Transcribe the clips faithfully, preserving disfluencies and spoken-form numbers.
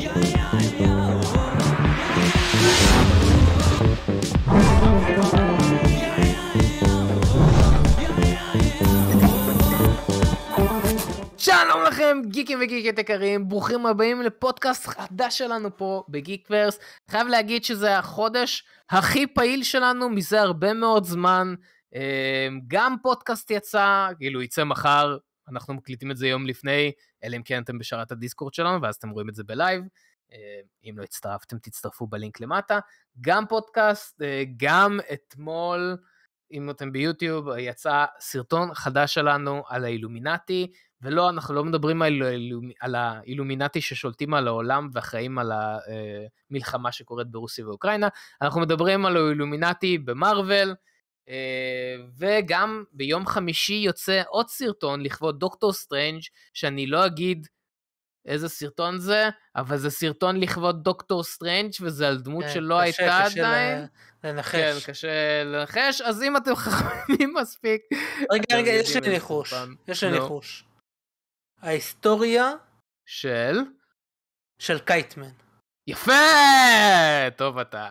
שלום לכם גיקים וגיקית יקרים, ברוכים הבאים לפודקאסט חדש שלנו פה בגיקוורס. חייב להגיד שזה החודש הכי פעיל שלנו מזה הרבה מאוד זמן. גם פודקאסט יצא, כאילו יצא מחר, אנחנו מקליטים את זה יום לפני, אלא אם כן אתם בשרת הדיסקורד שלנו, ואז אתם רואים את זה בלייב. אם לא הצטרפתם תצטרפו בלינק למטה. גם פודקאסט, גם אתמול, אם אתם ביוטיוב, יצא סרטון חדש שלנו על האילומינטי, ולא, אנחנו לא מדברים על, על האילומינטי ששולטים על העולם ואחראים על המלחמה שקורית ברוסיה ואוקראינה, אנחנו מדברים על האילומינטי במרוול, וגם ביום חמישי יוצא עוד סרטון לכבוד דוקטור סטרנג' שאני לא אגיד איזה סרטון זה, אבל זה סרטון לכבוד דוקטור סטרנג' וזה על דמות שלא הייתה עדיין. לנחש. כן, קשה לנחש, אז אם אתם חכמים מספיק. רגע, רגע, יש לי ניחוש. יש לי ניחוש. ההיסטוריה של? של קייטמן. יפה! טוב אתה.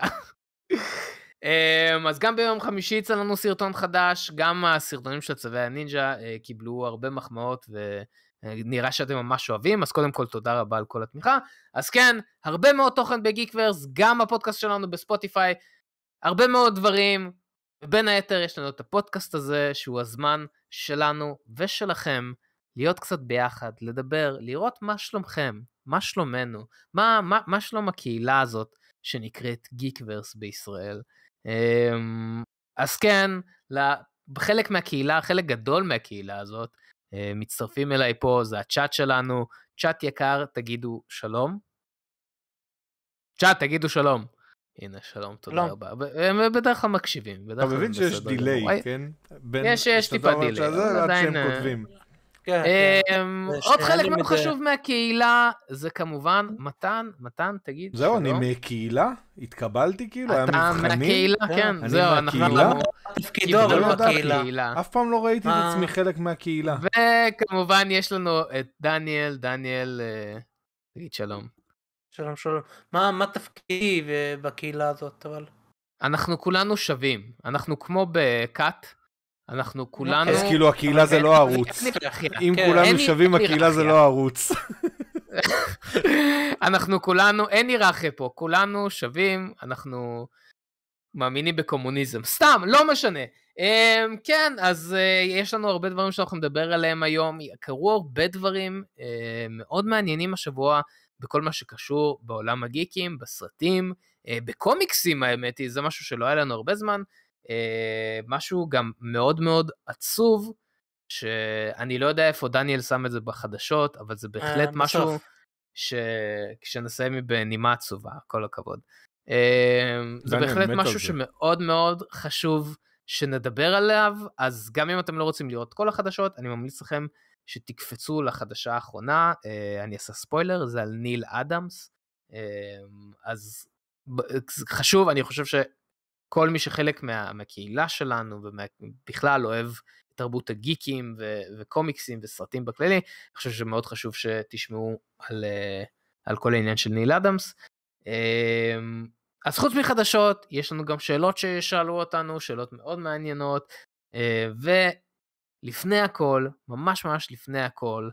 אז גם ביום חמישי יצא לנו סרטון חדש, גם הסרטונים של צווי הנינג'ה קיבלו הרבה מחמאות ונראה שאתם ממש אוהבים, אז קודם כל תודה רבה על כל התמיכה. אז כן, הרבה מאוד תוכן בגיקוורס, גם הפודקאסט שלנו בספוטיפיי, הרבה מאוד דברים, ובין היתר יש לנו את הפודקאסט הזה שהוא הזמן שלנו ושלכם להיות קצת ביחד, לדבר, לראות מה שלומכם, מה שלומנו, מה, מה, מה שלום הקהילה הזאת שנקראת גיקוורס בישראל. אז כן, בחלק מהקהילה, חלק גדול מהקהילה הזאת, מצטרפים אליי פה, זה הצ'אט שלנו, צ'אט יקר, תגידו שלום. צ'אט, תגידו שלום. הנה, שלום, תודה רבה. הם בדרך כלל מקשיבים. אתה מבין שיש דיליי, כן? יש, יש טיפה דיליי. עד שהם כותבים. עוד חלק מאוד חשוב מהקהילה, זה כמובן מתן, מתן, תגיד. זהו, אני מהקהילה? התקבלתי כאילו? אתה מהקהילה, כן. זהו, אנחנו תפקידו, אבל מהקהילה. אף פעם לא ראיתי את עצמי חלק מהקהילה. וכמובן יש לנו את דניאל, דניאל, תגיד שלום. שלום, שלום. מה תפקידי בקהילה הזאת, אבל? אנחנו כולנו שווים, אנחנו כמו בקאט, אנחנו כולנו... אז כאילו הקהילה זה לא ערוץ. אם כולנו שווים, הקהילה זה לא ערוץ. אנחנו כולנו, אין היררכיה פה, כולנו שווים, אנחנו מאמינים בקומוניזם. סתם, לא משנה. כן, אז יש לנו הרבה דברים שאנחנו נדבר עליהם היום. קרו הרבה דברים מאוד מעניינים השבוע, בכל מה שקשור בעולם הגיקים, בסרטים, בקומיקסים האמת היא, זה משהו שלא היה לנו הרבה זמן, משהו גם מאוד מאוד עצוב, שאני לא יודע איפה דניאל שם את זה בחדשות, אבל זה בהחלט משהו שכשנסיים בנימה עצובה, כל הכבוד. זה בהחלט משהו שמאוד מאוד חשוב שנדבר עליו, אז גם אם אתם לא רוצים לראות כל החדשות, אני ממליץ לכם שתקפצו לחדשה האחרונה, אני אעשה ספוילר, זה על ניל אדמס, אז חשוב, אני חושב שכל מי שחלק מה, מהקהילה שלנו, ובכלל אוהב תרבות הגיקים, ו- וקומיקסים וסרטים בכללי, אני חושב שמאוד חשוב שתשמעו על, על כל העניין של ניל אדמס. אז חוץ מחדשות, יש לנו גם שאלות ששאלו אותנו, שאלות מאוד מעניינות, ו... לפני הכל, ממש ממש לפני הכל,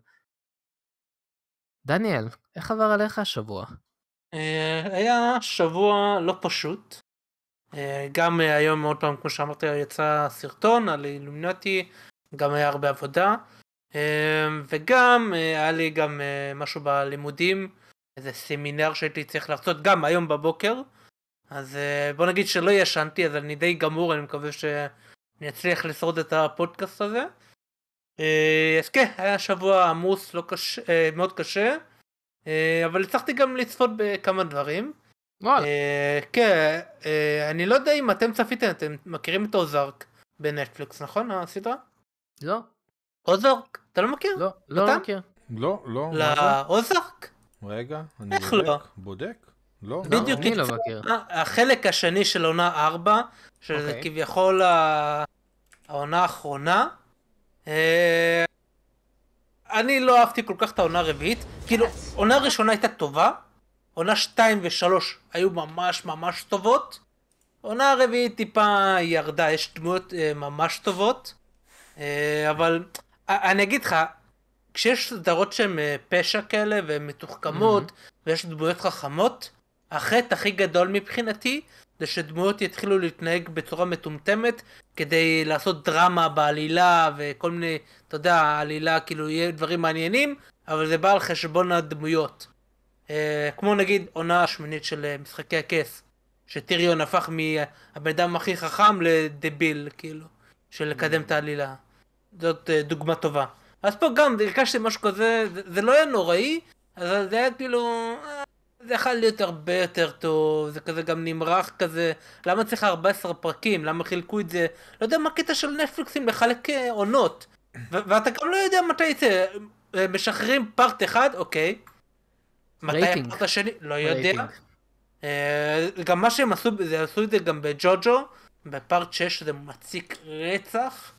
דניאל, איך עבר עליך השבוע? היה שבוע לא פשוט, גם היום מאוד פעם, כמו שאמרתי, יצא סרטון על אילומינטי, גם היה הרבה עבודה, וגם היה לי גם משהו בלימודים, איזה סמינר שהייתי צריך לעשות גם היום בבוקר, אז בוא נגיד שלא ישנתי, אז אני די גמור, אני מקווה ש... אני אצליח לשרוד את הפודקאסט הזה. אז כן, היה שבוע עמוס, לא קשה, מאוד קשה, אבל הצלחתי גם לצפות בכמה דברים. וואלה. כן, אני לא יודע אם אתם צפיתם, אתם מכירים את אוזארק בנטפליקס, נכון הסדרה? לא. אוזארק? אתה לא מכיר? לא, לא מכיר. לא, לא. לאוזארק? רגע, אני בודק. בודק? לא, בדיוק, אני לא מכיר. החלק השני של עונה ארבע, שזה כביכול העונה האחרונה, אני לא אהבתי כל כך את העונה הרביעית, כאילו עונה ראשונה הייתה טובה, עונה שתיים ושלוש היו ממש ממש טובות, עונה הרביעית טיפה ירדה, יש דמויות אה, ממש טובות, אה, אבל אה, אני אגיד לך, כשיש סדרות שהן אה, פשע כאלה והן מתוחכמות, mm-hmm. ויש דמויות חכמות, החטא הכי גדול מבחינתי, זה שדמויות יתחילו להתנהג בצורה מטומטמת, כדי לעשות דרמה בעלילה וכל מיני, אתה יודע, העלילה כאילו יהיה דברים מעניינים, אבל זה בא על חשבון הדמויות. אה, כמו נגיד עונה השמינית של אה, משחקי הכס, שטיריון הפך מהבן אדם הכי חכם לדביל, כאילו, של לקדם את העלילה. זאת אה, דוגמה טובה. אז פה גם הרגשתי משהו כזה, זה, זה לא היה נוראי, אז זה היה כאילו... אה, זה יכול להיות הרבה יותר טוב, זה כזה גם נמרח כזה, למה צריך ארבעה עשר פרקים, למה חילקו את זה, לא יודע מה קטע של נטפליקסים לחלק עונות, ו- ואתה גם לא יודע מתי זה, משחררים פארט אחד, אוקיי, מתי הפארט השני, לא יודע, גם מה שהם עשו, זה עשו את זה גם בג'וג'ו, בפארט שש זה מציק רצח,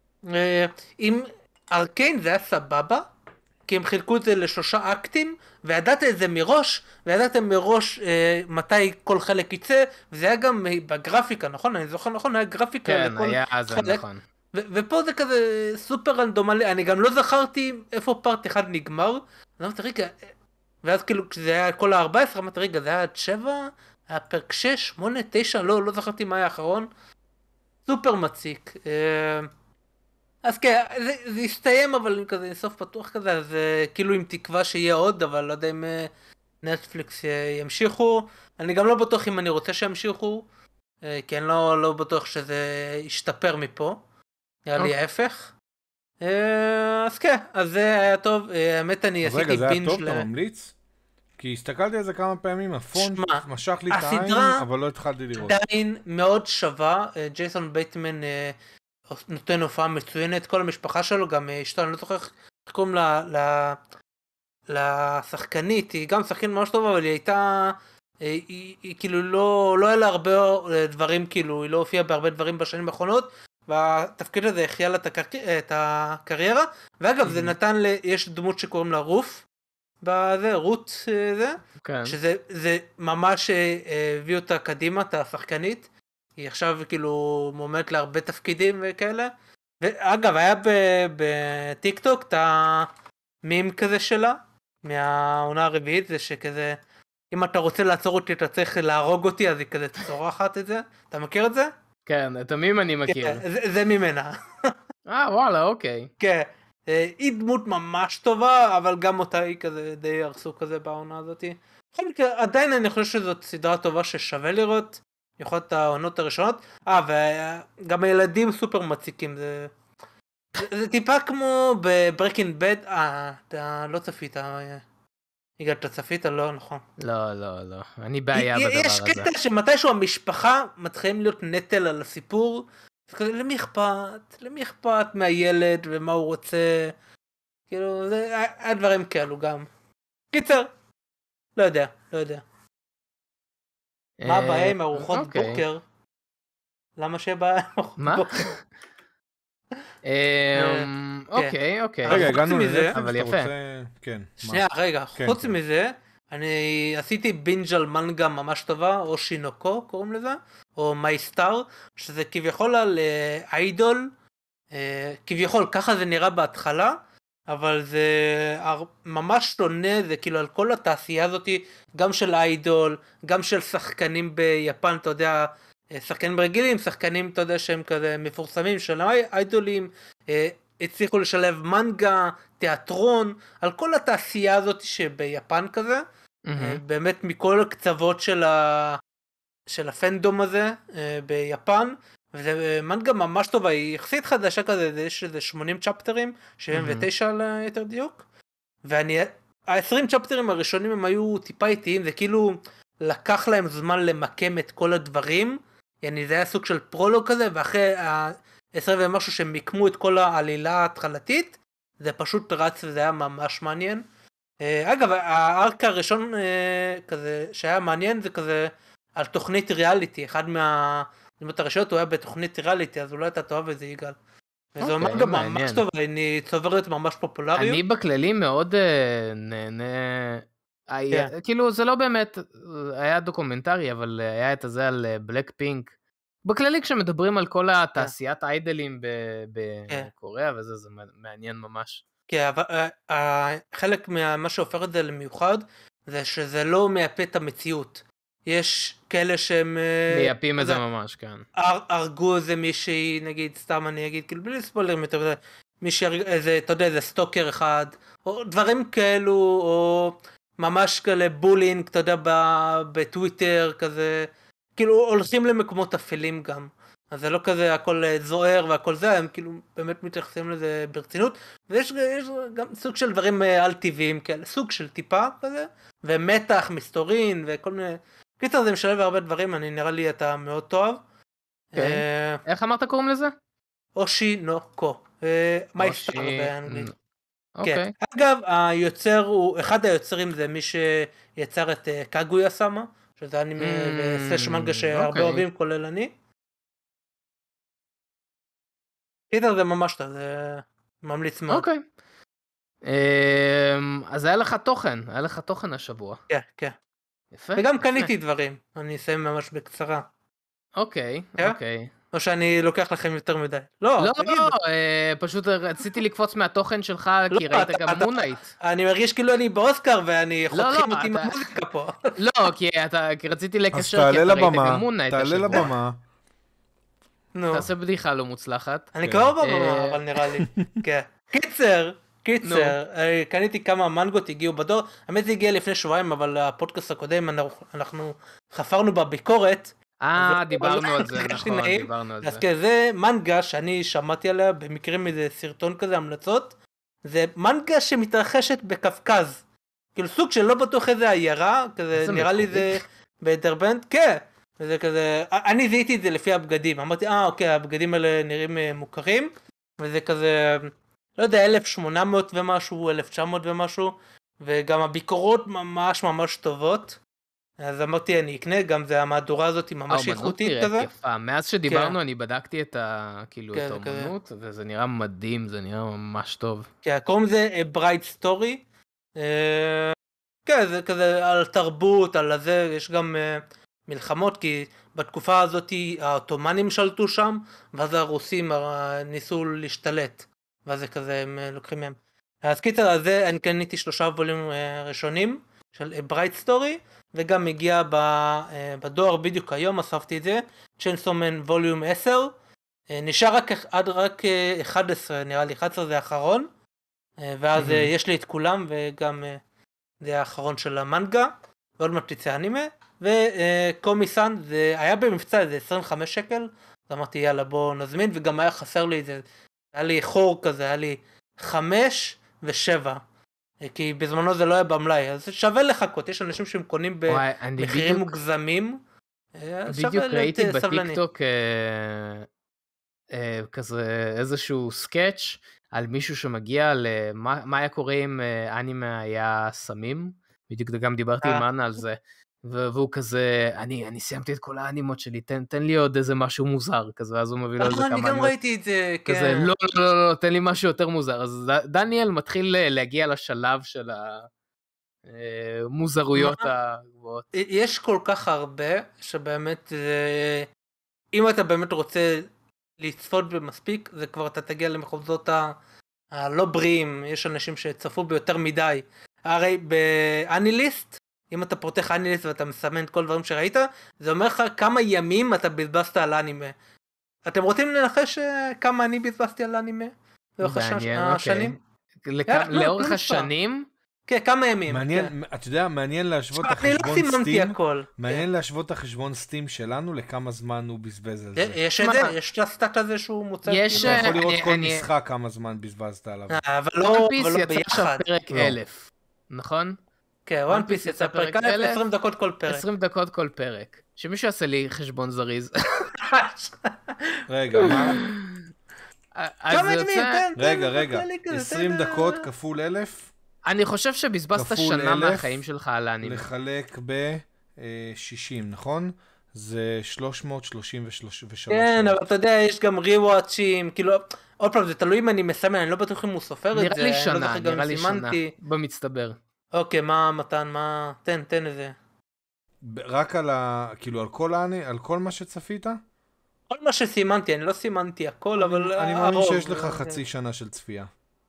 עם ארקיין זה היה סבבה, כי הם חילקו את זה לשלושה אקטים, וידעת את זה מראש, וידעתם מראש אה, מתי כל חלק יצא, וזה היה גם בגרפיקה, נכון? אני זוכר נכון, היה גרפיקה כן, לכל היה אז חלק. נכון. ו- ופה זה כזה סופר רנדומלי, אני גם לא זכרתי איפה פארט אחד נגמר, אז אמרתי, רגע, ואז כאילו כשזה היה כל ה-ארבע עשרה, אמרתי, רגע, זה היה עד שבע, היה פרק שש, שמונה, תשע, לא, לא זכרתי מה היה האחרון, סופר מציק. אה, אז כן, זה, זה יסתיים אבל כזה סוף פתוח כזה, אז כאילו עם תקווה שיהיה עוד, אבל לא יודע אם נטפליקס ימשיכו. אני גם לא בטוח אם אני רוצה שימשיכו, כי אני לא, לא בטוח שזה ישתפר מפה, נראה לי ההפך. אז כן, אז זה היה טוב, האמת אני עשיתי בינג' ל... אז רגע, זה היה טוב, אתה ממליץ? כי הסתכלתי על זה כמה פעמים, הפונט משך לי את העין, אבל לא התחלתי לראות. עדיין מאוד שווה, ג'ייסון בייטמן נותן הופעה מצוינת, כל המשפחה שלו, גם אשתו, אני לא זוכר איך קוראים לה, לשחקנית, היא גם שחקנית ממש טובה, אבל היא הייתה, היא, היא, היא כאילו לא, לא היה לה הרבה דברים, כאילו, היא לא הופיעה בהרבה דברים בשנים האחרונות, והתפקיד הזה החיה לה את הקריירה, ואגב, זה נתן, יש דמות שקוראים לה רוף, בזה, רות זה, כן. שזה זה ממש הביא אותה קדימה, את השחקנית, היא עכשיו כאילו מועמדת להרבה תפקידים וכאלה, ואגב היה בטיק טוק את המים כזה שלה, מהעונה הרביעית, זה שכזה, אם אתה רוצה לעצור אותי אתה צריך להרוג אותי, אז היא כזה צורחת את זה, אתה מכיר את זה? כן, את המים אני מכיר. כן, זה, זה ממנה. אה וואלה, אוקיי. כן, היא דמות ממש טובה, אבל גם אותה היא כזה די הרסו כזה בעונה הזאת. עדיין אני חושב שזאת סדרה טובה ששווה לראות, יכול להיות העונות הראשונות, אה, וגם הילדים סופר מציקים, זה, זה, זה טיפה כמו בברקינג בד, אה, אתה לא צפית, יגאל, אתה צפית? לא, נכון. לא, לא, לא, אני בעיה בדבר הזה. יש קטע שמתישהו המשפחה מתחילים להיות נטל על הסיפור, זה כזה, למי אכפת? למי אכפת מהילד ומה הוא רוצה? כאילו, זה היה דברים כאלו גם. קיצר, לא יודע, לא יודע. מה הבעיה עם ארוחות בוקר? למה שיהיה בעיה עם ארוחות בוקר? אוקיי, אוקיי. רגע, הגענו לזה, אבל יפה. שנייה, רגע, חוץ מזה, אני עשיתי בינג' על מנגה ממש טובה, או שינוקו קוראים לזה, או מי סטאר, שזה כביכול על איידול, כביכול ככה זה נראה בהתחלה, אבל זה ממש שונה, זה כאילו על כל התעשייה הזאת, גם של איידול, גם של שחקנים ביפן, אתה יודע, שחקנים רגילים, שחקנים, אתה יודע, שהם כזה מפורסמים של איידולים, הצליחו לשלב מנגה, תיאטרון, על כל התעשייה הזאת שביפן כזה, mm-hmm. באמת מכל הקצוות של, ה... של הפנדום הזה ביפן, וזה מנגה ממש טובה, היא יחסית חדשה כזה, יש איזה שמונים צ'פטרים, שבעים ותשע mm-hmm. ליתר דיוק, ואני, ה-עשרים צ'פטרים הראשונים הם היו טיפה איטיים, זה כאילו לקח להם זמן למקם את כל הדברים, yani זה היה סוג של פרולוג כזה, ואחרי ה-עשרים ומשהו שהם מיקמו את כל העלילה ההתחלתית, זה פשוט רץ וזה היה ממש מעניין. אגב, הארק הראשון כזה שהיה מעניין זה כזה על תוכנית ריאליטי, אחד מהדמות הראשיות הוא היה בתוכנית ריאליטי, אז אולי אתה תאהב את זה יגאל. וזה אומר גם ממש טוב, אני צוברת ממש פופולריות. אני בכללי מאוד נהנה כאילו זה לא באמת, היה דוקומנטרי, אבל היה את הזה על בלק פינק. בכללי כשמדברים על כל התעשיית איידלים בקוריאה וזה, זה מעניין ממש. כן, אבל חלק מה שהופך את זה למיוחד, זה שזה לא מייפה את המציאות. יש כאלה שהם... מייפים את זה ממש, כן. הרגו איזה מישהי, נגיד, סתם אני אגיד, כאילו בלי ספוילרים יותר, מישהי, איזה, אתה יודע, איזה סטוקר אחד, או דברים כאלו, או ממש כאלה בולינג, אתה יודע, בטוויטר, כזה, כאילו הולכים למקומות אפלים גם. אז זה לא כזה הכל זוהר והכל זה, הם כאילו באמת מתייחסים לזה ברצינות, ויש יש גם סוג של דברים על טבעיים כאלה, סוג של טיפה כזה, ומתח, מסתורין וכל מיני, קיצר זה משלב הרבה דברים, אני נראה לי אתה מאוד טוב. איך אמרת קוראים לזה? אושי נו קו, מייסטר באנגלית. אוקיי. אגב, היוצר הוא, אחד היוצרים זה מי שיצר את קאגויה סאמה, שזה אנימה וסלש מנגה שהרבה אוהבים, כולל אני. קיצר זה ממש טוב, זה ממליץ מאוד. אוקיי. אז היה לך תוכן, היה לך תוכן השבוע. כן, כן. יפה. וגם קניתי דברים, אני אסיים ממש בקצרה. אוקיי, אוקיי. או שאני לוקח לכם יותר מדי. לא, לא, לא, פשוט רציתי לקפוץ מהתוכן שלך, כי ראית גם מונייט. אני מרגיש כאילו אני באוסקר, ואני חותכים אותי מהמוזיקה פה. לא, כי רציתי לקשר, כי אתה ראית גם מונייט. אז תעלה לבמה, תעלה לבמה. תעשה בדיחה לא מוצלחת. אני כבר בבמה, אבל נראה לי. כן. קיצר, קיצר, קניתי כמה מנגות, הגיעו בדור. האמת זה הגיע לפני שבועיים, אבל הפודקאסט הקודם, אנחנו חפרנו בביקורת. אה, דיברנו על זה, נכון, דיברנו על זה. אז כזה מנגה שאני שמעתי עליה, במקרים מזה סרטון כזה, המלצות, זה מנגה שמתרחשת בקפקז. כאילו סוג שלא בטוח איזה עיירה, כזה נראה לי זה בדרבנט, כן. וזה כזה, אני זיהיתי את זה לפי הבגדים, אמרתי, אה אוקיי, הבגדים האלה נראים מוכרים, וזה כזה, לא יודע, אלף שמונה מאות ומשהו, אלף תשע מאות ומשהו, וגם הביקורות ממש ממש טובות, אז אמרתי אני אקנה, גם זה המהדורה הזאת היא ממש איכותית כזה. יפה. מאז שדיברנו אני בדקתי את האמנות, וזה נראה מדהים, זה נראה ממש טוב. כן, קוראים לזה Bright Story, כן, זה כזה על תרבות, על הזה, יש גם מלחמות, כי בתקופה הזאת העות'מאנים שלטו שם, ואז הרוסים ניסו להשתלט, ואז זה כזה הם לוקחים מהם. אז קיצר הזה אני קניתי שלושה ווליום ראשונים של Bright Story, וגם הגיע בדואר בדיוק היום, אספתי את זה, Chainsaw Man ווליום עשר, נשאר רק עד רק אחת עשרה, נראה לי אחת עשרה זה האחרון, ואז יש לי את כולם, וגם זה האחרון של המנגה, ועוד מעט תצא אנימה, וקומיסן זה היה במבצע, זה עשרים וחמישה שקל, אז אמרתי יאללה בוא נזמין, וגם היה חסר לי זה, היה לי חור כזה, היה לי חמש ושבע, כי בזמנו זה לא היה במלאי, אז שווה לחכות, יש אנשים שהם קונים במחירים מוגזמים. בדיוק ראיתי בטיקטוק כזה איזשהו סקאץ' על מישהו שמגיע למה היה קורה אם אנימה היה סמים, בדיוק גם דיברתי עם אנה על זה, והוא כזה, אני, אני סיימתי את כל האנימות שלי, תן, תן לי עוד איזה משהו מוזר, כזה, ואז הוא מביא לו איזה כמה אנימות. אני גם ראיתי את זה, כן. כזה, לא, לא, לא, לא, תן לי משהו יותר מוזר. אז דניאל מתחיל להגיע לשלב של המוזרויות הגבוהות. יש כל כך הרבה, שבאמת, אם אתה באמת רוצה לצפות במספיק, זה כבר אתה תגיע למחוזות הלא בריאים, יש אנשים שצפו ביותר מדי. הרי באניליסט, אם אתה פותח אניליסט ואתה מסמן את כל דברים שראית, זה אומר לך כמה ימים אתה בזבזת על אנימה. אתם רוצים לנחש כמה אני בזבזתי על אנימה? לאורך השנים? לאורך השנים? כן, כמה ימים. מעניין, אתה יודע, מעניין להשוות את החשבון סטים, מעניין להשוות את החשבון סטים שלנו לכמה זמן הוא בזבז על זה. יש את זה, יש את הסטאט הזה שהוא מוצא. אתה יכול לראות כל משחק כמה זמן בזבזת עליו. אבל לא ביחד. פרק אלף, נכון? כן, וואן פיס יצא פרק אלף, עשרים דקות כל פרק. עשרים דקות כל פרק. שמישהו יעשה לי חשבון זריז. רגע, מה? רגע, רגע, עשרים דקות כפול אלף? אני חושב שבזבזת שנה מהחיים שלך על האנימה. לחלק ב-שישים, נכון? זה שלוש מאות שלושים ושלוש. כן, אבל אתה יודע, יש גם ריוואצ'ים, כאילו, עוד פעם, זה תלוי אם אני מסמן, אני לא בטוח אם הוא סופר את זה. נראה לי שנה, נראה לי שנה, במצטבר. אוקיי, מה מתן, מה... תן, תן איזה. רק על ה... כאילו, על כל האני, על כל מה שצפית? כל מה שסימנתי, אני לא סימנתי הכל, אבל... אני מאמין שיש לך חצי שנה של צפייה.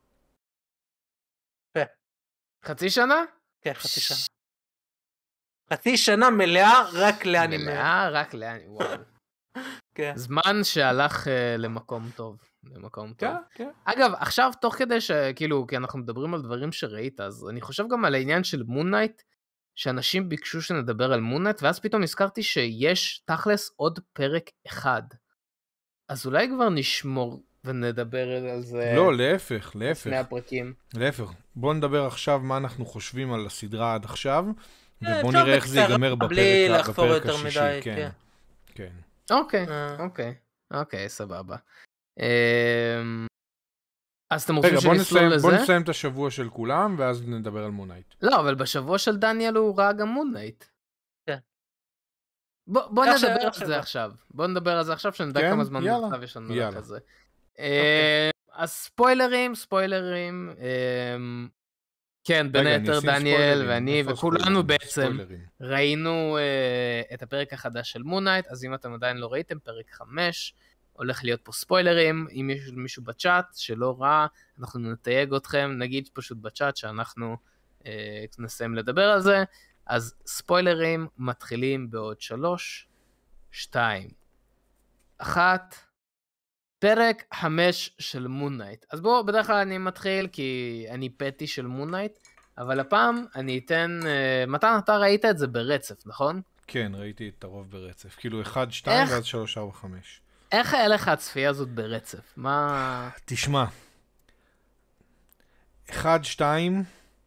חצי שנה? כן, חצי שנה. חצי שנה מלאה רק לאנימה. מלאה רק לאנימה, וואו. זמן שהלך למקום טוב. למקום טוב. אגב, עכשיו, תוך כדי שכאילו, כי אנחנו מדברים על דברים שראית, אז אני חושב גם על העניין של מונייט, שאנשים ביקשו שנדבר על מונייט, ואז פתאום הזכרתי שיש תכלס עוד פרק אחד. אז אולי כבר נשמור ונדבר על זה. לא, להפך, להפך. לפני הפרקים. להפך. בוא נדבר עכשיו מה אנחנו חושבים על הסדרה עד עכשיו, ובוא נראה איך זה ייגמר בפרק השישי. כן, כן. אוקיי, אוקיי, אוקיי, סבבה. אז אתם רוצים שנסלול לזה? בוא נסיים את השבוע של כולם, ואז נדבר על מונייט. לא, אבל בשבוע של דניאל הוא ראה גם מונייט. כן. בוא נדבר על זה עכשיו. בוא נדבר על זה עכשיו, שנדע כמה זמן נוצב יש לנו כזה. אז ספוילרים, ספוילרים. כן, בין היתר דניאל ואני וכולנו בעצם ראינו את הפרק החדש של מונייט, אז אם אתם עדיין לא ראיתם, פרק חמש, הולך להיות פה ספוילרים. אם יש מישהו בצ'אט שלא ראה, אנחנו נתייג אתכם, נגיד פשוט בצ'אט שאנחנו אה, נסיים לדבר על זה. אז ספוילרים מתחילים בעוד שלוש, שתיים, אחת, פרק חמש של מונייט. אז בואו, בדרך כלל אני מתחיל כי אני פטי של מונייט, אבל הפעם אני אתן, אה, מתן, אתה ראית את זה ברצף, נכון? כן, ראיתי את הרוב ברצף, כאילו אחד, שתיים ואז שלוש, ארבע, חמש. איך היה לך הצפייה הזאת ברצף? מה... תשמע, אחד, שתיים,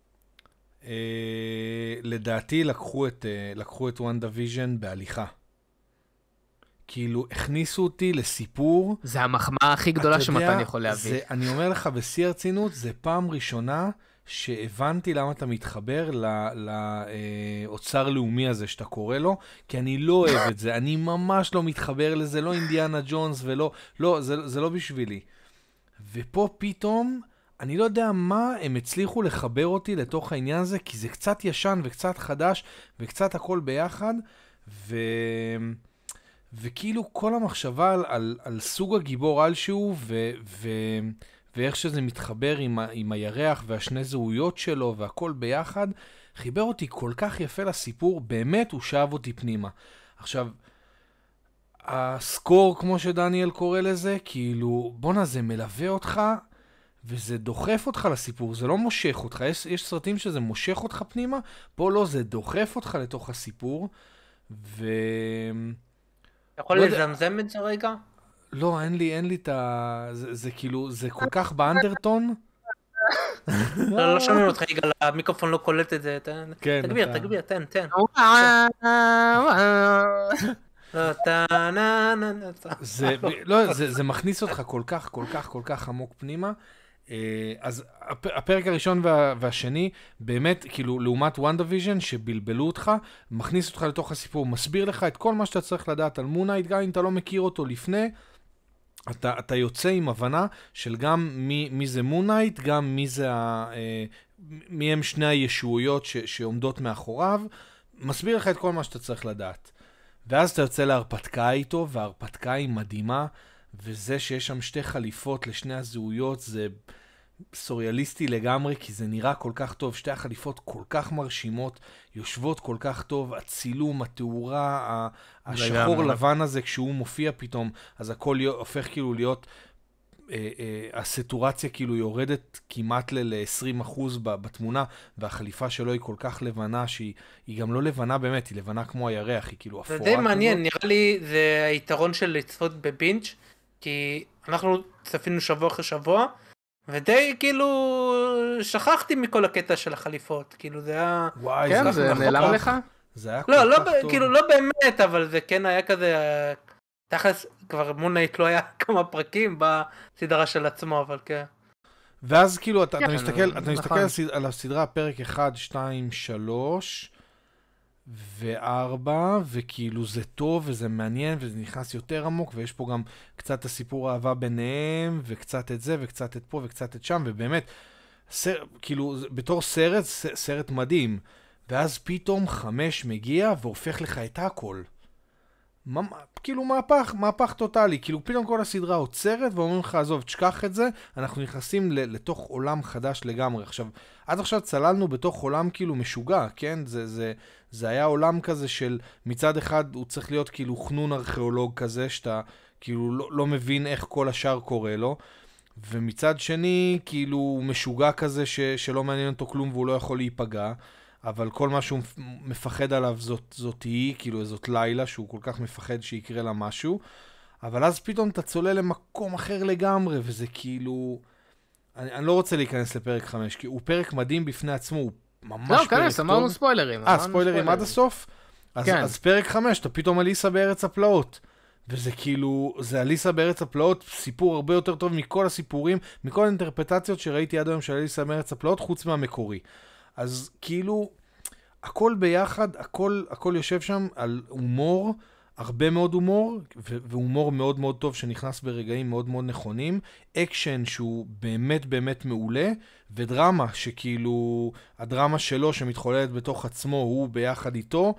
אה, לדעתי לקחו את, אה, לקחו את וואן דיוויז'ן בהליכה. כאילו, הכניסו אותי לסיפור. זה המחמאה הכי גדולה שמתן יכול להביא. זה, אני אומר לך, בשיא הרצינות, זה פעם ראשונה שהבנתי למה אתה מתחבר לאוצר לאומי הזה שאתה קורא לו, כי אני לא אוהב את זה, אני ממש לא מתחבר לזה, לא אינדיאנה ג'ונס ולא, לא, זה, זה לא בשבילי. ופה פתאום, אני לא יודע מה, הם הצליחו לחבר אותי לתוך העניין הזה, כי זה קצת ישן וקצת חדש, וקצת הכל ביחד, ו... וכאילו כל המחשבה על, על, על סוג הגיבור על שהוא, ו... ו... ואיך שזה מתחבר עם, ה, עם הירח והשני זהויות שלו והכל ביחד, חיבר אותי כל כך יפה לסיפור, באמת הוא שאב אותי פנימה. עכשיו, הסקור, כמו שדניאל קורא לזה, כאילו, בונה, זה מלווה אותך, וזה דוחף אותך לסיפור, זה לא מושך אותך. יש, יש סרטים שזה מושך אותך פנימה, פה לא, זה דוחף אותך לתוך הסיפור, ו... אתה יכול לזמזם את זה רגע? לא, אין לי, אין לי את ה... זה, זה כאילו, זה כל כך באנדרטון. לא, לא שומעים אותך, יגאל, המיקרופון לא קולט את זה. כן. תגביר, תגביר, תן, תן. לא, זה מכניס אותך כל כך, כל כך, כל כך עמוק פנימה. אז הפרק הראשון והשני, באמת, כאילו, לעומת וואן דיוויז'ן, שבלבלו אותך, מכניס אותך לתוך הסיפור, מסביר לך את כל מה שאתה צריך לדעת על מונייט, גם אם אתה לא מכיר אותו לפני, אתה, אתה יוצא עם הבנה של גם מי, מי זה מונייט, גם מי זה ה, אה, מי הם שני הישועיות ש, שעומדות מאחוריו, מסביר לך את כל מה שאתה צריך לדעת. ואז אתה יוצא להרפתקה איתו, וההרפתקה היא מדהימה, וזה שיש שם שתי חליפות לשני הזהויות, זה סוריאליסטי לגמרי, כי זה נראה כל כך טוב, שתי החליפות כל כך מרשימות, יושבות כל כך טוב, הצילום, התאורה, השחור לבן הזה, כשהוא מופיע פתאום, אז הכל הופך כאילו להיות, אה, אה, הסטורציה כאילו יורדת כמעט ל-עשרים אחוז בתמונה, והחליפה שלו היא כל כך לבנה, שהיא גם לא לבנה באמת, היא לבנה כמו הירח, היא כאילו אפורה. זה די מעניין, נראה לי זה היתרון של לצפות בבינג', כי אנחנו צפינו שבוע אחרי שבוע, ודי כאילו שכחתי מכל הקטע של החליפות, כאילו זה היה... וואי, כן, זה נעלם לך? זה היה כל לא, כך לא, טוב. כאילו לא באמת, אבל זה כן היה כזה, תכלס כבר מונייט לא היה כמה פרקים בסדרה של עצמו, אבל כן. ואז כאילו אתה, אתה מסתכל, אתה מסתכל על הסדרה, פרק אחד, שתיים, שלוש וארבע, וכאילו זה טוב וזה מעניין וזה נכנס יותר עמוק, ויש פה גם קצת הסיפור האהבה ביניהם, וקצת את זה וקצת את פה וקצת את שם, ובאמת סר, כאילו, בתור סרט, סרט מדהים, ואז פתאום חמש מגיע והופך לך את הכל. מה, כאילו מהפך, מהפך טוטלי, כאילו פתאום כל הסדרה עוצרת ואומרים לך, עזוב, תשכח את זה, אנחנו נכנסים לתוך עולם חדש לגמרי. עכשיו, עד עכשיו צללנו בתוך עולם כאילו משוגע, כן? זה, זה, זה היה עולם כזה של מצד אחד הוא צריך להיות כאילו חנון ארכיאולוג כזה, שאתה כאילו לא, לא מבין איך כל השאר קורה לו, ומצד שני כאילו הוא משוגע כזה ש, שלא מעניין אותו כלום והוא לא יכול להיפגע, אבל כל מה שהוא מפחד עליו זאת, זאת היא, כאילו זאת לילה שהוא כל כך מפחד שיקרה לה משהו, אבל אז פתאום אתה צולל למקום אחר לגמרי, וזה כאילו... אני, אני לא רוצה להיכנס לפרק חמש, כי הוא פרק מדהים בפני עצמו, הוא ממש לא, פרק טוב. לא, כנס, אמרנו ספוילרים. אה, ספוילרים עד הסוף? אז, כן. אז פרק חמש, אתה פתאום אליסה בארץ הפלאות. וזה כאילו, זה אליסה בארץ הפלאות, סיפור הרבה יותר טוב מכל הסיפורים, מכל האינטרפטציות שראיתי עד היום של אליסה בארץ הפלאות, חוץ מהמקורי. אז כאילו, הכל ביחד, הכל, הכל יושב שם על הומור, הרבה מאוד הומור, והומור מאוד מאוד טוב שנכנס ברגעים מאוד מאוד נכונים, אקשן שהוא באמת באמת מעולה, ודרמה שכאילו, הדרמה שלו שמתחוללת בתוך עצמו, הוא ביחד איתו,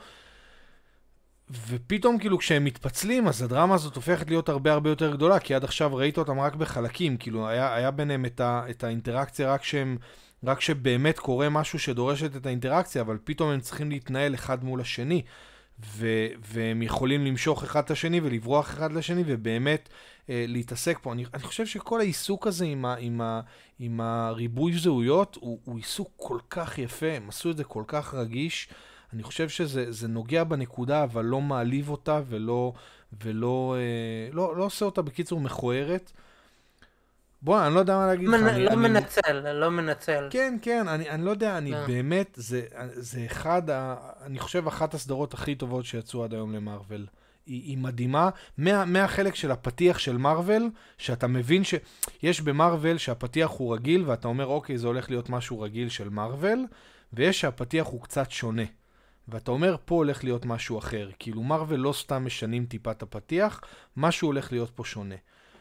ופתאום כאילו כשהם מתפצלים, אז הדרמה הזאת הופכת להיות הרבה הרבה יותר גדולה, כי עד עכשיו ראית אותם רק בחלקים, כאילו היה, היה ביניהם את, ה, את האינטראקציה רק שהם, רק שבאמת קורה משהו שדורשת את האינטראקציה, אבל פתאום הם צריכים להתנהל אחד מול השני, ו- והם יכולים למשוך אחד את השני ולברוח אחד לשני, ובאמת אה, להתעסק פה. אני, אני חושב שכל העיסוק הזה עם, ה- עם, ה- עם הריבוי זהויות, הוא, הוא עיסוק כל כך יפה, הם עשו את זה כל כך רגיש, אני חושב שזה זה נוגע בנקודה, אבל לא מעליב אותה, ולא, ולא אה, לא, לא עושה אותה בקיצור מכוערת. בוא, אני לא יודע מה להגיד לך. מנ... אני, לא אני... מנצל, לא מנצל. כן, כן, אני, אני לא יודע, אני לא. באמת, זה, זה אחד, ה, אני חושב, אחת הסדרות הכי טובות שיצאו עד היום למרוול. היא, היא מדהימה, מה, מהחלק של הפתיח של מרוול, שאתה מבין שיש במרוול שהפתיח הוא רגיל, ואתה אומר, אוקיי, זה הולך להיות משהו רגיל של מרוול, ויש שהפתיח הוא קצת שונה. ואתה אומר, פה הולך להיות משהו אחר. כאילו, מרוול לא סתם משנים טיפת הפתיח, משהו הולך להיות פה שונה.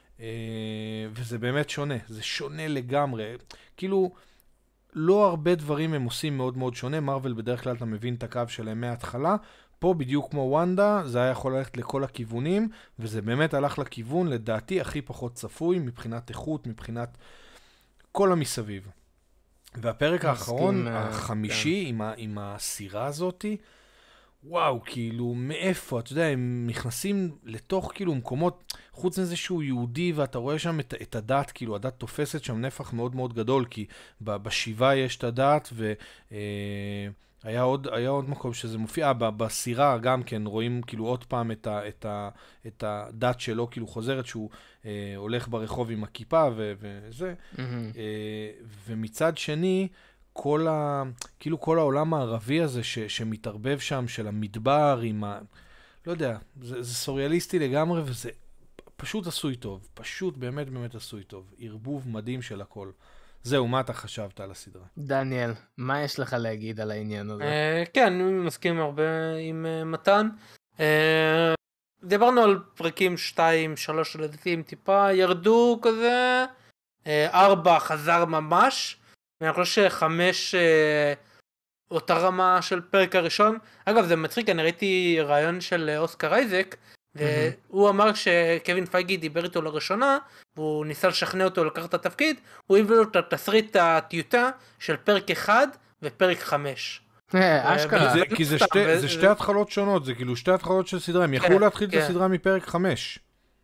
וזה באמת שונה, זה שונה לגמרי. כאילו, לא הרבה דברים הם עושים מאוד מאוד שונה. מרוול בדרך כלל אתה מבין את הקו שלהם מההתחלה. פה בדיוק כמו וונדה, זה היה יכול ללכת לכל הכיוונים, וזה באמת הלך לכיוון, לדעתי, הכי פחות צפוי, מבחינת איכות, מבחינת כל המסביב. והפרק האחרון, החמישי, עם, ה, עם הסירה הזאת, וואו, כאילו, מאיפה, אתה יודע, הם נכנסים לתוך, כאילו, מקומות, חוץ מזה שהוא יהודי, ואתה רואה שם את, את הדת, כאילו, הדת תופסת שם נפח מאוד מאוד גדול, כי בשבעה יש את הדת, והיה עוד, היה עוד מקום שזה מופיע, בסירה גם כן, רואים, כאילו, עוד פעם את, ה, את, ה, את הדת שלו, כאילו, חוזרת, שהוא אה, הולך ברחוב עם הכיפה, ו, וזה, mm-hmm. אה, ומצד שני, כל ה... כאילו כל העולם הערבי הזה ש... שמתערבב שם, של המדבר עם ה... לא יודע, זה, זה סוריאליסטי לגמרי, וזה פשוט עשוי טוב. פשוט באמת באמת עשוי טוב. ערבוב מדהים של הכל. זהו, מה אתה חשבת על הסדרה? דניאל, מה יש לך להגיד על העניין הזה? Uh, כן, אני מסכים הרבה עם uh, מתן. Uh, דיברנו על פרקים שתיים, שלוש לדעתי, טיפה ירדו כזה, ארבע uh, חזר ממש, ואני חושב שחמש אה, אותה רמה של פרק הראשון. אגב, זה מצחיק, אני ראיתי רעיון של אוסקר אייזק, והוא אמר שקווין פייגי דיבר איתו לראשונה, והוא ניסה לשכנע אותו לקחת את התפקיד, הוא הביא לו את התסריט הטיוטה של פרק אחד ופרק חמש. אשכרה. כי זה שתי התחלות שונות, זה כאילו שתי התחלות של סדרה, הם יכלו להתחיל את הסדרה מפרק חמש.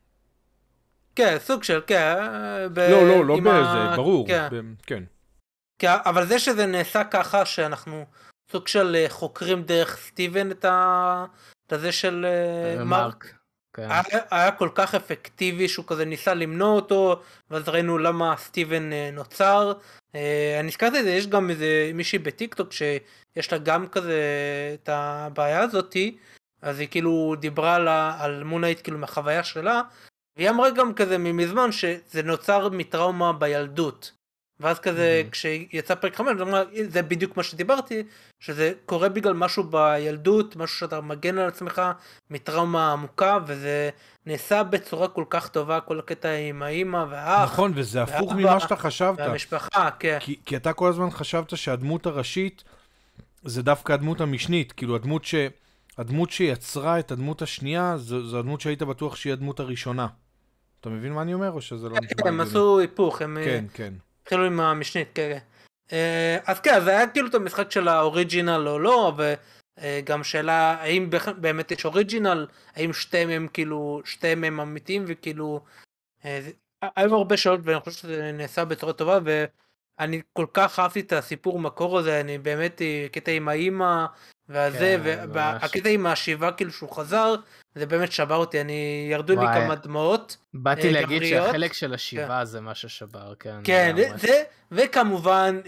כן, סוג של, כן. לא, לא, לא בזה, ברור. כן. אבל זה שזה נעשה ככה שאנחנו סוג של חוקרים דרך סטיבן את הזה של מרק, היה כל כך אפקטיבי שהוא כזה ניסה למנוע אותו, ואז ראינו למה סטיבן נוצר. אני הזכרתי את זה, יש גם איזה מישהי בטיקטוק שיש לה גם כזה את הבעיה הזאתי, אז היא כאילו דיברה על מונייט כאילו מהחוויה שלה, והיא אמרה גם כזה ממזמן שזה נוצר מטראומה בילדות. ואז כזה, כשיצא פרק חמש, זה בדיוק מה שדיברתי, שזה קורה בגלל משהו בילדות, משהו שאתה מגן על עצמך מטראומה עמוקה, וזה נעשה בצורה כל כך טובה, כל הקטע עם האמא והאח. נכון, וזה הפוך ממה שאתה חשבת. והמשפחה, כן. כי, כי אתה כל הזמן חשבת שהדמות הראשית, זה דווקא הדמות המשנית, כאילו הדמות, ש... הדמות שיצרה את הדמות השנייה, זו, זו הדמות שהיית בטוח שהיא הדמות הראשונה. אתה מבין מה אני אומר, או שזה לא נשמע? כן, הם עשו היפוך, הם... כן, כן. התחילו עם המשנית, כן. אז כן, זה היה כאילו את המשחק של האוריג'ינל או לא, וגם שאלה, האם באמת יש אוריג'ינל, האם שתיהם הם כאילו, שתיהם הם אמיתיים, וכאילו, היו הרבה שאלות, ואני חושב שזה נעשה בצורה טובה, ואני כל כך אהבתי את הסיפור מקור הזה, אני באמת, קטע עם האמא, והזה, והקטע עם השיבה כאילו שהוא חזר, זה באמת שבר אותי, אני ירדו לי כמה דמעות. באתי להגיד שהחלק של השיבה זה מה ששבר, כן. כן, זה, וכמובן,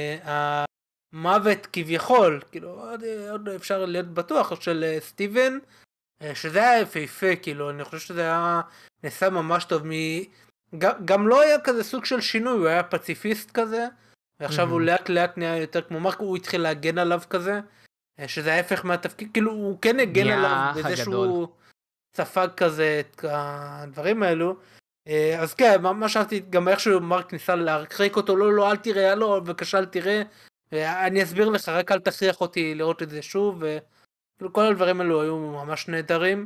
המוות כביכול, כאילו, עוד אפשר להיות בטוח, של סטיבן, שזה היה יפהפה, כאילו, אני חושב שזה היה נעשה ממש טוב, גם לא היה כזה סוג של שינוי, הוא היה פציפיסט כזה, ועכשיו הוא לאט לאט נהיה יותר כמו מרק, הוא התחיל להגן עליו כזה, שזה ההפך מהתפקיד, כאילו הוא כן הגן עליו בזה שהוא ספג כזה את הדברים האלו. אז כן, מה שאלתי, גם איכשהו מרק ניסה להרחיק אותו, לא, לא, אל תראה, לא, בבקשה אל תראה, אני אסביר לך, רק אל תכריח אותי לראות את זה שוב, וכל הדברים האלו היו ממש נהדרים.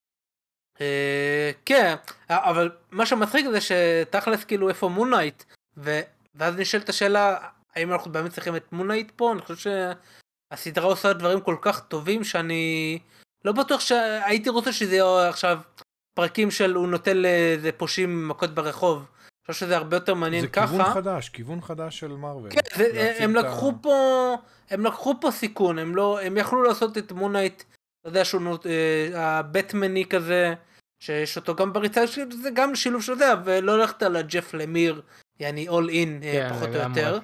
כן, אבל מה שמצחיק זה שתכלס כאילו איפה מונייט, ואז נשאלת השאלה, האם אנחנו באמת צריכים את מונייט פה? אני חושב ש... הסדרה עושה דברים כל כך טובים שאני לא בטוח שהייתי רוצה שזה יהיה עכשיו פרקים של הוא נותן לאיזה פושעים מכות ברחוב. אני חושב שזה הרבה יותר מעניין ככה. זה כיוון חדש, כיוון חדש של מרוול. כן, הם לקחו פה, הם לקחו פה סיכון, הם לא, הם יכלו לעשות את מונייט, אתה יודע שהוא הבטמני כזה, שיש אותו גם בריצה, זה גם שילוב של זה, ולא הלכת על הג'ף למיר, יעני all in פחות או יותר.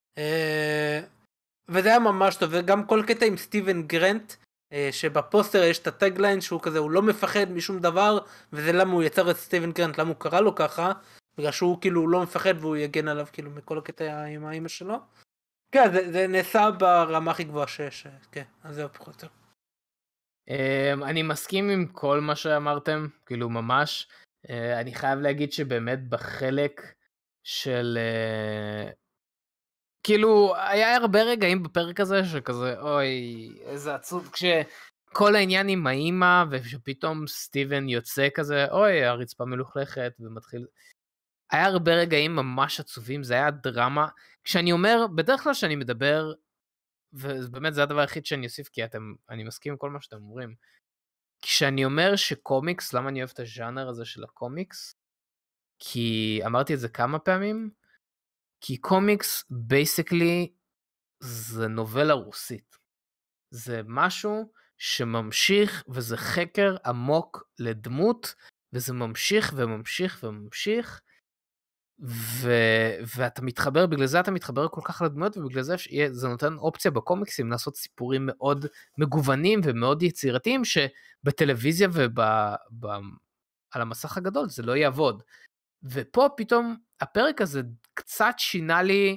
וזה היה ממש טוב, וגם כל קטע עם סטיבן גרנט, שבפוסטר יש את הטגליין שהוא כזה, הוא לא מפחד משום דבר, וזה למה הוא יצר את סטיבן גרנט, למה הוא קרא לו ככה, בגלל שהוא כאילו לא מפחד והוא יגן עליו כאילו מכל הקטע עם האמא שלו. כן, זה, זה נעשה ברמה הכי גבוהה שיש, כן, אז זהו פחות יותר. אני מסכים עם כל מה שאמרתם, כאילו ממש, אני חייב להגיד שבאמת בחלק של... כאילו, היה הרבה רגעים בפרק הזה שכזה, אוי, איזה עצוב, כשכל העניין עם האמא, ושפתאום סטיבן יוצא כזה, אוי, הרצפה מלוכלכת, ומתחיל... היה הרבה רגעים ממש עצובים, זה היה דרמה. כשאני אומר, בדרך כלל שאני מדבר, ובאמת זה הדבר היחיד שאני אוסיף, כי אתם, אני מסכים עם כל מה שאתם אומרים, כשאני אומר שקומיקס, למה אני אוהב את הז'אנר הזה של הקומיקס? כי אמרתי את זה כמה פעמים, כי קומיקס בייסיקלי זה נובלה רוסית. זה משהו שממשיך וזה חקר עמוק לדמות, וזה ממשיך וממשיך וממשיך, ו... ואתה מתחבר, בגלל זה אתה מתחבר כל כך לדמות, ובגלל זה זה נותן אופציה בקומיקסים לעשות סיפורים מאוד מגוונים ומאוד יצירתיים, שבטלוויזיה ועל וב... המסך הגדול זה לא יעבוד. ופה פתאום הפרק הזה קצת שינה לי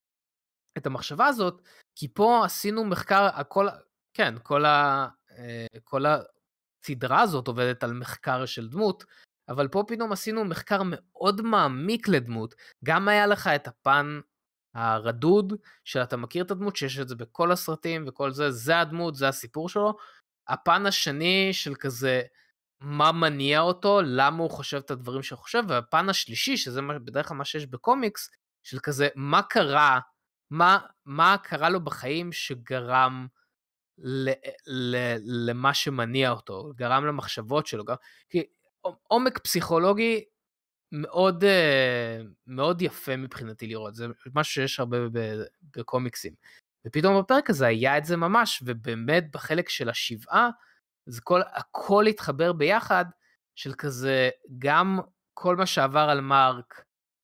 את המחשבה הזאת, כי פה עשינו מחקר, הכל, כן, כל, ה, כל הסדרה הזאת עובדת על מחקר של דמות, אבל פה פתאום עשינו מחקר מאוד מעמיק לדמות, גם היה לך את הפן הרדוד, שאתה מכיר את הדמות, שיש את זה בכל הסרטים וכל זה, זה הדמות, זה הסיפור שלו, הפן השני של כזה, מה מניע אותו, למה הוא חושב את הדברים שהוא חושב, והפן השלישי, שזה בדרך כלל מה שיש בקומיקס, של כזה, מה קרה, מה, מה קרה לו בחיים שגרם ל, ל, למה שמניע אותו, גרם למחשבות שלו, גרם, כי עומק פסיכולוגי מאוד, מאוד יפה מבחינתי לראות, זה משהו שיש הרבה בקומיקסים, ופתאום בפרק הזה היה את זה ממש, ובאמת בחלק של השבעה, אז כל, הכל התחבר ביחד, של כזה, גם כל מה שעבר על מרק,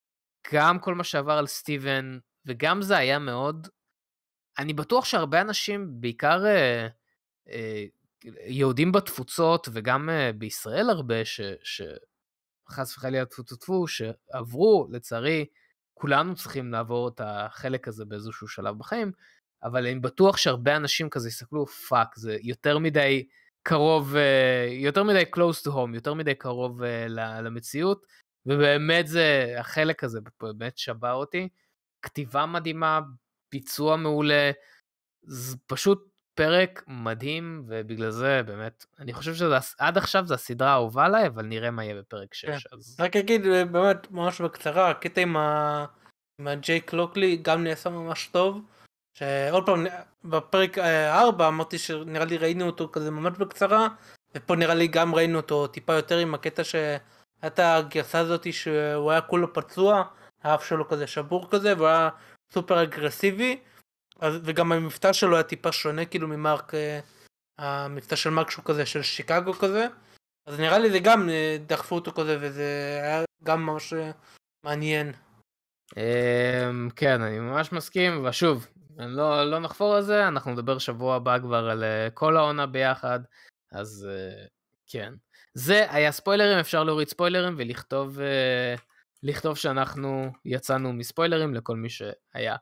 גם כל מה שעבר על סטיבן, וגם זה היה מאוד, אני בטוח שהרבה אנשים, בעיקר אה, אה, יהודים בתפוצות, וגם אה, בישראל הרבה, ש, שחס וחלילה תפוצתפו, שעברו, לצערי, כולנו צריכים לעבור את החלק הזה באיזשהו שלב בחיים, אבל אני בטוח שהרבה אנשים כזה יסתכלו, פאק, זה יותר מדי קרוב, יותר מדי close to home, יותר מדי קרוב למציאות, ובאמת זה, החלק הזה באמת שווה אותי, כתיבה מדהימה, ביצוע מעולה, זה פשוט פרק מדהים, ובגלל זה באמת, אני חושב שעד עכשיו זה הסדרה האהובה עליי, אבל נראה מה יהיה בפרק שש. אז... רק אגיד באמת ממש בקצרה, הקטע עם הג'ייק לוקלי גם נעשה ממש טוב, שעוד פעם בפרק ארבע אמרתי שנראה לי ראינו אותו כזה ממש בקצרה, ופה נראה לי גם ראינו אותו טיפה יותר עם הקטע שהייתה הגרסה הזאת שהוא היה כולו פצוע, האף שלו כזה שבור כזה, והוא היה סופר אגרסיבי, אז, וגם המבטא שלו היה טיפה שונה כאילו ממרק, המבטא של מרק שהוא כזה של שיקגו כזה, אז נראה לי זה גם דחפו אותו כזה, וזה היה גם ממש מעניין. כן, אני ממש מסכים, ושוב, לא, לא נחפור על זה, אנחנו נדבר שבוע הבא כבר על כל העונה ביחד, אז כן. זה היה ספוילרים, אפשר להוריד ספוילרים ולכתוב לכתוב שאנחנו יצאנו מספוילרים לכל מי שהיה.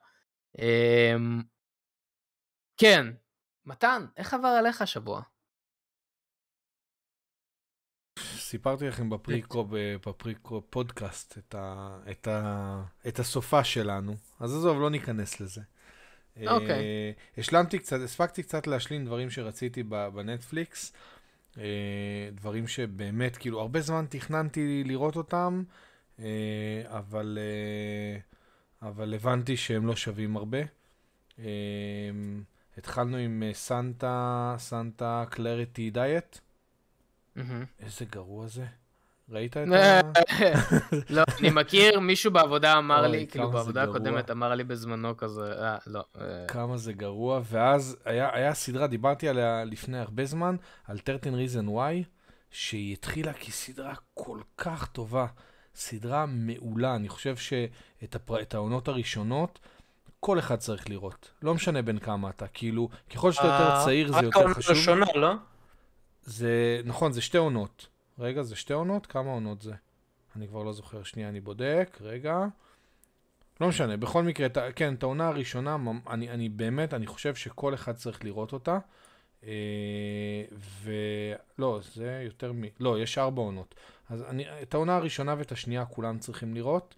כן, מתן, איך עבר עליך השבוע? סיפרתי לכם בפריקו, בפריקו פודקאסט את, ה, את, ה, את הסופה שלנו, אז עזוב, לא ניכנס לזה. אוקיי. השלמתי קצת, הספקתי קצת להשלים דברים שרציתי בנטפליקס, דברים שבאמת, כאילו, הרבה זמן תכננתי לראות אותם, אבל, אבל הבנתי שהם לא שווים הרבה. התחלנו עם סנטה, סנטה קלריטי דיאט. איזה גרוע זה. ראית את ה... לא, אני מכיר, מישהו בעבודה אמר לי, כאילו בעבודה הקודמת אמר לי בזמנו כזה, לא. כמה זה גרוע, ואז היה סדרה, דיברתי עליה לפני הרבה זמן, על שלוש עשרה reason why, שהיא התחילה כסדרה כל כך טובה, סדרה מעולה, אני חושב שאת העונות הראשונות, כל אחד צריך לראות, לא משנה בין כמה אתה, כאילו, ככל שאתה יותר צעיר זה יותר חשוב. רק העונה הראשונה, לא? זה, נכון, זה שתי עונות. רגע, זה שתי עונות? כמה עונות זה? אני כבר לא זוכר. שנייה, אני בודק. רגע. לא משנה. בכל מקרה, כן, את העונה הראשונה, אני, אני באמת, אני חושב שכל אחד צריך לראות אותה. ולא, זה יותר מ... לא, יש ארבע עונות. אז אני, את העונה הראשונה ואת השנייה כולם צריכים לראות.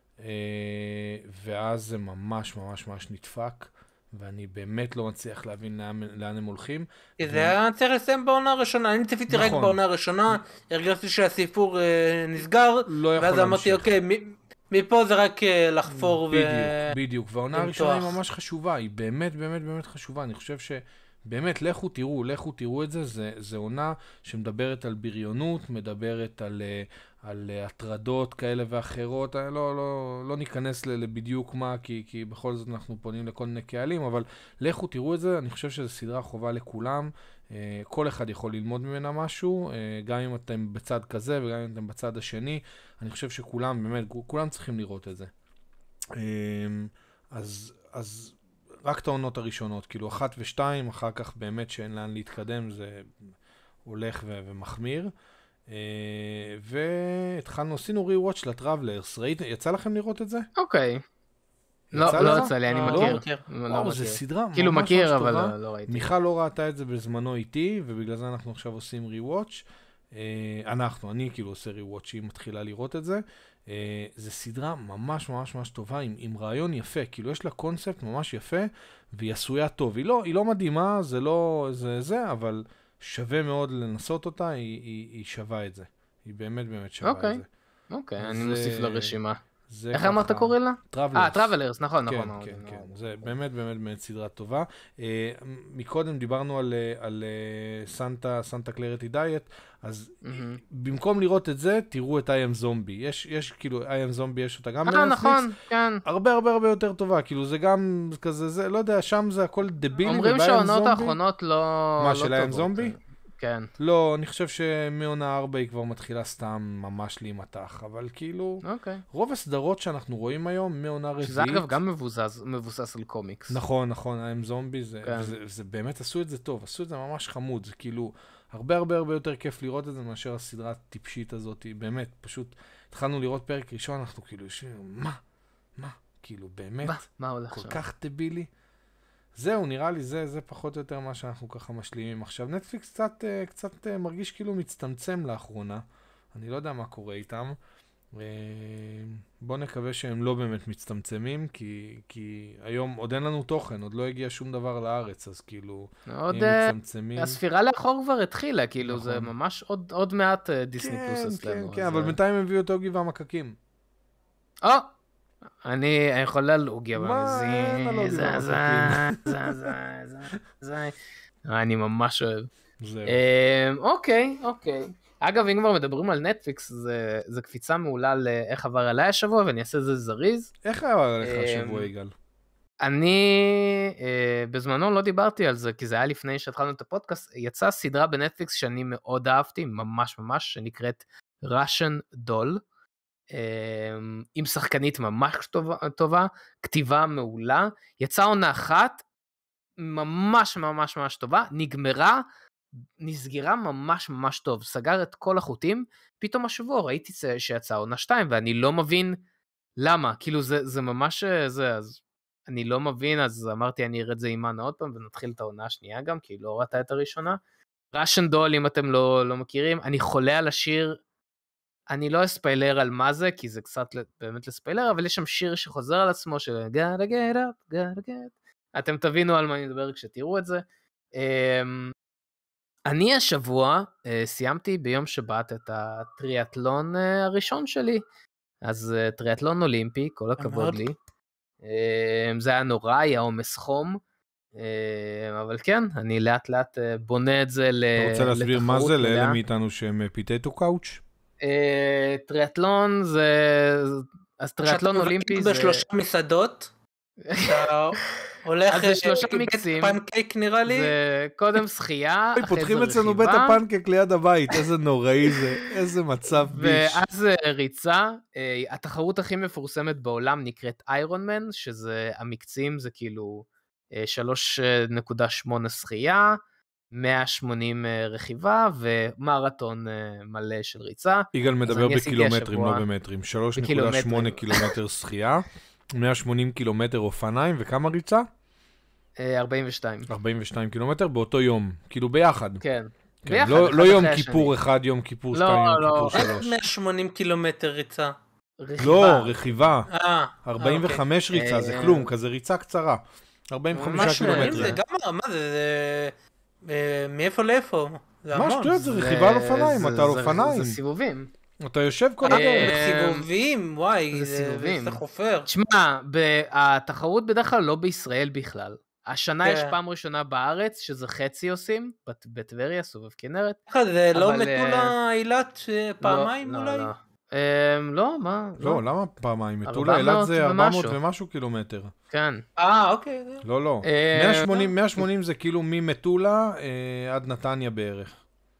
ואז זה ממש ממש ממש נדפק. ואני באמת לא מצליח להבין לאן, לאן הם הולכים. זה היה צריך לסיים בעונה הראשונה, אני צפיתי רק בעונה הראשונה, הרגשתי שהסיפור נסגר, ואז אמרתי, אוקיי, מפה זה רק לחפור ו... בדיוק, בדיוק, והעונה הראשונה היא ממש חשובה, היא באמת באמת באמת חשובה, אני חושב שבאמת, לכו תראו, לכו תראו את זה, זה עונה שמדברת על בריונות, מדברת על... על הטרדות כאלה ואחרות, לא, לא, לא ניכנס לבדיוק מה, כי, כי בכל זאת אנחנו פונים לכל מיני קהלים, אבל לכו תראו את זה, אני חושב שזו סדרה חובה לכולם, כל אחד יכול ללמוד ממנה משהו, גם אם אתם בצד כזה וגם אם אתם בצד השני, אני חושב שכולם, באמת, כולם צריכים לראות את זה. אז, אז רק את העונות הראשונות, כאילו אחת ושתיים, אחר כך באמת שאין לאן להתקדם, זה הולך ו- ומחמיר. והתחלנו, עשינו רי-וואץ' לטראבלרס, ראית, יצא לכם לראות את זה? אוקיי. לא, לא יצא לי, אני מכיר. וואו, זה סדרה ממש ממש טובה. כאילו מכיר, אבל לא ראיתי. מיכל לא ראתה את זה בזמנו איתי, ובגלל זה אנחנו עכשיו עושים רי-וואץ'. אנחנו, אני כאילו עושה רי-וואץ', היא מתחילה לראות את זה. זה סדרה ממש ממש ממש טובה, עם, עם רעיון יפה, כאילו יש לה קונספט ממש יפה, והיא עשויה טוב. היא לא, היא לא מדהימה, זה לא, זה, זה, אבל שווה מאוד לנסות אותה, היא, היא, היא שווה את זה. היא באמת באמת שווה אוקיי. את זה. אוקיי, אני מוסיף לרשימה. איך ככה... אמרת קוראים לה? טראבלרס. אה, טראבלרס, נכון, כן, נכון. כן, כן, כן. זה באמת באמת באמת סדרה טובה. Uh, מקודם דיברנו על, על uh, סנטה, סנטה קלריטי דיאט, אז mm-hmm. במקום לראות את זה, תראו את I am Zombie. יש, יש כאילו, I am Zombie יש אותה גם בנטפליקס. נכון, כן. הרבה הרבה הרבה יותר טובה, כאילו זה גם כזה, זה, לא יודע, שם זה הכל דבילי. אומרים שהעונות האחרונות לא... מה, לא של I am Zombie? כן. לא, אני חושב שמעונה ארבע היא כבר מתחילה סתם ממש להימתח, אבל כאילו, אוקיי. רוב הסדרות שאנחנו רואים היום, מעונה רביעית... שזה אגב גם מבוסס, מבוסס על קומיקס. נכון, נכון, I am Zombie, זה, כן. זה, זה באמת עשו את זה טוב, עשו את זה ממש חמוד, זה כאילו, הרבה הרבה הרבה יותר כיף לראות את זה מאשר הסדרה הטיפשית הזאת, באמת, פשוט התחלנו לראות פרק ראשון, אנחנו כאילו, מה? מה? כאילו, באמת? מה? מה הולך כל שם? כך דבילי? זהו, נראה לי, זה, זה פחות או יותר מה שאנחנו ככה משלימים. עכשיו, נטפליקס קצת, קצת מרגיש כאילו מצטמצם לאחרונה. אני לא יודע מה קורה איתם. בוא נקווה שהם לא באמת מצטמצמים, כי, כי היום עוד אין לנו תוכן, עוד לא הגיע שום דבר לארץ, אז כאילו, עוד הם מצטמצמים. הספירה לאחור כבר התחילה, כאילו, נכון. זה ממש עוד, עוד מעט דיסני כן, פלוס אצלנו. כן, כן, אז... אבל בינתיים הם הביאו את אוגי והמקקים. או! אני יכול על אוגי, אבל מה? אין על אוגי זה, זה, זה, זה, זה, זה, אני ממש אוהב. זהו. אוקיי, אוקיי. אגב, אם כבר מדברים על נטפליקס, זה, זה קפיצה מעולה לאיך עבר עליי השבוע, ואני אעשה את זה זריז. איך עבר עליך השבוע, יגאל? אני, בזמנו לא דיברתי על זה, כי זה היה לפני שהתחלנו את הפודקאסט, יצאה סדרה בנטפליקס שאני מאוד אהבתי, ממש ממש, שנקראת Russian Doll, עם שחקנית ממש טובה, טובה, כתיבה מעולה, יצאה עונה אחת, ממש ממש ממש טובה, נגמרה, נסגרה ממש ממש טוב, סגר את כל החוטים, פתאום השבוע ראיתי שיצאה עונה שתיים, ואני לא מבין למה, כאילו זה, זה ממש זה, אז אני לא מבין, אז אמרתי אני אראה את זה אימן עוד פעם, ונתחיל את העונה השנייה גם, כי היא לא ראתה את הראשונה. Russian Doll, אם אתם לא, לא מכירים, אני חולה על השיר, אני לא אספיילר על מה זה, כי זה קצת באמת לספיילר, אבל יש שם שיר שחוזר על עצמו, של gotta get up, gotta get, אתם תבינו על מה אני מדבר כשתראו את זה. אני השבוע סיימתי ביום שבת את הטריאטלון הראשון שלי, אז טריאטלון אולימפי, כל הכבוד לי. זה היה נורא, היה עומס חום, אבל כן, אני לאט לאט בונה את זה לתחרות. אתה רוצה להסביר מה זה לאלה מאיתנו שהם פיטטו קאוץ'? טריאטלון זה, אז טריאטלון אולימפי זה... בשלושה מסעדות, אתה הולך לבית פנקייק נראה לי. זה קודם שחייה, אחרי זה רכיבה. פותחים אצלנו בית הפנקייק ליד הבית, איזה נוראי זה, איזה מצב ביש. ואז ריצה, התחרות הכי מפורסמת בעולם נקראת איירון מן, שזה המקצים זה כאילו שלוש נקודה שמונה שחייה, מאה ושמונים רכיבה ומרתון מלא של ריצה. יגאל מדבר בקילומטרים, לא במטרים. שלוש נקודה שמונה קילומטר שחייה, מאה ושמונים קילומטר אופניים, וכמה ריצה? ארבעים ושתיים. ארבעים ושתיים קילומטר באותו יום, כאילו ביחד. כן. כן, לא, לא יום כיפור אחד, יום כיפור שתיים, יום לא, כיפור שלוש. מאה ושמונים קילומטר ריצה. רכיבה. לא, רכיבה. אה, ארבעים וחמש אוקיי. ריצה, זה כלום, כזה ריצה קצרה. ארבעים וחמישה קילומטרים. זה גם, מה זה, זה... מאיפה לאיפה? זה מה המון. שטויות, זה רכיבה על אופניים, אתה על אופניים. זה סיבובים. אתה יושב כל הדרך. סיבובים, וואי, זה סיבובים. זה חופר. תשמע, התחרות בדרך כלל לא בישראל בכלל. השנה יש פעם ראשונה בארץ, שזה חצי עושים, בטבריה, סובב כנרת. זה לא מטולה אילת פעמיים אולי? לא, מה? לא, למה פעמיים? מטולה אילת זה ארבע מאות ומשהו קילומטר. כן. אה, אוקיי. לא, לא. מאה ושמונים זה כאילו ממטולה עד נתניה בערך.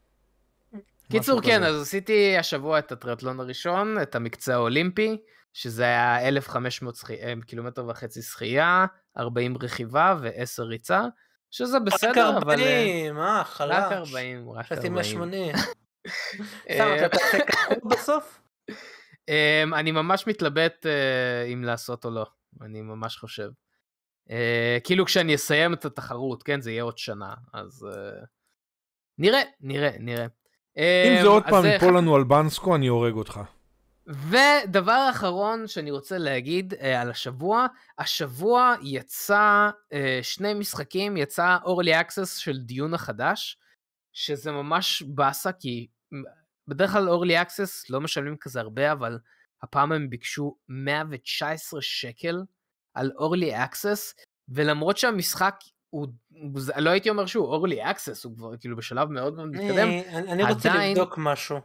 קיצור, כן, אז עשיתי השבוע את הטריאטלון הראשון, את המקצה האולימפי, שזה היה אלף וחמש מאות קילומטר וחצי שחייה, ארבעים רכיבה ו-עשר ריצה, שזה בסדר, אבל... רק ארבעים, אה, חלש. רק ארבעים, רק ארבעים. חצי מאה ושמונים. סתם, אתה תעשה ככה בסוף? אני ממש מתלבט אם לעשות או לא, אני ממש חושב. כאילו כשאני אסיים את התחרות, כן, זה יהיה עוד שנה, אז נראה, נראה, נראה. אם זה עוד פעם יפול לנו על בנסקו, אני הורג אותך. ודבר אחרון שאני רוצה להגיד על השבוע, השבוע יצא שני משחקים, יצא Early Access של דיון החדש, שזה ממש בסה, כי בדרך כלל Early Access לא משלמים כזה הרבה, אבל הפעם הם ביקשו מאה ותשע עשרה שקל על Early Access, ולמרות שהמשחק הוא, לא הייתי אומר שהוא Early Access, הוא כבר כאילו בשלב מאוד מאוד מתקדם. אני רוצה לבדוק משהו.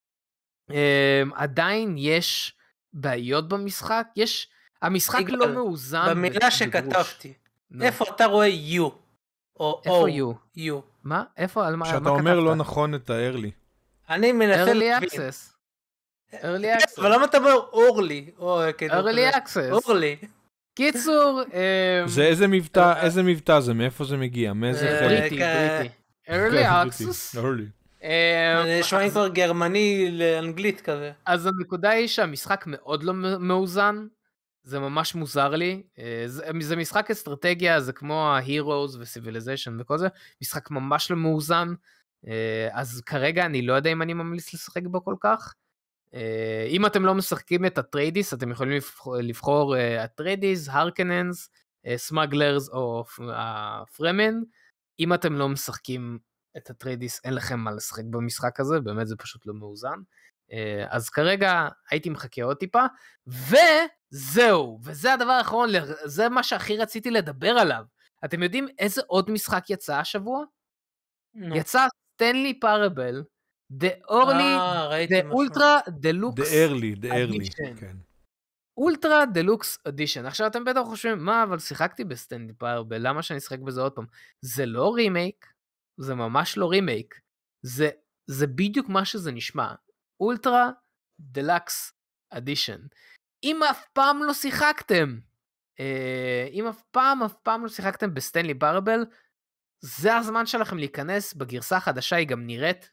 עדיין יש בעיות במשחק, יש, המשחק לא מאוזן. במילה שכתבתי, איפה אתה רואה U? איפה U? U. מה? איפה? שאתה אומר לא נכון את ה-early. אני מנסה להבין. Early Access. Early Access. אבל למה אתה אומר אורלי? Early Access. אורלי. קיצור. זה איזה מבטא, איזה מבטא זה? מאיפה זה מגיע? מאיזה חלק? בריטי, בריטי. Early Access. זה נשמע כבר גרמני לאנגלית כזה. אז הנקודה היא שהמשחק מאוד לא מאוזן, זה ממש מוזר לי, זה, זה משחק אסטרטגיה, זה כמו ה-Heroes ו-Civilization וכל זה, משחק ממש לא מאוזן, אז כרגע אני לא יודע אם אני ממליץ לשחק בו כל כך, אם אתם לא משחקים את הטריידיס, אתם יכולים לבחור, לבחור הטריידיס, הרקננס, סמגלרס או הפרמן, אם אתם לא משחקים את הטריידיס, אין לכם מה לשחק במשחק הזה, באמת זה פשוט לא מאוזן, אז כרגע הייתי מחכה עוד טיפה, וזהו, וזה הדבר האחרון, זה מה שהכי רציתי לדבר עליו. אתם יודעים איזה עוד משחק יצא השבוע? No. יצא סטנלי פארבל, The Early, ah, The Ultra Deluxe The Early, The Early, כן. Ultra Deluxe Edition. עכשיו אתם בטח חושבים, מה, אבל שיחקתי בסטנלי פארבל, למה שאני אשחק בזה עוד פעם? זה לא רימייק, זה ממש לא רימייק, זה, זה בדיוק מה שזה נשמע. Ultra Deluxe Edition. אם אף פעם לא שיחקתם, אם אף פעם, אף פעם לא שיחקתם בסטנלי פארבל, זה הזמן שלכם להיכנס בגרסה החדשה, היא גם נראית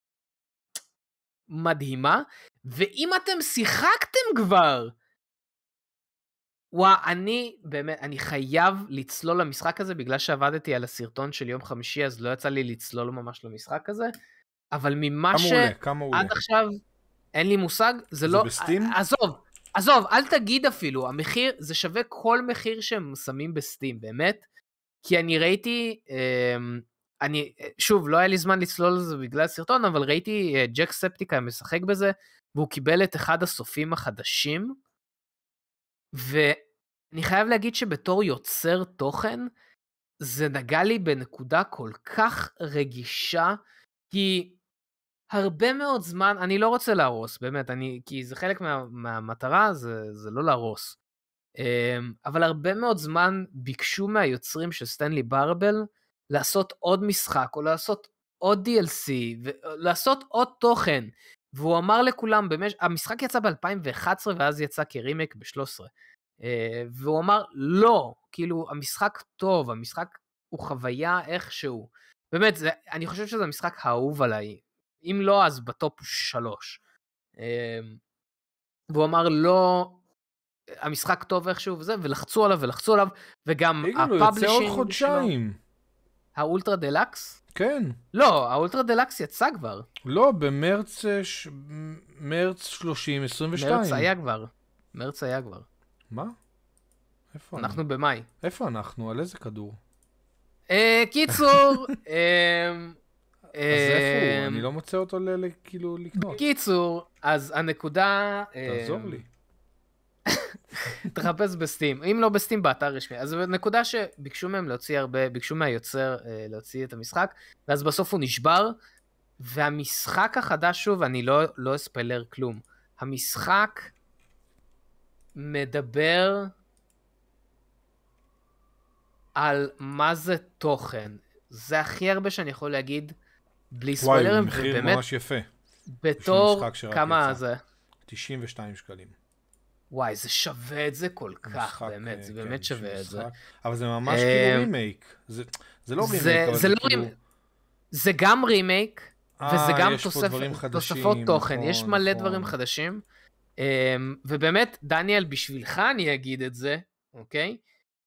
מדהימה, ואם אתם שיחקתם כבר, וואה, אני באמת, אני חייב לצלול למשחק הזה, בגלל שעבדתי על הסרטון של יום חמישי, אז לא יצא לי לצלול ממש למשחק הזה, אבל ממה שעד עכשיו אין לי מושג, זה לא, בסטים? עזוב, עזוב, אל תגיד אפילו, המחיר, זה שווה כל מחיר שהם שמים בסטים, באמת, כי אני ראיתי, אני, שוב, לא היה לי זמן לצלול לזה בגלל הסרטון, אבל ראיתי ג'ק ספטיקה משחק בזה, והוא קיבל את אחד הסופים החדשים, ואני חייב להגיד שבתור יוצר תוכן, זה נגע לי בנקודה כל כך רגישה, כי הרבה מאוד זמן, אני לא רוצה להרוס, באמת, אני, כי זה חלק מה, מהמטרה, זה, זה לא להרוס. אבל הרבה מאוד זמן ביקשו מהיוצרים של סטנלי פארבל, לעשות עוד משחק, או לעשות עוד די אל סי, ולעשות עוד תוכן, והוא אמר לכולם, במש... המשחק יצא ב-אלפיים ואחת עשרה, ואז יצא כרימק ב-שלוש עשרה, והוא אמר, לא, כאילו, המשחק טוב, המשחק הוא חוויה איכשהו, באמת, זה, אני חושב שזה המשחק האהוב עליי, אם לא, אז בטופ שלוש. והוא אמר, לא, המשחק טוב איכשהו וזה, ולחצו עליו ולחצו עליו, וגם הפאבלישינג יוצא עוד חודשיים. האולטרה דלקס? כן. לא, האולטרה דלקס יצא כבר. לא, במרץ, מרץ שלושים עשרים ושתיים. מרץ היה כבר. מרץ היה כבר. מה? איפה אנחנו אני? במאי. איפה אנחנו? על איזה כדור? אה, קיצור, אז איפה הוא? אני לא מוצא אותו כאילו לקנות. קיצור, אז הנקודה... תעזור לי. תחפש בסטים, אם לא בסטים באתר רשמי, אז נקודה שביקשו מהם להוציא הרבה, ביקשו מהיוצר להוציא את המשחק, ואז בסוף הוא נשבר, והמשחק החדש שוב, אני לא, לא אספיילר כלום, המשחק מדבר על מה זה תוכן, זה הכי הרבה שאני יכול להגיד, בלי ספיילרים, וואי, הוא מחיר ממש יפה. בתור כמה זה? תשעים ושתיים שקלים. וואי, זה שווה את זה כל כך, באמת, זה באמת שווה את זה. אבל זה ממש כאילו רימייק. זה לא רימייק, אבל זה כאילו... זה גם רימייק, וזה גם תוספות תוכן, יש מלא דברים חדשים. ובאמת, דניאל, בשבילך אני אגיד את זה, אוקיי?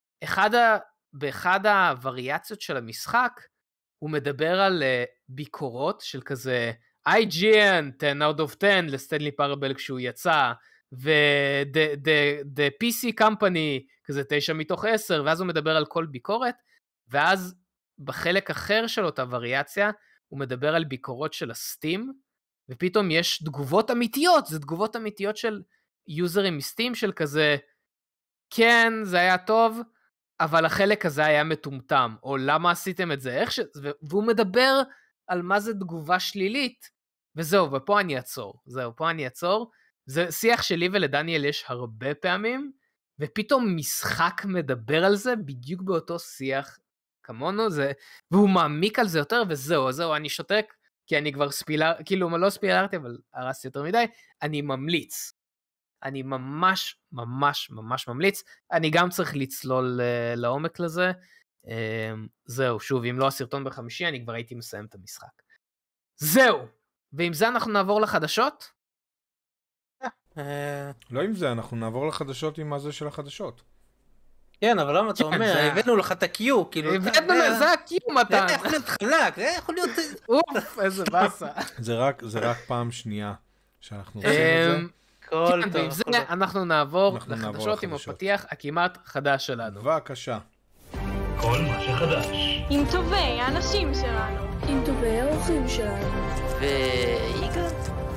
באחד הווריאציות של המשחק, הוא מדבר על ביקורות של כזה, איי ג'י אן, ten out of ten לסטנלי פארבל כשהוא יצא, ו-The פי סי Company, כזה תשע מתוך עשר, ואז הוא מדבר על כל ביקורת, ואז בחלק אחר של אותה וריאציה, הוא מדבר על ביקורות של הסטים, ופתאום יש תגובות אמיתיות, זה תגובות אמיתיות של יוזרים מסטים, של כזה, כן, זה היה טוב, אבל החלק הזה היה מטומטם, או למה עשיתם את זה, איך ש... והוא מדבר על מה זה תגובה שלילית, וזהו, ופה אני אעצור, זהו, פה אני אעצור, זה שיח שלי ולדניאל יש הרבה פעמים, ופתאום משחק מדבר על זה, בדיוק באותו שיח כמונו, זה, והוא מעמיק על זה יותר, וזהו, זהו, אני שותק, כי אני כבר ספילר, כאילו, לא ספילרתי, אבל הרסתי יותר מדי, אני ממליץ. אני ממש, ממש, ממש ממליץ. אני גם צריך לצלול לעומק לזה. זהו, שוב, אם לא הסרטון בחמישי, אני כבר הייתי מסיים את המשחק. זהו! ועם זה אנחנו נעבור לחדשות? לא עם זה, אנחנו נעבור לחדשות עם הזה של החדשות. כן, אבל למה אתה אומר, הבאנו לך את ה-Q, כאילו... הבאנו לזה ה-Q מתן. זה יכול להיות חלק, זה יכול להיות... אוף, איזה באסה. זה רק פעם שנייה שאנחנו עושים את זה. כל כן, טוב. ועם זה אנחנו נעבור לחדשות עם הפתיח הכמעט חדש שלנו. בבקשה. כל מה שחדש. עם טובי האנשים שלנו. עם טובי האורחים שלנו. ויגאל?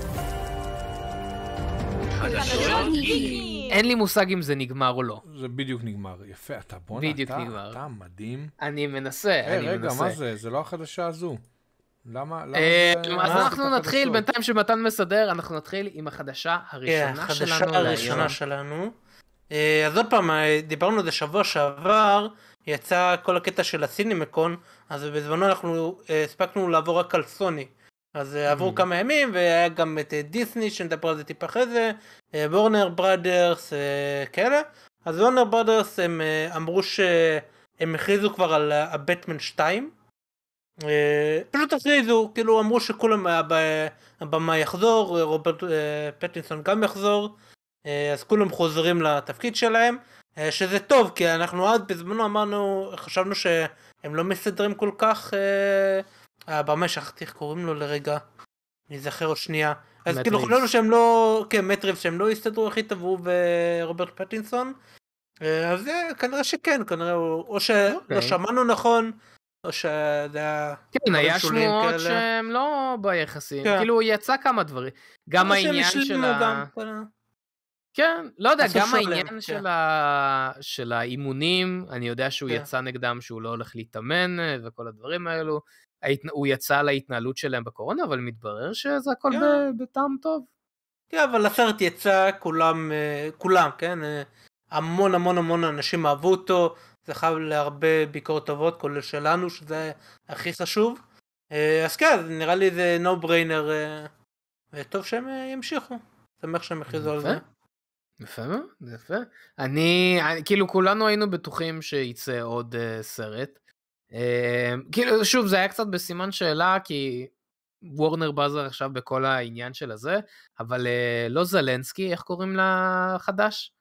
חדשות גיקי. אין לי מושג אם זה נגמר או לא. זה בדיוק נגמר. יפה, אתה בונה, בדיוק אתה, נגמר. אתה מדהים. אני מנסה, היי, אני רגע, מנסה. מה זה? זה לא החדשה הזו. למה? למה אה, זה... אז אה, אנחנו זה נתחיל, החדשות. בינתיים שמתן מסדר, אנחנו נתחיל עם החדשה כן, הראשונה החדשה שלנו הראשונה להיום. שלנו. אה, אז עוד פעם, אה, דיברנו על זה שבוע שעבר, יצא כל הקטע של הסינמקון, אז בזמנו אנחנו אה, הספקנו לעבור רק על סוני. אז אה, עברו כמה ימים, והיה גם את אה, דיסני, שנדבר על זה טיפה אחרי זה, אה, וורנר ברודרס, אה, כאלה. אז וורנר ברודרס הם אה, אמרו שהם הכריזו כבר על הבטמן שתיים. אה, פשוט הכריזו, כאילו אמרו שכולם הבא- הבמה יחזור, רוברט אה, פטינסון גם יחזור, אה, אז כולם חוזרים לתפקיד שלהם, אה, שזה טוב, כי אנחנו אז בזמנו אמרנו, חשבנו שהם לא מסדרים כל כך, אה, הבמה שכחתי איך קוראים לו לרגע, נזכר עוד שנייה, אז מאט כאילו ריבס. חשבנו שהם לא, כן, מאט ריבס, שהם לא יסתדרו הכי טוב הוא ורוברט פטינסון, אה, אז זה כנראה שכן, כנראה, הוא- או שלא אוקיי. שמענו נכון, או שזה היה... כן, היה שוליים שמועות כאלה. שהם לא ביחסים, כן. כאילו יצא כמה דברים. גם או שהם העניין השלימו של ה... גם, כל ה- כן, לא יודע, עשו גם שולם, העניין כן. של ה- של האימונים, אני יודע שהוא כן. יצא נגדם שהוא לא הולך להתאמן אה, וכל הדברים האלו. ההתנ- הוא יצא על ההתנהלות שלהם בקורונה, אבל מתברר שזה הכל כן. ב- בטעם טוב. כן, אבל הסרט יצא, כולם, אה, כולם, כן? אה, המון המון המון אנשים אהבו אותו, זכה להרבה ביקורות טובות, כולל שלנו, שזה הכי חשוב. אה, אז כן, אז נראה לי זה no brainer, אה, וטוב שהם אה, ימשיכו. שמח שהם הכריזו על יפה. זה. יפה מאוד, זה יפה. אני, אני, כאילו כולנו היינו בטוחים שייצא עוד uh, סרט. Uh, כאילו, שוב, זה היה קצת בסימן שאלה, כי וורנר באזר עכשיו בכל העניין של הזה, אבל uh, לא זלנסקי, איך קוראים לה חדש?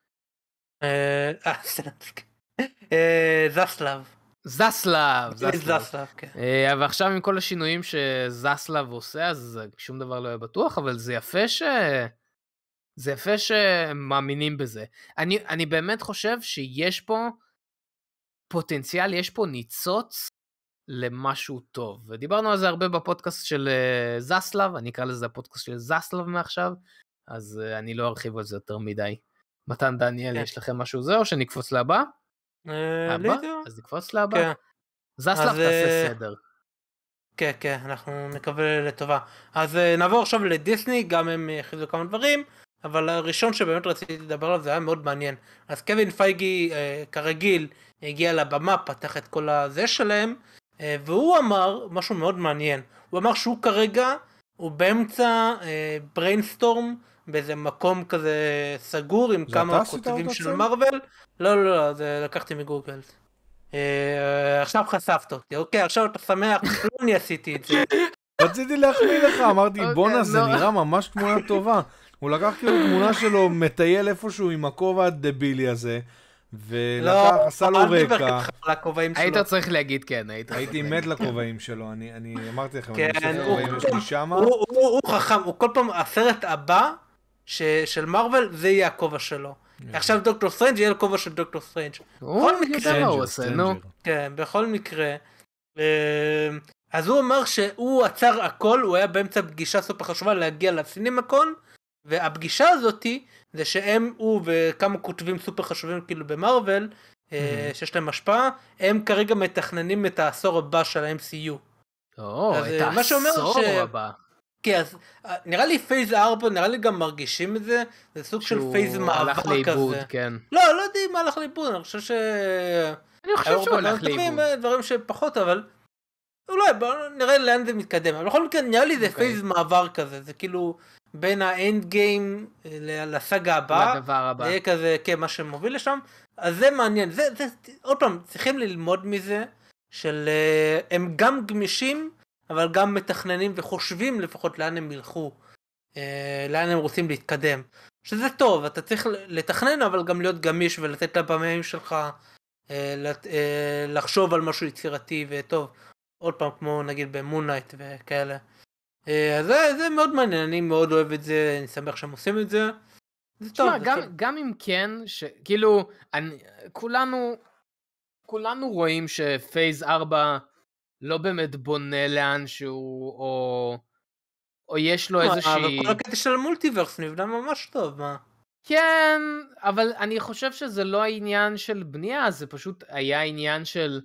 אה, אה, סלנסקי. אה, זסלב. זסלב. זסלב. זסלב, כן. Uh, ועכשיו עם כל השינויים שזסלב עושה, אז שום דבר לא יהיה בטוח, אבל זה יפה ש... זה יפה שמאמינים בזה. אני, אני באמת חושב שיש פה פוטנציאל, יש פה ניצוץ למשהו טוב. ודיברנו על זה הרבה בפודקאסט של uh, זסלב, אני אקרא לזה הפודקאסט של זסלב מעכשיו, אז uh, אני לא ארחיב על זה יותר מדי. מתן דניאל, כן. יש לכם משהו זה, או שנקפוץ להבא? אה, הבא? לא יודע. אז נקפוץ להבא. כן. זסלב אז, תעשה אה, סדר. כן, כן, אנחנו נקווה לטובה. אז אה, נעבור עכשיו לדיסני, גם הם הכריזו כמה דברים, אבל הראשון שבאמת רציתי לדבר עליו זה היה מאוד מעניין. אז קווין פייגי, אה, כרגיל, הגיע לבמה, פתח את כל הזה שלהם, אה, והוא אמר משהו מאוד מעניין. הוא אמר שהוא כרגע, הוא באמצע אה, בריינסטורם, באיזה מקום כזה סגור, עם זה כמה אתה עשית כותבים אותו של צל? מרוול. לא, לא, לא, זה לקחתי מגוגל. אה, עכשיו חשפת אותי, אוקיי, עכשיו אתה שמח, לא אני עשיתי את זה. רציתי להחמיא לך, אמרתי, אוקיי, בונה, זה לא. נראה ממש תמונה טובה. הוא לקח כאילו תמונה שלו, מטייל איפשהו עם הכובע הדבילי הזה, ולקח, עשה לו אל תדבר רקע. ככה על הכובעים היית שלו. צריך להגיד כן, היית צריך הייתי להגיד. מת לכובעים שלו, אני אני אמרתי לכם, כן, אני חושב הוא- כובעים יש לי שמה. הוא- הוא הוא חכם, הוא כל פעם, הסרט הבא ש- של מרוול, זה יהיה הכובע שלו. עכשיו דוקטור סטרנג' יהיה לכובע של דוקטור סטרנג'. הוא בכל יודע מקרה, מה הוא עושה, נו. סטרנג'ר. כן, בכל מקרה. אה, אז הוא אמר שהוא עצר הכל, הוא היה באמצע פגישה סופר חשובה להגיע לסינמקון, והפגישה הזאתי זה שהם, הוא וכמה כותבים סופר חשובים כאילו במרוול, אה, שיש להם השפעה, הם כרגע מתכננים את העשור הבא של ה-אם סי יו. או, אז, את אה, מה שאומר העשור ש- הבא. כן, אז אה, נראה לי פייז ארבע, נראה לי גם מרגישים את זה, זה סוג של שהוא פייז מעבר הלך לאיבוד, כזה. כן. לא, לא יודע אם הלך לאיבוד, אני חושב ש... אני חושב היו שהוא הרבה הלך דברים לאיבוד. טובים, דברים שפחות, אבל אולי בואו נראה לאן זה מתקדם. אבל בכל מקרה נראה לי זה אוקיי. פייז מעבר כזה, זה כאילו בין האנד גיים לסאגה הבאה, לדבר הבא. זה יהיה כזה, כן, מה שמוביל לשם, אז זה מעניין, זה, זה, עוד פעם, צריכים ללמוד מזה, של אה, הם גם גמישים, אבל גם מתכננים וחושבים לפחות לאן הם ילכו, אה, לאן הם רוצים להתקדם. שזה טוב, אתה צריך לתכנן אבל גם להיות גמיש ולתת לבמאים שלך לחשוב על משהו יצירתי וטוב, עוד פעם כמו נגיד במונייט וכאלה. אז זה, זה מאוד מעניין, אני מאוד אוהב את זה, אני שמח שהם עושים את זה. זה טוב, תשמע, זה גם, טוב. גם אם כן, כאילו, אני, כולנו, כולנו רואים שפייז ארבע לא באמת בונה לאנשהו, או, או יש לו איזושהי... אבל כל הקטע של המולטיברס נבנה ממש טוב, מה? כן, אבל אני חושב שזה לא העניין של בנייה, זה פשוט היה עניין של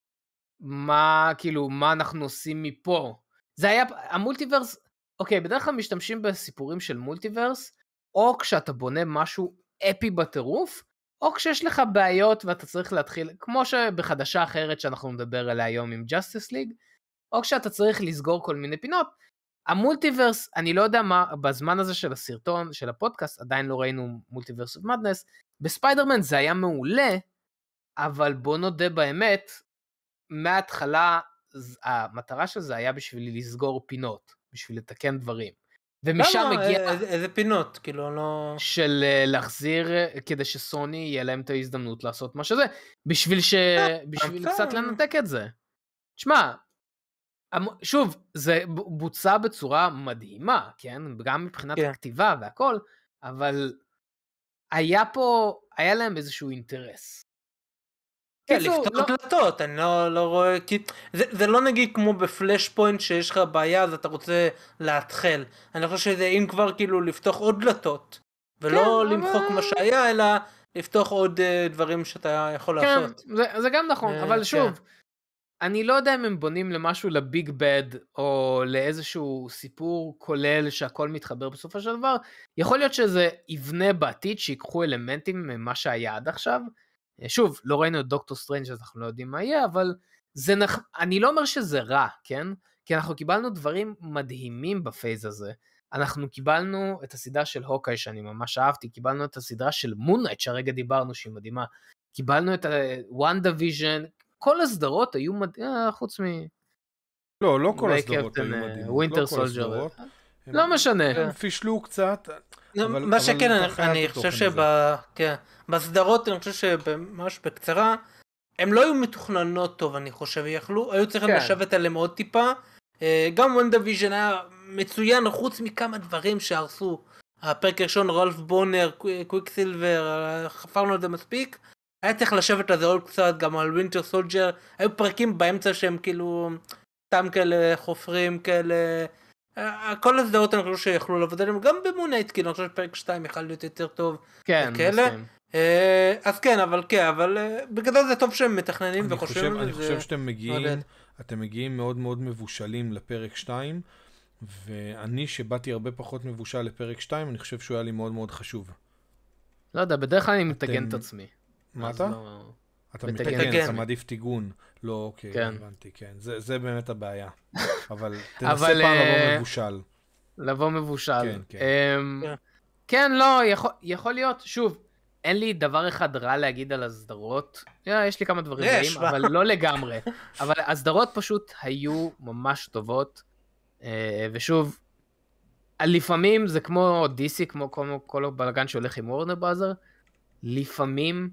מה, כאילו, מה אנחנו עושים מפה. זה היה, המולטיברס, אוקיי, בדרך כלל משתמשים בסיפורים של מולטיברס, או כשאתה בונה משהו אפי בטירוף, או כשיש לך בעיות ואתה צריך להתחיל, כמו שבחדשה אחרת שאנחנו נדבר עליה היום עם Justice League, או כשאתה צריך לסגור כל מיני פינות. המולטיברס, אני לא יודע מה, בזמן הזה של הסרטון, של הפודקאסט, עדיין לא ראינו מולטיברס of Madness, בספיידרמן זה היה מעולה, אבל בוא נודה באמת, מההתחלה, המטרה של זה היה בשביל לסגור פינות, בשביל לתקן דברים. ומשם הגיע... איזה, איזה פינות, כאילו לא... של להחזיר, כדי שסוני יהיה להם את ההזדמנות לעשות מה שזה, בשביל ש... בשביל קצת לנתק את זה. תשמע, שוב, זה בוצע בצורה מדהימה, כן? גם מבחינת כן. הכתיבה והכל, אבל היה פה, היה להם איזשהו אינטרס. כן, קיצור, לפתוח לא- דלתות, אני לא, לא רואה, כי זה, זה לא נגיד כמו בפלאש פוינט שיש לך בעיה אז אתה רוצה להתחל. אני חושב שזה אם כבר כאילו לפתוח עוד דלתות, ולא כן, למחוק אבל- מה שהיה, אלא לפתוח עוד uh, דברים שאתה יכול כן, לעשות. זה, זה גם נכון, אה, אבל כן. שוב, אני לא יודע אם הם בונים למשהו לביג בד, או לאיזשהו סיפור כולל שהכל מתחבר בסופו של דבר, יכול להיות שזה יבנה בעתיד שיקחו אלמנטים ממה שהיה עד עכשיו. שוב, לא ראינו את דוקטור סטרנג' אז אנחנו לא יודעים מה יהיה, אבל זה נח... אני לא אומר שזה רע, כן? כי אנחנו קיבלנו דברים מדהימים בפייז הזה. אנחנו קיבלנו את הסדרה של הוקאי שאני ממש אהבתי, קיבלנו את הסדרה של מונייט שהרגע דיברנו שהיא מדהימה, קיבלנו את וואנדה ויז'ן, כל הסדרות היו מדהימה, חוץ מ... לא, לא כל אולי הסדרות קפטן, היו אה, מדהימות. ווינטר לא כל סולג'ר. הסדרות. הם- לא משנה. הם פישלו קצת. אבל- מה אבל שכן, אני, ככה היה אני את חושב התוכן הזה. שבסדרות, אני חושב שממש בקצרה, הם לא היו מתוכננות טוב, אני חושב, יכלו, היו צריכים כן. לשבת עליהם עוד טיפה. אה, גם וונדה ויז'ן היה מצוין, חוץ מכמה דברים שהרסו. הפרק הראשון, רלף בונר, קוויק סילבר, חפרנו את זה מספיק. היה צריך לשבת על זה עוד קצת, גם על ווינטר סולג'ר. היו פרקים באמצע שהם כאילו, סתם כאלה חופרים כאלה. כל הסדרות אני חושב שיכלו לעבוד עליהם, גם במונייט, כאילו, אני חושב שפרק שתיים יכל להיות יותר טוב. כן, כאלה. מסכים. אה, אז כן, אבל כן, אבל אה, בגדול זה טוב שהם מתכננים אני וחושבים חושב, על אני זה. חושב שאתם מגיעים, מעודד. אתם מגיעים מאוד מאוד מבושלים לפרק שתיים, ואני שבאתי הרבה פחות מבושל לפרק שתיים, אני חושב שהוא היה לי מאוד מאוד חשוב. לא יודע, בדרך כלל אני מתגן את אתם- עצמי. מה אז אתה? לא- אתה מתגן. מתגן, אתה מתגן. מעדיף טיגון. לא, אוקיי, כן. הבנתי, כן. זה, זה באמת הבעיה. אבל תנסה אבל, פעם אה, לבוא מבושל. לבוא מבושל. כן, כן. אמ, כן. כן, לא, יכול, יכול להיות, שוב, אין לי דבר אחד רע להגיד על הסדרות, אה, יש לי כמה דברים יש, רעים, אבל לא לגמרי. אבל הסדרות פשוט היו ממש טובות, אה, ושוב, לפעמים זה כמו די סי, כמו כל, כל הבלגן שהולך עם וורנר בראזר, לפעמים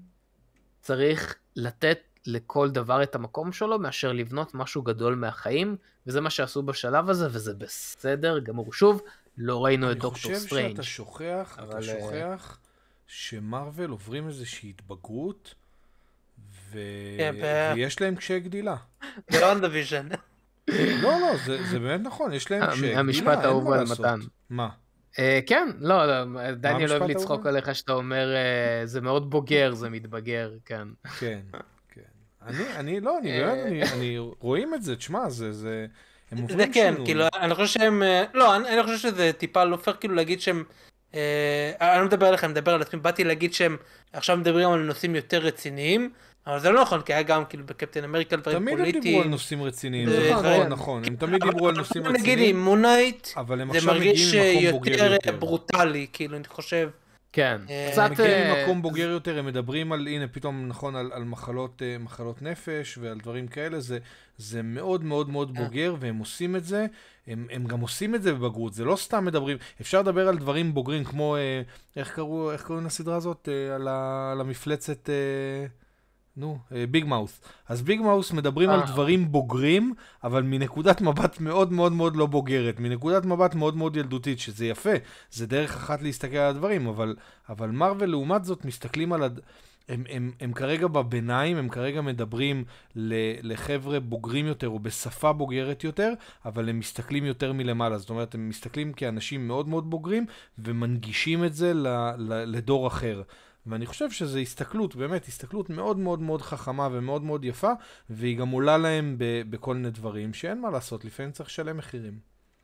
צריך לתת לכל דבר את המקום שלו, מאשר לבנות משהו גדול מהחיים, וזה מה שעשו בשלב הזה, וזה בסדר גמור. שוב, לא ראינו את אני דוקטור חושב סטרנג'. שאתה שוכח, אבל, אתה שוכח שמרוול עוברים איזושהי התבגרות, ו... כן, ב- ויש להם קשיי גדילה. זה וונדה ויז'ן. לא, לא, זה, זה באמת נכון, יש להם קשיי גדילה, המשפט אין האהוב מה על לעשות. מתן. מה? אה, כן, לא, לא, דניאל המשפט אוהב לצחוק האהוב? עליך שאתה אומר, אה, זה מאוד בוגר, זה מתבגר, כן. כן, כן. אני, אני, לא, אני באמת, אני, אני, רואים את זה, תשמע, זה, זה, הם זה עוברים כן, שינוי. כאילו, אני חושב שהם, אה, לא, אני, אני חושב שזה טיפה לא פייר כאילו להגיד שהם, אה, אני לא מדבר עליכם, אני מדבר על עצמי, באתי להגיד שהם עכשיו מדברים על נושאים יותר רציניים, אבל זה לא נכון, כי היה גם כאילו בקפטן אמריקה דברים תמיד הם דיברו על פוליטיים. נושאים רציניים, זה זה נכון, נכון. נכון, הם תמיד דיברו על נושאים נגיד רציניים, עם מונייט, אבל הם זה עכשיו מרגיש מגיעים ממקום בוגר יותר יותר. ברוטלי, כאילו, אני חושב, כן, אה, קצת... מגיעים אה, ממקום בוגר יותר, הם מדברים על, הנה פתאום נכון, על, על מחלות, אה, מחלות נפש ועל דברים כאלה, זה, זה מאוד מאוד מאוד בוגר, והם עושים את זה, הם, הם גם עושים את זה בבגרות, זה לא סתם מדברים, אפשר לדבר על דברים בוגרים כמו, אה, איך קראו, איך קוראים לסדרה הזאת, אה, על, ה, על המפלצת... אה, נו, ביג מאוס. אז ביג מאוס מדברים על דברים בוגרים, אבל מנקודת מבט מאוד מאוד מאוד לא בוגרת, מנקודת מבט מאוד מאוד ילדותית, שזה יפה, זה דרך אחת להסתכל על הדברים, אבל, אבל מרוול לעומת זאת מסתכלים על... הד... הם, הם, הם כרגע בביניים, הם כרגע מדברים לחבר'ה בוגרים יותר, או בשפה בוגרת יותר, אבל הם מסתכלים יותר מלמעלה, זאת אומרת, הם מסתכלים כאנשים מאוד מאוד בוגרים, ומנגישים את זה ל, ל, לדור אחר. ואני חושב שזו הסתכלות, באמת, הסתכלות מאוד מאוד מאוד חכמה ומאוד מאוד יפה, והיא גם עולה להם ב- בכל מיני דברים שאין מה לעשות, לפעמים צריך לשלם מחירים.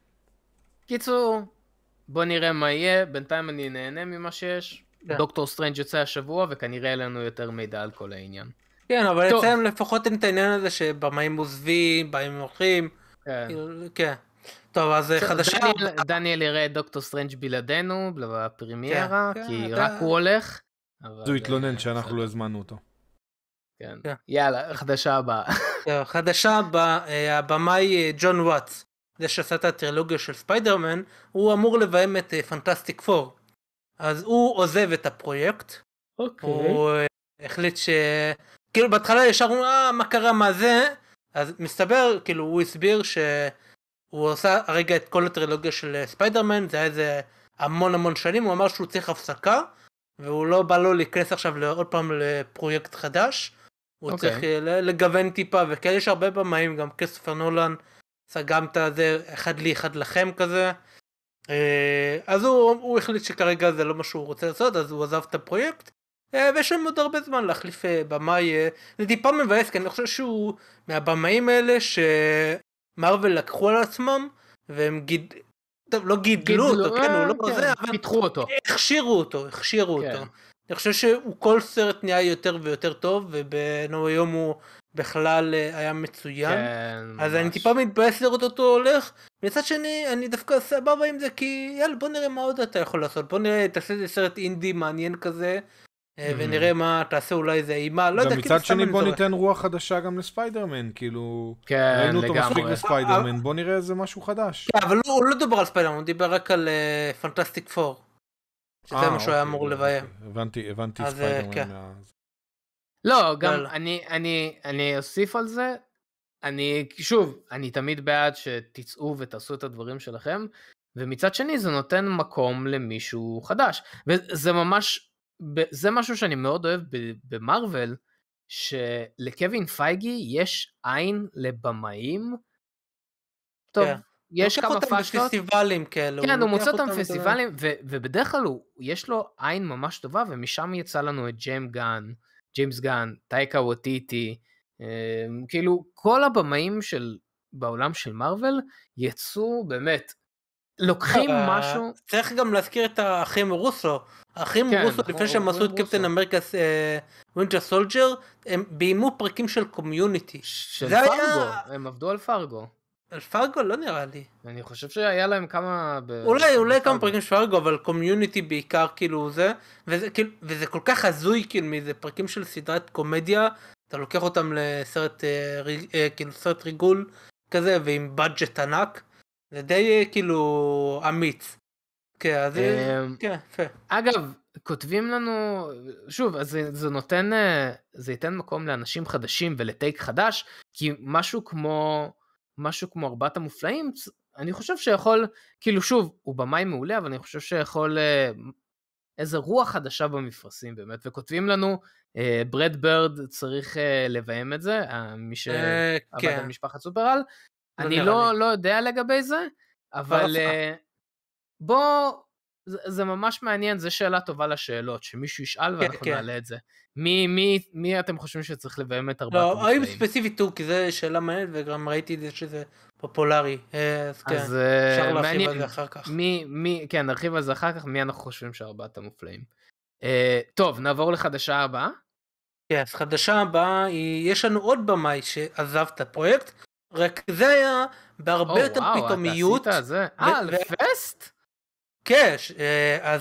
קיצור, בוא נראה מה יהיה, בינתיים אני נהנה ממה שיש. כן. דוקטור סטרנג' יוצא השבוע, וכנראה לנו יותר מידע על כל העניין. כן, אבל טוב. אצלם לפחות אין את העניין הזה שבמאים עוזבים, באים הולכים. כן. כן. טוב, אז חדשה... דניאל, דניאל יראה את דוקטור סטרנג' בלעדינו, בפרימיירה, כן, כי כן, רק אתה- הוא הולך. אז הוא אבל, התלונן אה, שאנחנו בסדר. לא הזמנו אותו. כן. כן. יאללה, חדשה הבאה. טוב, חדשה, הבמאי ג'ון וואטס, זה שעשה את הטרילוגיה של ספיידרמן, הוא אמור לביים את פנטסטיק פור. אז הוא עוזב את הפרויקט. אוקיי. הוא אה, החליט ש... כאילו בהתחלה ישר הוא, אה, מה קרה, מה זה? אז מסתבר, כאילו הוא הסביר שהוא עושה הרגע את כל הטרילוגיה של ספיידרמן, זה היה איזה המון המון שנים, הוא אמר שהוא צריך הפסקה, והוא לא בא לו להיכנס עכשיו עוד פעם לפרויקט חדש, הוא אוקיי. צריך ל- לגוון טיפה, וכאלה יש הרבה במאים, גם כריסטופר נולן, עשה גם את זה, אחד לי אחד לכם כזה, אה, אז הוא, הוא החליט שכרגע זה לא מה שהוא רוצה לעשות, אז הוא עזב את הפרויקט, אה, ויש להם עוד הרבה זמן להחליף אה, במאי, אה, זה טיפה מבאס, כי אני חושב שהוא מהבמאים האלה שמרוול לקחו על עצמם, והם גיד... טוב, לא גידלו אותו, כן, הוא לא זה, אבל פיתחו אותו. הכשירו אותו, הכשירו כן. אותו. אני חושב שהוא כל סרט נהיה יותר ויותר טוב, ובנו היום הוא בכלל אה, היה מצוין. כן, אז אני ממש. טיפה מתבאס לראות אותו הולך, מצד שני אני דווקא סבבה עם זה, כי יאללה בוא נראה מה עוד אתה יכול לעשות, בוא נראה, תעשה איזה סרט אינדי מעניין כזה, אה, ונראה מה תעשה אולי איזה אימה, לא יודע, גם כאילו מצד סתם שני אני בוא זורק. ניתן רוח חדשה גם לספיידרמן, כאילו... כן, ראינו אותו מספיק לגמרי. בספיידרמן, בוא נראה איזה משהו חדש. כן, אבל הוא לא דיבר על ספיידרמן, הוא דיבר רק על פנטסטיק פור, שזה אה, מה שהוא היה אוקיי, אמור אוקיי. לביים. הבנתי, הבנתי אז, אה, ספיידרמן. כן. מה- לא, גם יאללה. אני, אני, אני אוסיף על זה, אני, שוב, אני תמיד בעד שתצאו ותעשו את הדברים שלכם, ומצד שני זה נותן מקום למישהו חדש, וזה ממש, זה משהו שאני מאוד אוהב במרוול, שלקווין פייגי יש עין לבמאים, טוב, כן. יש לוקח כמה אותם פאשלות, בפסטיבלים כאלה. כן, הוא לוקח מוצא אותם אותם בפסטיבלים, ו- ובדרך כלל הוא, יש לו עין ממש טובה, ומשם יצא לנו את ג'יימס גן, ג'יימס גן, טייקה ווטיטי, אמ, כאילו כל הבמאים של, בעולם של מרוול, יצאו באמת, לוקחים אה, משהו, צריך גם להזכיר את האחים רוסו. האחים כן, רוסו, נכון, לפני שהם עשו את האחים קפטן רוסו. אמריקה ווינטר סולג'ר, הם ביימו פרקים של קומיוניטי. של זה היה- פרגו, הם עבדו על פרגו, על פרגו לא נראה לי. אני חושב שהיה להם כמה, ב- אולי אולי כמה בפרגו. פרקים של פרגו, אבל קומיוניטי בעיקר כאילו זה, וזה כאילו, וזה כל כך הזוי כאילו מזה פרקים של סדרת קומדיה, אתה לוקח אותם לסרט אה, ריג- אה, כאילו סרט ריגול כזה, ועם בדג'ט ענק, זה די אה, כאילו אמיץ. כן, אז זה- אמ, כן, יפה. אגב, כותבים לנו, שוב, אז זה, זה נותן, אה, זה ייתן מקום לאנשים חדשים ולטייק חדש, כי משהו כמו, משהו כמו ארבעת המופלאים, צ- אני חושב שיכול, כאילו שוב, הוא במאי מעולה, אבל אני חושב שיכול אה, איזה רוח חדשה במפרשים באמת, וכותבים לנו, אה, ברד ברד צריך אה, לביים את זה, אה, מי שעבד אה, כן. על משפחת סופרל, לא אני נראה לא, לי. לא יודע לגבי זה, אבל עשה. אה, בוא, זה, זה ממש מעניין, זה שאלה טובה לשאלות, שמישהו ישאל ואנחנו כן. נעלה את זה. מי, מי, מי אתם חושבים שצריך לביים את ארבעת לא, האם המופלאים? ספציפית הוא, כי זו שאלה מעניינת, וגם ראיתי את זה שזה פופולרי. אה, אז כן, אז אה, אפשר להרחיב מעניין, על זה אחר כך. מי, מי, כן, נרחיב על זה אחר כך, מי אנחנו חושבים שארבעת המופלאים. אה, טוב, נעבור לחדשה הבאה. כן, אז חדשה הבאה, היא- יש לנו עוד במאי שעזב את הפרויקט, רק זה היה בהרבה או, יותר וואו, פתאומיות. אתה עשית זה. אה, ו- לפסט? כן, ש- אה, אז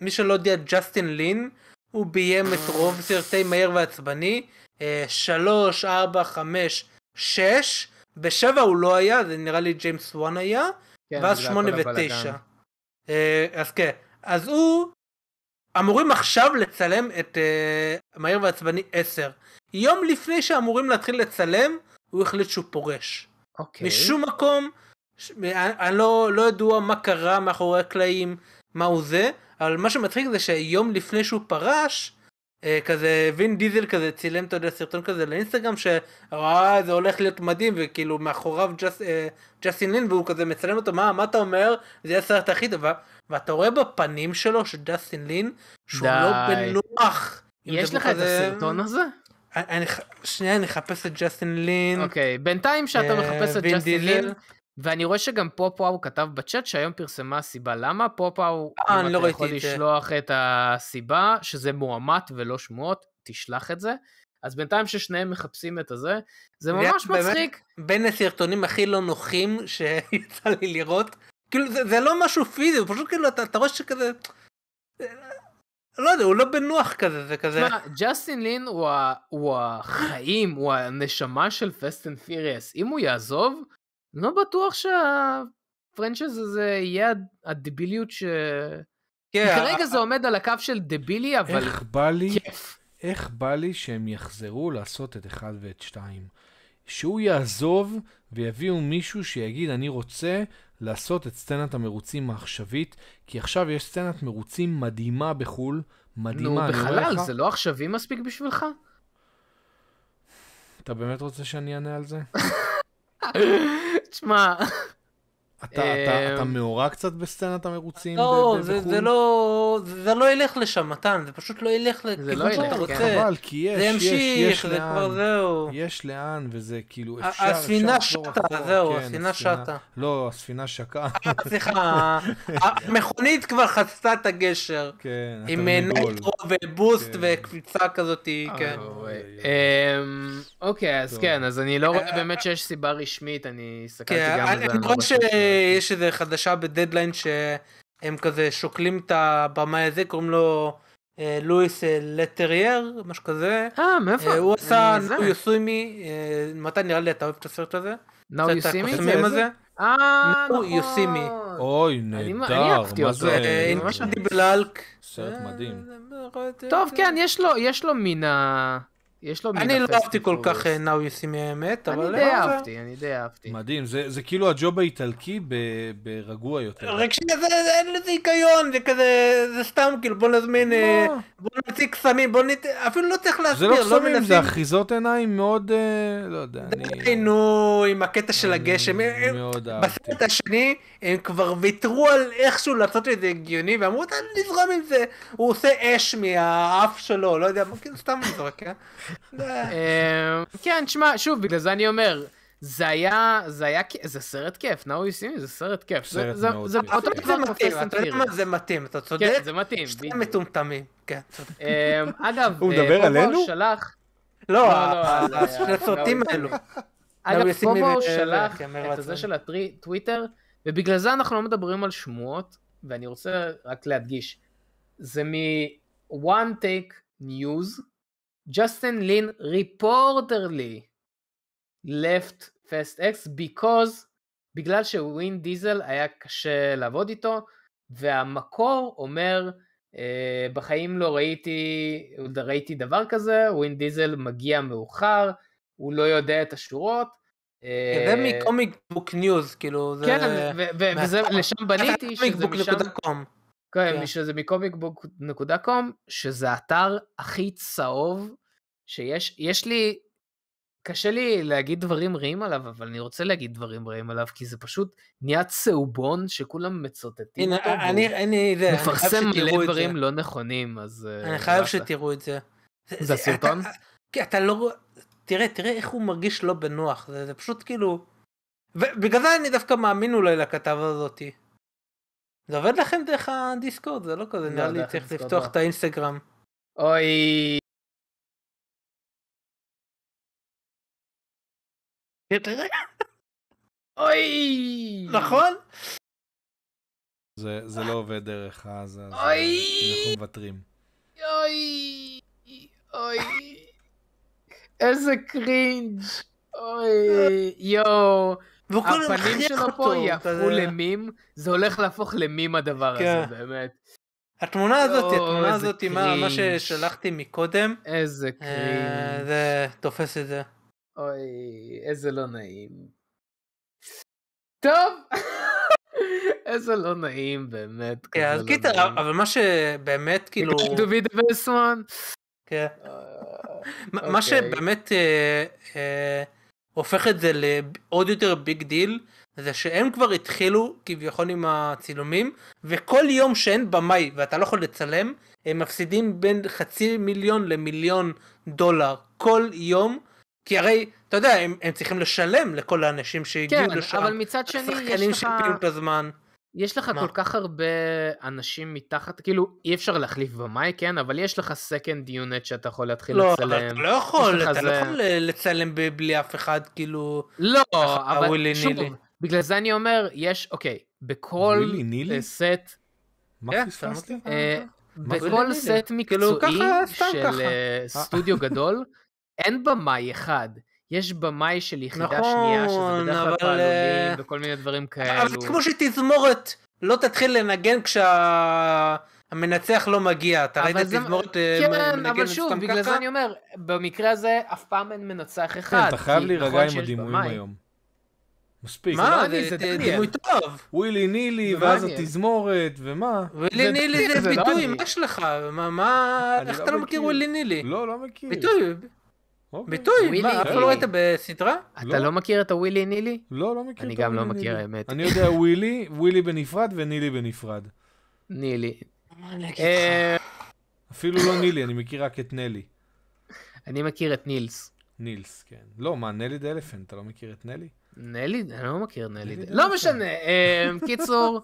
מי שלא יודע, ג'סטין לין, הוא ביים את רוב סרטי מהיר ועצבני, שלוש, ארבע, חמש, שש, בשבע הוא לא היה, זה נראה לי ג'יימס וואן היה, כן, ואז בגלל שמונה כל הבלגן. ותשע. אז כן, אז הוא אמורים עכשיו לצלם את uh, מהיר ועצבני עשר. יום לפני שאמורים להתחיל לצלם, הוא החליט שהוא פורש. אוקיי. משום מקום, ש... אני, אני לא, לא ידוע מה קרה מאחורי הקלעים, מה הוא זה, אבל מה שמצחיק זה שיום לפני שהוא פרש, אה, כזה וין דיזל כזה צילם, אתה יודע, סרטון כזה לאינסטגרם, שואה, זה הולך להיות מדהים, וכאילו מאחוריו ג'ס, אה, ג'סטין לין, והוא כזה מצלם אותו, מה, מה אתה אומר? זה יהיה הסרט הכי טוב, ואתה רואה בפנים שלו, של ג'סטין לין, שהוא די. לא בנוח. יש לך את הסרטון הזה? אני, אני, שנייה, אני אחפש את ג'סטין לין. אוקיי, בינתיים שאתה אה, מחפש את וין ג'סטין דיזל. לין, ואני רואה שגם פופאו כתב בצ'אט שהיום פרסמה הסיבה למה, פופאו, אה, אם אני לא אתה יכול ראיתי את זה. לשלוח את הסיבה, שזה מועמד ולא שמועות, תשלח את זה. אז בינתיים ששניהם מחפשים את הזה, זה ממש באמת, מצחיק. בין הסרטונים הכי לא נוחים שיצא לי לראות, כאילו זה, זה לא משהו פיזי, הוא פשוט כאילו אתה, אתה רואה שכזה, לא יודע, הוא לא בנוח כזה, זה כזה. תשמע, ג'סטין לין הוא, ה- הוא החיים, הוא הנשמה של פסט אנד פיריאס. אם הוא יעזוב, אני לא בטוח שהפרנצ'ייז הזה יהיה הדביליות ש... כן, כי כרגע זה עומד על הקו של דבילי, אבל איך בא לי, כיף. איך בא לי שהם יחזרו לעשות את אחד ואת שתיים. שהוא יעזוב ויביאו מישהו שיגיד, אני רוצה לעשות את סצנת המרוצים העכשווית, כי עכשיו יש סצנת מרוצים מדהימה בחול, מדהימה. נו, אני אומר בחלל, לך, זה לא עכשווי מספיק בשבילך? אתה באמת רוצה שאני אענה על זה? תשמע, אתה, אתה, אתה מאורע קצת בסצנת המרוצים לא, ב- ב- זה, בחול? זה לא, זה לא ילך לשם, מתן, זה פשוט לא ילך זה לא לכיוון ילך, שאתה כן. רוצה. חבל, כי יש, זה יש, יש ימשיך, זה לאן. כבר זהו. יש לאן, וזה כאילו ה- אפשר, הספינה אפשר לחזור שטה, אחורה. זהו, כן, הספינה שטה. לא, הספינה שקעה. סליחה, המכונית כבר חצתה את הגשר. כן, עם התרנגול. נייטרו ובוסט כן. וקפיצה כזאת, כן. אמ, אוקיי, אז טוב. כן, אז אני לא רואה באמת שיש סיבה רשמית, אני הסתכלתי כן, גם על אני זה. אני לא רואה בטוח ש- שיש איזה חדשה בדדליין שהם כזה שוקלים את הבמאי הזה, קוראים לו אה, לואיס אה, לטרייר, משהו כזה. אה, מאיפה? אה, הוא אני עשה זה. נו יוסוימי, אה, מתי נראה לי אתה אוהב את הסרט הזה? Now you את see me? הקוסמים הזה? אה, Now נכון. you see me. אוי, אני נהדר, אהבתי מה אותו. זה? אה, ממש אינדיבל אלק. סרט מדהים. טוב, כן, יש לו, יש לו מן ה... יש לו מן אני לא הפסטיבל אהבתי כל כך פורס. אה, Now you see me האמת, אבל... אני די אה, אהבתי, אני די אהבתי. מדהים, זה זה כאילו הג'וב האיטלקי ב- ברגוע יותר. רק שזה, זה- אין לזה היגיון, זה כזה, זה סתם כאילו בוא נזמין, אה, בוא נציג קסמים, בוא נת... אפילו לא צריך זה להסביר, לא לא קסמים, זה מנסים. אחיזות עיניים מאוד, אה, לא יודע, אני די, נו, עם הקטע של הגשם. הם- מאוד אהבתי. בסרט השני הם כבר ויתרו על איכשהו לעשות את זה הגיוני, ואמרו, "אתה נזרום עם זה, הוא עושה אש מהאף שלו, לא יודע, מה, כאילו סתם נזרק, כן? אה, כן, תשמע, שוב, בגלל זה אני אומר, זה היה, זה היה, כ- זה סרט כיף, Now you see me, זה סרט כיף. זה- סרט זה- מאוד זה כיף. אותו זה דבר כמו מתאים, Fast and אתה יודע מה? Furious. זה מתאים, אתה צודק, כן, זה מתאים, שתי בדיוק. מטומטמים, כן, צודק. אה, אגב, הוא אה, מדבר פופו עלינו? שלח, לא, לא, ה- לא, ה- זה- שני הסרטים זה- האלו. אגב, Now you see me פופו ו- שלח כן, את הזה מרצון. של הטוויטר, ובגלל זה אנחנו לא מדברים על שמועות, ואני רוצה רק להדגיש, זה מ-One Take News, Justin Lin reportedly left Fast X because, בגלל שווין דיזל היה קשה לעבוד איתו, והמקור אומר, אה, בחיים לא ראיתי, ראיתי דבר כזה, ווין דיזל מגיע מאוחר, הוא לא יודע את השורות. אה, זה מקומיק בוק ניוז, כאילו, זה... כן, ו- ו- וזה, לשם בניתי, שזה קומיקבוק משם, נקודה קום. כן, כן. שזה מקומיקבוק נקודה קום, שזה האתר הכי צהוב שיש, יש לי, קשה לי להגיד דברים רעים עליו, אבל אני רוצה להגיד דברים רעים עליו, כי זה פשוט נהיה צהובון שכולם מצוטטים אותו, הנה, אני, אני, זה, אני חייב מפרסם מלא שתראו את זה. דברים לא נכונים, אז... אה, אני חייב באסה. שתראו את זה. זה הסרטון? אתה- כן, אתה לא... רואה- תראה, תראה איך הוא מרגיש לא בנוח, זה, זה פשוט כאילו... ובגלל זה אני דווקא מאמין אולי לכתב הזאתי. זה עובד לכם דרך הדיסקורד, זה לא כזה, לא, נראה לי דרך צריך הדיסקורד לפתוח לא. את האינסטגרם. אוי... תראה, אוי! נכון? זה, זה לא עובד דרך אז, אז אוי! אנחנו מוותרים. אוי, אוי, איזה קרינג', אוי, יואו. והוא כל הזמן הפנים מכריח שלו אותו, פה יהפכו כזה. למים, זה הולך להפוך למים הדבר כן. הזה, באמת. התמונה הזאת, יואו, התמונה איזה הזאת, מה מה קרינג'. ששלחתי מקודם, איזה אה, קרינג'. זה תופס את זה. אוי, איזה לא נעים. טוב, איזה לא נעים, באמת. כן, כזה אז לא קיצר, נעים. אבל מה שבאמת כאילו, You got to be the best one. כן, אה, מה- מה אוקיי. שבאמת אה, אה, הופך את זה לעוד יותר ביג דיל, זה שהם כבר התחילו כביכול עם הצילומים, וכל יום שאין במאי ואתה לא יכול לצלם, הם מפסידים בין חצי מיליון למיליון דולר כל יום, כי הרי, אתה יודע, הם, הם צריכים לשלם לכל האנשים שהגיעו כן, לשם, אבל מצד שני, יש השחקנים לך... שהפילו את הזמן. יש לך מה? כל כך הרבה אנשים מתחת, כאילו אי אפשר להחליף במאי, כן? אבל יש לך second unit שאתה יכול להתחיל לא, אבל לצלם. אתה לא יכול, יש לך אתה לא זה- יכול לצלם ב- בלי אף אחד, כאילו, לא, ככה, אבל ווילי שוב, נילי. בגלל זה אני אומר, יש, אוקיי, בכל ווילי נילי? אה, סט, מה כן, פספסתי? שמעתי. אה, מה זה בכל נילי? סט כאילו, מקצועי ככה, סתם של ככה. אה, סטודיו גדול, אין במאי אחד. יש במאי של יחידה נכון, שנייה, שזה בדרך כלל אבל, פעלולים אה, וכל מיני דברים אבל כאלו. זה כמו שתזמורת לא תתחיל לנגן כשהמנצח לא מגיע, אתה ראית אבל זה- תזמורת אה, כן, מנגנת אבל שוב, סתם בגלל זה ככה? אני אומר, במקרה הזה אף פעם אין מנצח אחד. כן, אתה חייב כי להירגע נכון עם שיש הדימויים במאי. היום. מספיק. לא מה, אני, זה זה ת- דניאל. דימוי טוב. ווילי נילי, זה ואז מעניין. התזמורת, ומה? ווילי זה נילי דניאל, זה זה לא ביטוי, אני. מה יש לך? מה, מה, אני איך לא אתה לא מכיר. מכיר ווילי נילי? לא, לא מכיר. ביטוי, אוקיי. ביטוי, ווילי מה, אף אחד נילי. לא ראית בסדרה? אתה לא. לא מכיר את הווילי נילי? לא, לא מכיר אני את גם לא הווילי מכיר, נילי. האמת. אני יודע ווילי, ווילי בנפרד ונילי בנפרד. נילי. מה אני אגיד לך? אה, אפילו לא נילי, אני מכיר רק את נלי. אני מכיר את נילס. נילס, כן. לא, מה, נלי דה אלפנט, אתה לא מכיר את נלי? נלי? אני לא מכיר נלי. נלי דה לא אלפנט. משנה. אה, קיצור,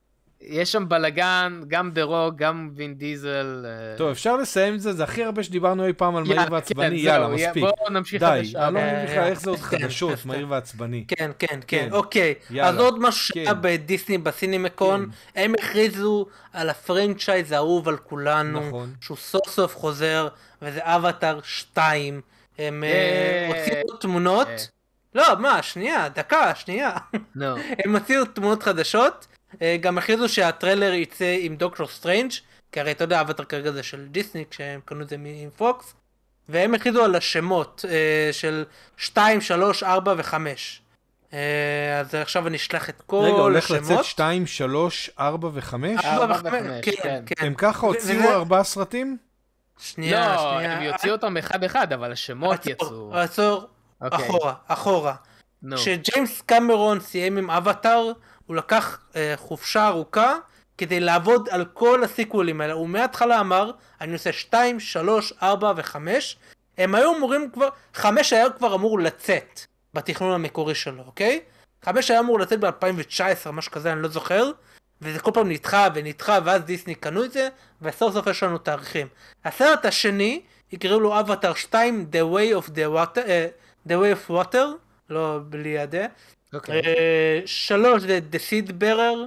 יש שם בלגן, גם דה רוק, גם וין דיזל. אה, טוב, אפשר לסיים את זה, זה הכי הרבה שדיברנו אי פעם על יאללה, מהיר ועצבני, כן, יאללה, זהו, מספיק. בואו נמשיך די, חדשה. אני לא אה, מבין בכלל איך זה עוד כן, חדשות, כן. מהיר ועצבני. כן, כן, כן, כן. אוקיי. יאללה. אז עוד משהו שהיה כן. בדיסני בסינימקון, הם הכריזו על הפרנצ'ייז האהוב על כולנו, נכון. שהוא סוף סוף חוזר, וזה אבטאר שתיים. הם אה, אה. הוציאו תמונות. אה. לא, מה, שנייה, דקה, שנייה. נו. הם הוציאו תמונות חדשות, אה, גם הכריזו שהטריילר יצא עם דוקטור סטרנג', כי הרי אתה יודע, אבטאר כרגע זה של דיסני, כשהם קנו את זה מפוקס, והם הכריזו על השמות אה, של שתיים, שלוש, ארבע וחמש. אה, אז עכשיו אני אשלח את כל רגע, הולך השמות. לצאת שתיים, שלוש, ארבע וחמש? ארבע ארבע וחמש, וחמש, כן, כן. כן. הם ככה הוציאו וזה- ארבעה סרטים? שנייה, לא, שנייה. הם יוציאו אותם אחד אחד, אבל השמות עצור, יצאו. עצור, אוקיי, אחורה, אחורה. נו. כשג'יימס קמרון סיים עם אבטאר, הוא לקח אה, חופשה ארוכה כדי לעבוד על כל הסיקוולים האלה. הוא מההתחלה אמר, אני עושה שתיים, שלוש, ארבע וחמש. הם היו אמורים כבר, חמש היה כבר אמור לצאת בתכנון המקורי שלו, אוקיי? חמש היה אמור לצאת ב-אלפיים תשע עשרה, משהו כזה, אני לא זוכר. וזה כל פעם נדחה ונדחה, ואז דיסני קנו את זה, וסוף סוף יש לנו תאריכים. הסרט השני, יקראו לו אבטאר שתיים, The Way of the Water, אה, The Way of Water, לא בלי ידה. אוקיי. אה, שלוש זה The Seed Bearer,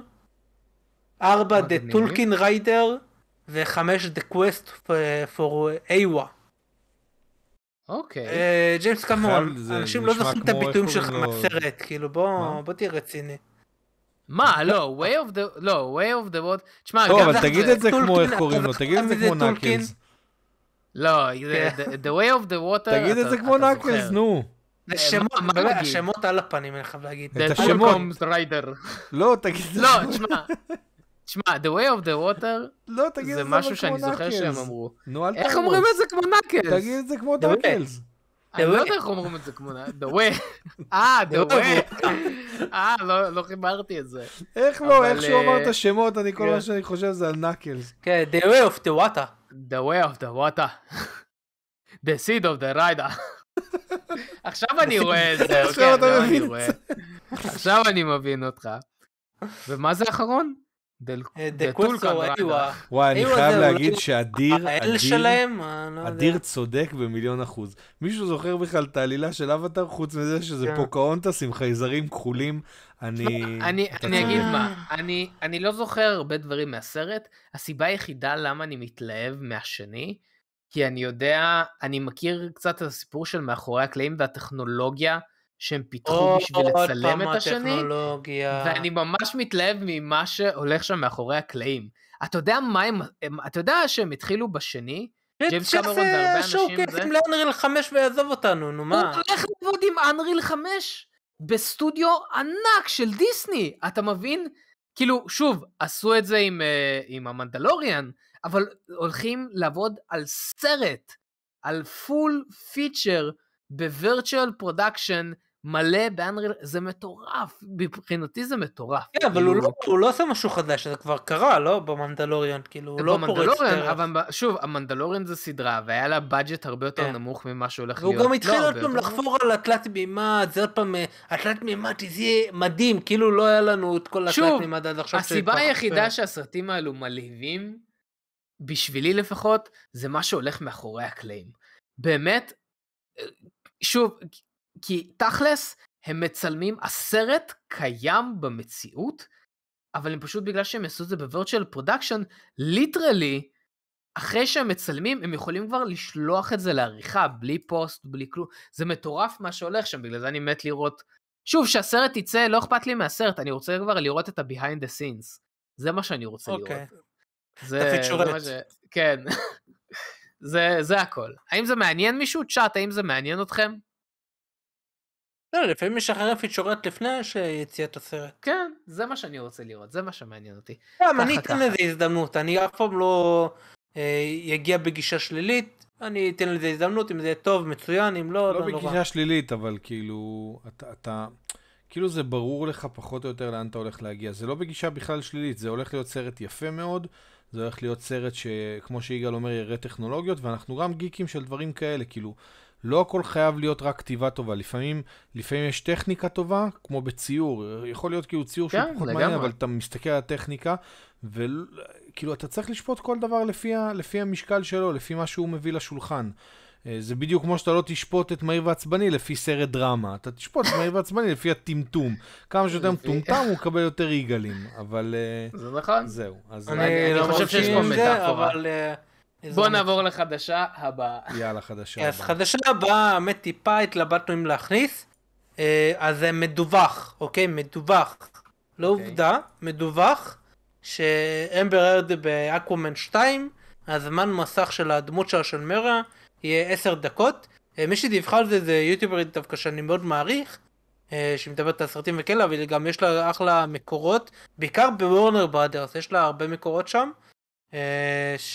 ארבע The מגניב. Tulkin Rider, וחמש The Quest for Awa. אוקיי. אה, ג'יימס קמרון, זה אנשים לא נשמע זוכרים את כמו, הביטויים איך שלך קוראים לו? מהסרט, כאילו בוא מה? בוא תהיה רציני. מה, לא, way of the, לא, way of the what, תשמע, טוב, גם אבל זה- תגיד את זה כמו, טולקין, איך קוראים לו, אתה תגיד את זה זוכר כמו מי זה טולקין? נקלס. לא, זה- the- the way of the water, תגיד את אתה- זה כמו אתה נקלס, זוכר. נו. זה אה, שמות, מה- מה באמת, נגיד? השמות על הפנים, אני חייב להגיד. את The השמות. Falcons Rider. לא, תגיד את זה. לא, תשמע, תשמע, the way of the water, לא, תגיד את זה זה אבל משהו שאני כמו זוכר שהם נקלס. אמרו. נו, אל איך תהרוס. אומרים את זה כמו נקלס? תגיד את זה כמו The way. נקלס. אני The לא way. יודע איך אומרים את זה כמו נקלס. the way. אה, the The way. אה, לא לא חיברתי את זה. איך לא, אבל, איך שהוא אמר אה, את השמות, אני כל כן. מה שאני חושב זה על נקלס. כן, The Way of the Water. The way of the water. The seed of the rider. עכשיו אני רואה את זה, עכשיו אוקיי, אתה עכשיו אני מבין את רואה. עכשיו אני מבין אותך. ומה זה האחרון? דל- דקוסו, דטול איווה. וואי, אני איווה חייב זה להגיד אולי שאדיר, האל אדיר, שלהם? אני לא יודע. אדיר צודק במיליון אחוז. מישהו זוכר בכלל את העלילה של אבטר, חוץ מזה שזה כן. פוקהונטס עם חייזרים כחולים? אני... אני, אתה אני צודק. אגיד מה, אני, אני לא זוכר הרבה דברים מהסרט, הסיבה היחידה למה אני מתלהב מהשני, כי אני יודע, אני מכיר קצת את הסיפור של מאחורי הקלעים והטכנולוגיה שהם פיתחו בשביל עוד לצלם פעם את השני, הטכנולוגיה. ואני ממש מתלהב ממה שהולך שם מאחורי הקלעים. אתה יודע מה הם, הם אתה יודע שהם התחילו בשני, ג'יימס קמרון והרבה אנשים, שיעשה לאנריל חמש ויעזוב אותנו, נו הוא מה? הולך לעבוד עם אנריל חמש בסטודיו ענק של דיסני, אתה מבין? כאילו, שוב, עשו את זה עם, uh, עם המנדלוריאן, אבל הולכים לעבוד על סרט, על פול פיצ'ר בווירטואל פרודקשן מלא באנריל, זה מטורף, מבחינתי זה מטורף. כן, אבל הוא לא- הוא לא עושה משהו חדש, זה כבר קרה, לא? במנדלוריאן, כאילו, הוא לא פורץ במנדלוריאן, דרך. אבל שוב, המנדלוריאן זה סדרה, והיה לה בדג'ט הרבה יותר כן. נמוך ממה שהולך והוא להיות. גם התחיל לא עוד הרבה פעם יותר. לחפור על התלת מימד, זה עוד פעם, אה, התלת מימד, זה יהיה מדהים, כאילו לא היה לנו את כל התלת שוב, מימד עד עכשיו. הסיבה שכבר היחידה חסר. שהסרטים האלו מלהיבים, בשבילי לפחות, זה מה שהולך מאחורי הקלעים. באמת, שוב, כי תכלס, הם מצלמים, הסרט קיים במציאות, אבל הם פשוט בגלל שהם עשו את זה בווירטואל פרודקשן, ליטרלי, אחרי שהם מצלמים, הם יכולים כבר לשלוח את זה לעריכה, בלי פוסט, בלי כלום. זה מטורף מה שהולך שם, בגלל זה אני מת לראות. שוב, שהסרט יצא, לא אכפת לי מהסרט, אני רוצה כבר לראות את ה-behind the scenes. זה מה שאני רוצה אוקיי. לראות. זה, את זה הפיצ'ורט. מה ש... כן. זה, זה הכל. האם זה מעניין מישהו? צ'אט, האם זה מעניין אתכם? לא, לפעמים משחררים פיצ'ורט לפני שיציאת הסרט. כן, זה מה שאני רוצה לראות, זה מה שמעניין אותי. גם ככה, אני ככה. אתן לזה הזדמנות, אני אף פעם לא אה, יגיע בגישה שלילית, אני אתן לזה הזדמנות, אם זה טוב, מצוין, אם לא, לא לא נורא. בגישה שלילית, אבל כאילו, אתה, אתה, כאילו זה ברור לך פחות או יותר לאן אתה הולך להגיע. זה לא בגישה בכלל שלילית, זה הולך להיות סרט יפה מאוד, זה הולך להיות סרט שכמו שיגאל אומר, יראה טכנולוגיות, ואנחנו גם גיקים של דברים כאלה, כאילו, לא הכל חייב להיות רק כתיבה טובה, לפעמים, לפעמים יש טכניקה טובה, כמו בציור, יכול להיות כאילו ציור כן, שהוא פחות לגמרי. מעניין, אבל אתה מסתכל על הטכניקה, וכאילו אתה צריך לשפוט כל דבר לפי, ה, לפי המשקל שלו, לפי מה שהוא מביא לשולחן. אה, זה בדיוק כמו שאתה לא תשפוט את מהיר ועצבני לפי סרט דרמה, אתה תשפוט את מהיר ועצבני לפי הטמטום. כמה שיותר מטומטם הוא מקבל יותר יגלים, אבל אה, זה נכון? זהו. אז אני- אני לא חושב שיש מסכים פה עם זה, מטאפורה. אבל, אה, בוא זה- נעבור לחדשה הבאה. יאללה, חדשה אז הבאה. חדשה הבאה, האמת טיפה התלבטנו אם להכניס, אה, אז זה מדווח, אוקיי? מדווח. לא אוקיי. עובדה, מדווח, שאמבר ארד באקוומן שתיים, הזמן מסך של הדמות שלה של מרה, יהיה עשר דקות. אה, מי שדיווחה על זה זה יוטיוברית דווקא שאני מאוד מעריך, אה, שהיא מדברת על סרטים וכאלה, אבל גם יש לה אחלה מקורות, בעיקר בוורנר בראדרס, יש לה הרבה מקורות שם, אה, ש...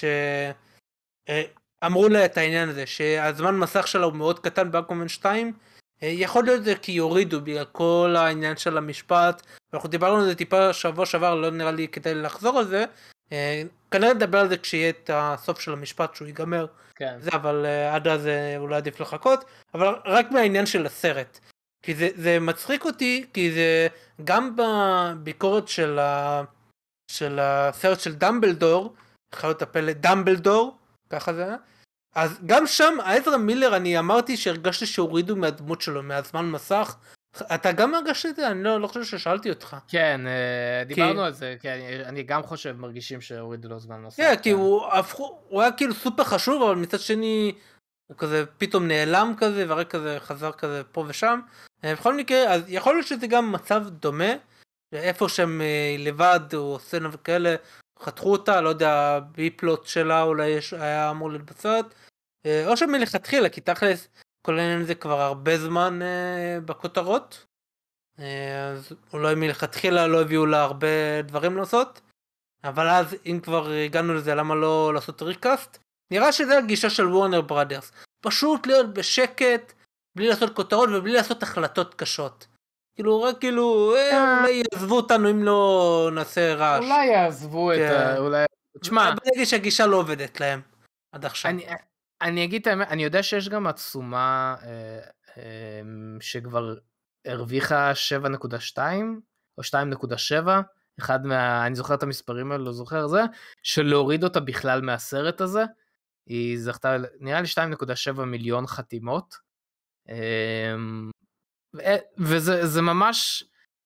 אה, אמרו לה את העניין הזה, שהזמן מסך שלה הוא מאוד קטן באקוומן שתיים, אה, יכול להיות זה כי יורידו בגלל כל העניין של המשפט, ואנחנו דיברנו על זה טיפה שבוע שעבר, לא נראה לי כדאי לחזור על זה, אה, כנראה נדבר על זה כשיהיה את הסוף של המשפט שהוא ייגמר, כן. זה, אבל אה, עד אז אה, אולי עדיף לחכות, אבל רק מהעניין של הסרט, כי זה, זה מצחיק אותי, כי זה גם בביקורת של, ה, של הסרט של דמבלדור, חיות הפלא דמבלדור, ככה זה היה, אז גם שם עזרא מילר אני אמרתי שהרגשתי שהורידו מהדמות שלו, מהזמן מסך, אתה גם הרגשת את זה? אני לא, לא חושב ששאלתי אותך. כן, אה, דיברנו על זה, כן, אני גם חושב, מרגישים שהורידו לו זמן נוסף. כן, כי הוא הפכו, הוא היה כאילו סופר חשוב, אבל מצד שני הוא כזה פתאום נעלם כזה, והרי כזה חזר כזה פה ושם. בכל מקרה, אז יכול להיות שזה גם מצב דומה, איפה שהם אה, לבד או סצנה וכאלה, חתכו אותה, לא יודע, ביפלוט שלה אולי יש, היה אמור להתבצעת, אה, או שמלכתחילה, כי תכלס כל העניין הזה כבר הרבה זמן אה, בכותרות, אה, אז אולי מלכתחילה לא הביאו לה הרבה דברים לעשות, אבל אז אם כבר הגענו לזה, למה לא לעשות ריקאסט? נראה שזה הגישה של וורנר בראדרס, פשוט להיות בשקט, בלי לעשות כותרות ובלי לעשות החלטות קשות. כאילו רק כאילו, אה, אולי יעזבו אותנו אם לא נעשה רעש. אולי יעזבו את כן. ה... אולי... תשמע, בוא נגיד שהגישה לא עובדת להם עד עכשיו. אני, אני אגיד את האמת, אני יודע שיש גם עצומה אה, אה, שכבר הרוויחה שבע נקודה שתיים או שתיים נקודה שבע אחד מה... אני זוכר את המספרים האלה, לא זוכר זה, שלהוריד אותה בכלל מהסרט הזה, היא זכתה, נראה לי שתיים נקודה שבע מיליון חתימות, וזה זה ממש,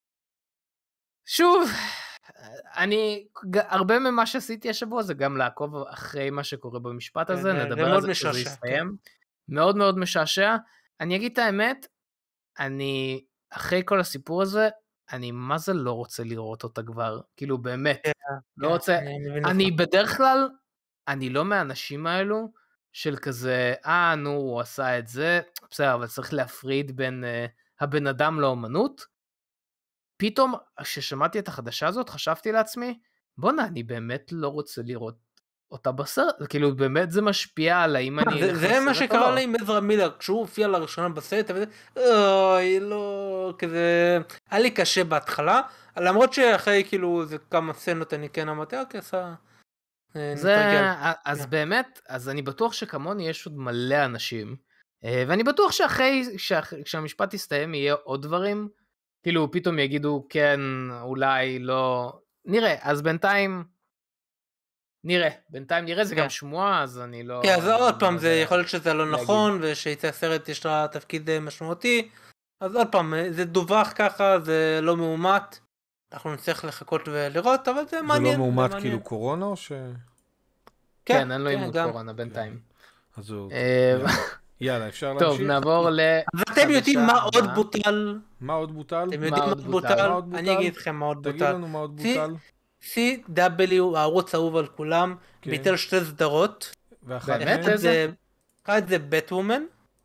שוב, אני, הרבה ממה שעשיתי השבוע זה גם לעקוב אחרי מה שקורה במשפט הזה, נדבר על זה כשזה יסתיים, מאוד מאוד משעשע. אני אגיד את האמת, אני, אחרי כל הסיפור הזה, אני מה זה לא רוצה לראות אותה כבר, כאילו באמת, לא רוצה, אני בדרך כלל, אני לא מהאנשים האלו, של כזה, אה, נו, הוא עשה את זה, בסדר, אבל צריך להפריד בין הבן אדם לאומנות, פתאום, כששמעתי את החדשה הזאת, חשבתי לעצמי, בונה, אני באמת לא רוצה לראות אותה בסרט, כאילו באמת זה משפיע על האם אני... זה מה שקרה לי עם עזרא מילר, כשהוא הופיע לראשונה בסרט, אוי, לא, כזה... היה לי קשה בהתחלה, למרות שאחרי כאילו זה כמה סצנות אני כן אמרתי, אוקיי, עשה... זה... אז באמת, אז אני בטוח שכמוני יש עוד מלא אנשים, ואני בטוח שאחרי, כשהמשפט יסתיים יהיה עוד דברים, כאילו פתאום יגידו כן, אולי לא, נראה, אז בינתיים, נראה, בינתיים נראה, זה גם שמועה, אז אני לא... כן, אז עוד פעם, זה יכול להיות שזה לא נכון, ושיצא הסרט יש לה תפקיד משמעותי, אז עוד פעם, זה דווח ככה, זה לא מאומת, אנחנו נצטרך לחכות ולראות, אבל זה מעניין. זה לא מאומת כאילו קורונה או ש... כן, אין לו אימות קורונה בינתיים. אז הוא... יאללה, אפשר להמשיך? טוב, נעבור ל... אז אתם יודעים מה עוד בוטל? מה עוד בוטל? אתם יודעים מה עוד בוטל? אני אגיד לכם מה עוד בוטל. תגיד לנו מה עוד בוטל. סי דאבליו, הערוץ האהוב על כולם, ביטל שתי סדרות. באמת איזה? אחד זה בטוומן,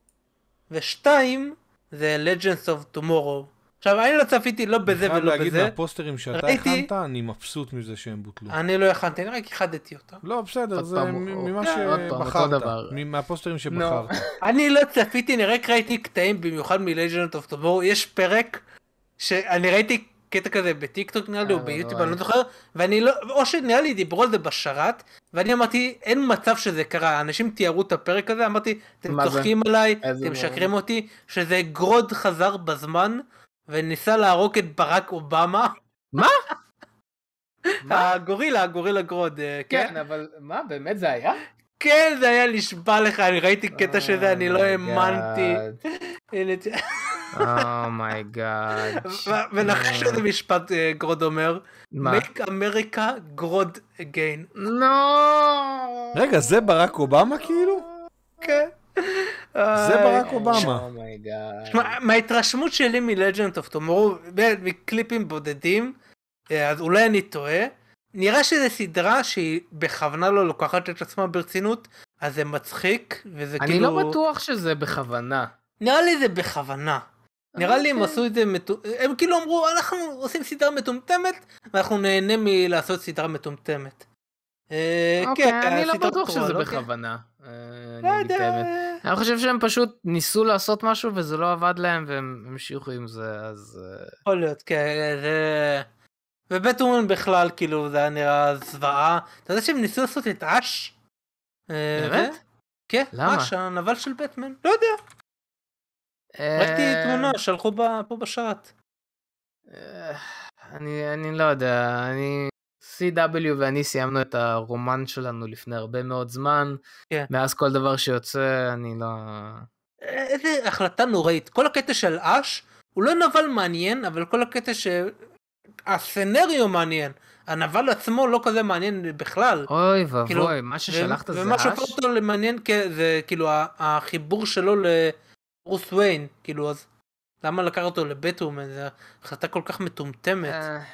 ושתיים זה Legends of Tomorrow. עכשיו, אני לא צפיתי לא בזה ולא בזה. אני חייב להגיד מהפוסטרים שאתה הכנת, אני מבסוט מזה שהם בוטלו. אני לא הכנתי, אני רק הכדתי אותם. לא, בסדר, זה ממה שבחרת, מהפוסטרים שבחרת. אני לא צפיתי, אני רק ראיתי קטעים, במיוחד מ-Legend of Tomorrow, יש פרק שאני ראיתי קטע כזה בטיקטוק נראה לי, או ביוטיוב, אני לא זוכר, ואני לא, או שנראה לי דיברו על זה בשרת, ואני אמרתי, אין מצב שזה קרה, אנשים תיארו את הפרק הזה, אמרתי, אתם צוחקים עליי, אתם משקרים אותי, שזה גרוד חזר בזמן, וניסה להרוג את ברק אובמה. מה? הגורילה, הגורילה גרוד, כן? כן, אבל מה, באמת זה היה? כן, זה היה לשבע לך, אני ראיתי קטע שזה, אני לא האמנתי. אומייגאד. ונחש איזה משפט גרוד אומר, make America גרוד again. לא. רגע, זה ברק אובמה כאילו? כן. זה ברק אובמה. מההתרשמות שלי מ-Legend of Tomorrow, מקליפים בודדים, אז אולי אני טועה, נראה שזו סדרה שהיא בכוונה לא לוקחת את עצמה ברצינות, אז זה מצחיק, וזה כאילו... אני לא בטוח שזה בכוונה. נראה לי זה בכוונה. נראה לי הם עשו את זה, הם כאילו אמרו, אנחנו עושים סדרה מטומטמת, ואנחנו נהנה מלעשות סדרה מטומטמת. אוקיי, אני לא בטוח שזה בכוונה. אני חושב שהם פשוט ניסו לעשות משהו וזה לא עבד להם והם המשיכו עם זה, אז... יכול להיות, כן, זה... ובטוומן בכלל, כאילו, זה היה נראה זוועה. אתה יודע שהם ניסו לעשות את אש? באמת? כן, אש, הנבל של בטמן. לא יודע. ראיתי תמונה, שלחו פה בשרת. אני לא יודע, אני... סי דאבליו ואני סיימנו את הרומן שלנו לפני הרבה מאוד זמן, מאז כל דבר שיוצא, אני לא... איזה החלטה נוראית. כל הקטע של אש, הוא לא נבל מעניין, אבל כל הקטע של... הסנריו מעניין. הנבל עצמו לא כזה מעניין בכלל. אוי ובוי, מה ששלחת זה אש? ומה שהופך אותו למעניין, זה כאילו החיבור שלו לברוס וויין, כאילו אז... למה לקח אותו לבטוומן? זו החלטה כל כך מטומטמת.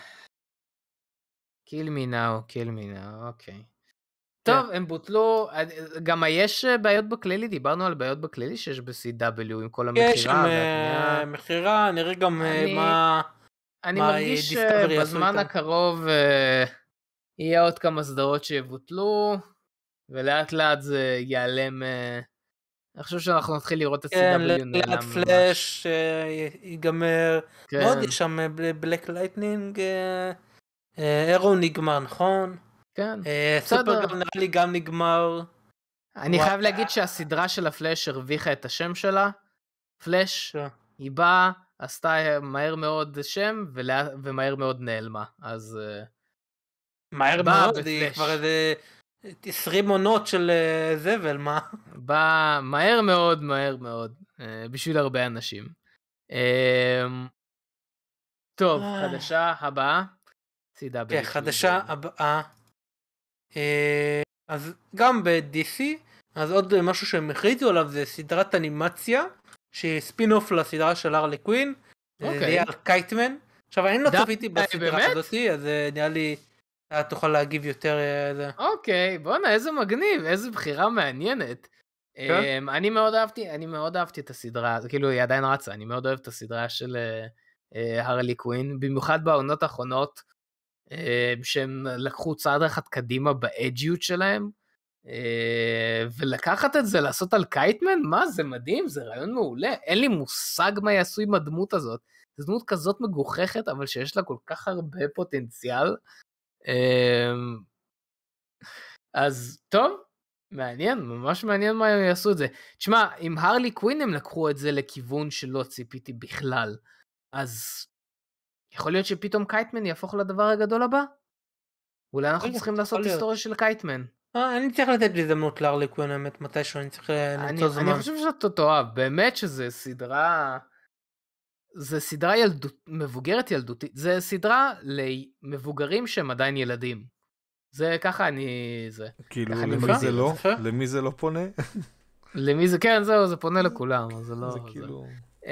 kill me now, kill me now, אוקיי. טוב, הם בוטלו, גם יש בעיות בכללי, דיברנו על בעיות בכללי שיש ב-סי דאבליו עם כל המחירה. יש גם מחירה, נראה גם מה... אני מרגיש שבזמן הקרוב יהיה עוד כמה סדרות שיבוטלו, ולאט לאט זה ייעלם. אני חושב שאנחנו נתחיל לראות את סי דאבליו נעלם. כן, לאט פלאש ייגמר. עוד יש שם בלק לייטנינג, אירו נגמר, נכון? כן. סופרגרל נראה לי גם נגמר. אני חייב להגיד שהסדרה של הפלאש הרוויחה את השם שלה. פלאש, היא באה, עשתה מהר מאוד שם, ומהר מאוד נעלמה, אז... מהר מאוד, היא כבר איזה עשרים עונות של זבל, מה? בא מהר מאוד, מהר מאוד, בשביל הרבה אנשים. טוב, חדשה הבאה. כן, חדשה הבאה. אז גם ב-די סי, אז עוד משהו שהם הכריזו עליו זה סדרת אנימציה, שהיא ספין אוף לסדרה של הרלי קווין, זה יהיה על קייטמן. עכשיו אני לא צפיתי בסדרה הזאת, אז נראה לי אתה תוכל להגיב יותר. אוקיי, בוא'נה, איזה מגניב, איזה בחירה מעניינת. אני מאוד אהבתי, אני מאוד אהבתי את הסדרה, כאילו היא עדיין רצה, אני מאוד אוהב את הסדרה של הרלי קווין, במיוחד בעונות האחרונות, שהם לקחו צעד אחד קדימה באג'יות שלהם, ולקחת את זה, לעשות על קייטמן, מה זה מדהים, זה רעיון מעולה, אין לי מושג מה יעשו עם הדמות הזאת, זו דמות כזאת מגוחכת, אבל שיש לה כל כך הרבה פוטנציאל, אז טוב, מעניין, ממש מעניין מה הם יעשו את זה. תשמע, עם הרלי קווין הם לקחו את זה לכיוון שלא ציפיתי בכלל, אז יכול להיות שפתאום קייטמן יהפוך לדבר הגדול הבא? אולי אנחנו צריכים לעשות היסטוריה של קייטמן. אני צריך לתת הזדמנות להרלי קווין, האמת, מתישהו אני צריך למצוא זמן. אני חושב שאתה תאהב, באמת שזה סדרה, זה סדרה מבוגרת ילדותית, זה סדרה למבוגרים שהם עדיין ילדים. זה ככה אני, זה. כאילו, למי זה לא? למי זה לא פונה? למי זה, כן, זהו, זה פונה לכולם, זה לא... זה כאילו...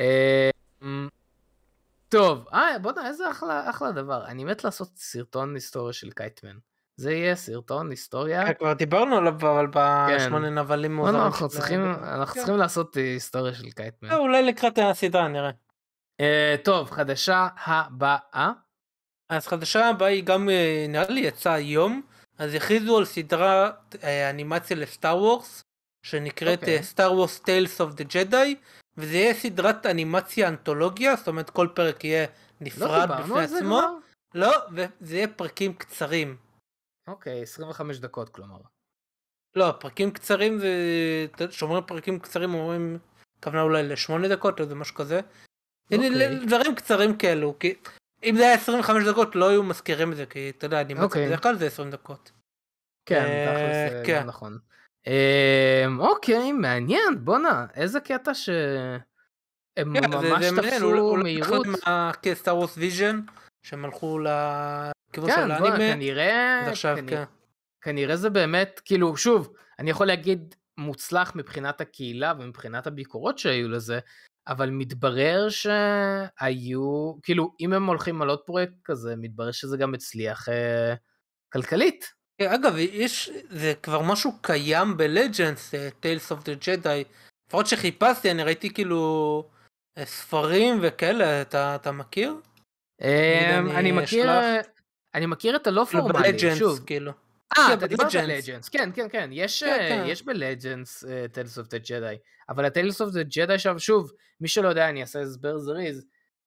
טוב, אה, בוא נראה, איזה אחלה, אחלה דבר. אני מת לעשות סרטון היסטוריה של קייטמן. זה יהיה סרטון היסטוריה. כבר דיברנו עליו, אבל בשמונה נבלים מוזרים. אנחנו צריכים, אנחנו צריכים לעשות היסטוריה של קייטמן. אולי לקראת הסדרה, נראה. טוב, חדשה הבאה. אז חדשה הבאה היא גם, נראה לי, יצאה היום. אז הכריזו על סדרת אנימציה לסטאר וורס, שנקראת סטאר וורס טיילס אוף דה ג'די, וזה יהיה סדרת אנימציה אנתולוגיה, זאת אומרת כל פרק יהיה נפרד בפני עצמו. לא, וזה יהיה פרקים קצרים. אוקיי, עשרים וחמש דקות כלומר. לא, פרקים קצרים זה, שאומרים פרקים קצרים אומרים, כוונה אולי לשמונה דקות או זה משהו כזה. דברים קצרים כאלו, כי אם זה היה עשרים וחמש דקות לא היו מזכירים את זה, כי אתה יודע, אנימציה בדרך כלל זה עשרים דקות. כן, תכלס זה נכון. אוקיי, מעניין, בונה, איזה קטע שהם ממש תפסו מהירות. כסטאר וורס ויז'ן, שהם הלכו לכיוון של האנימה. כנראה, כנראה זה באמת, כאילו, שוב, אני יכול להגיד מוצלח מבחינת הקהילה ומבחינת הביקורות שהיו לזה, אבל מתברר שהיו, כאילו, אם הם הולכים על עוד פרויקט כזה, מתברר שזה גם הצליח כלכלית. אגב, יש, זה כבר משהו קיים בלג'נדס, Tales of the Jedi, לפחות שחיפשתי, אני ראיתי כאילו ספרים וכאלה, אתה, אתה מכיר? אני מכיר, אני מכיר את הלא פורמלי, שוב. כאילו. אה, אתה דיברת על לג'נדס, כן, כן, כן, יש, יש בלג'נדס Tales of the Jedi, אבל ה-Tales of the Jedi עכשיו, שוב, מי שלא יודע, אני אעשה הסבר זריז,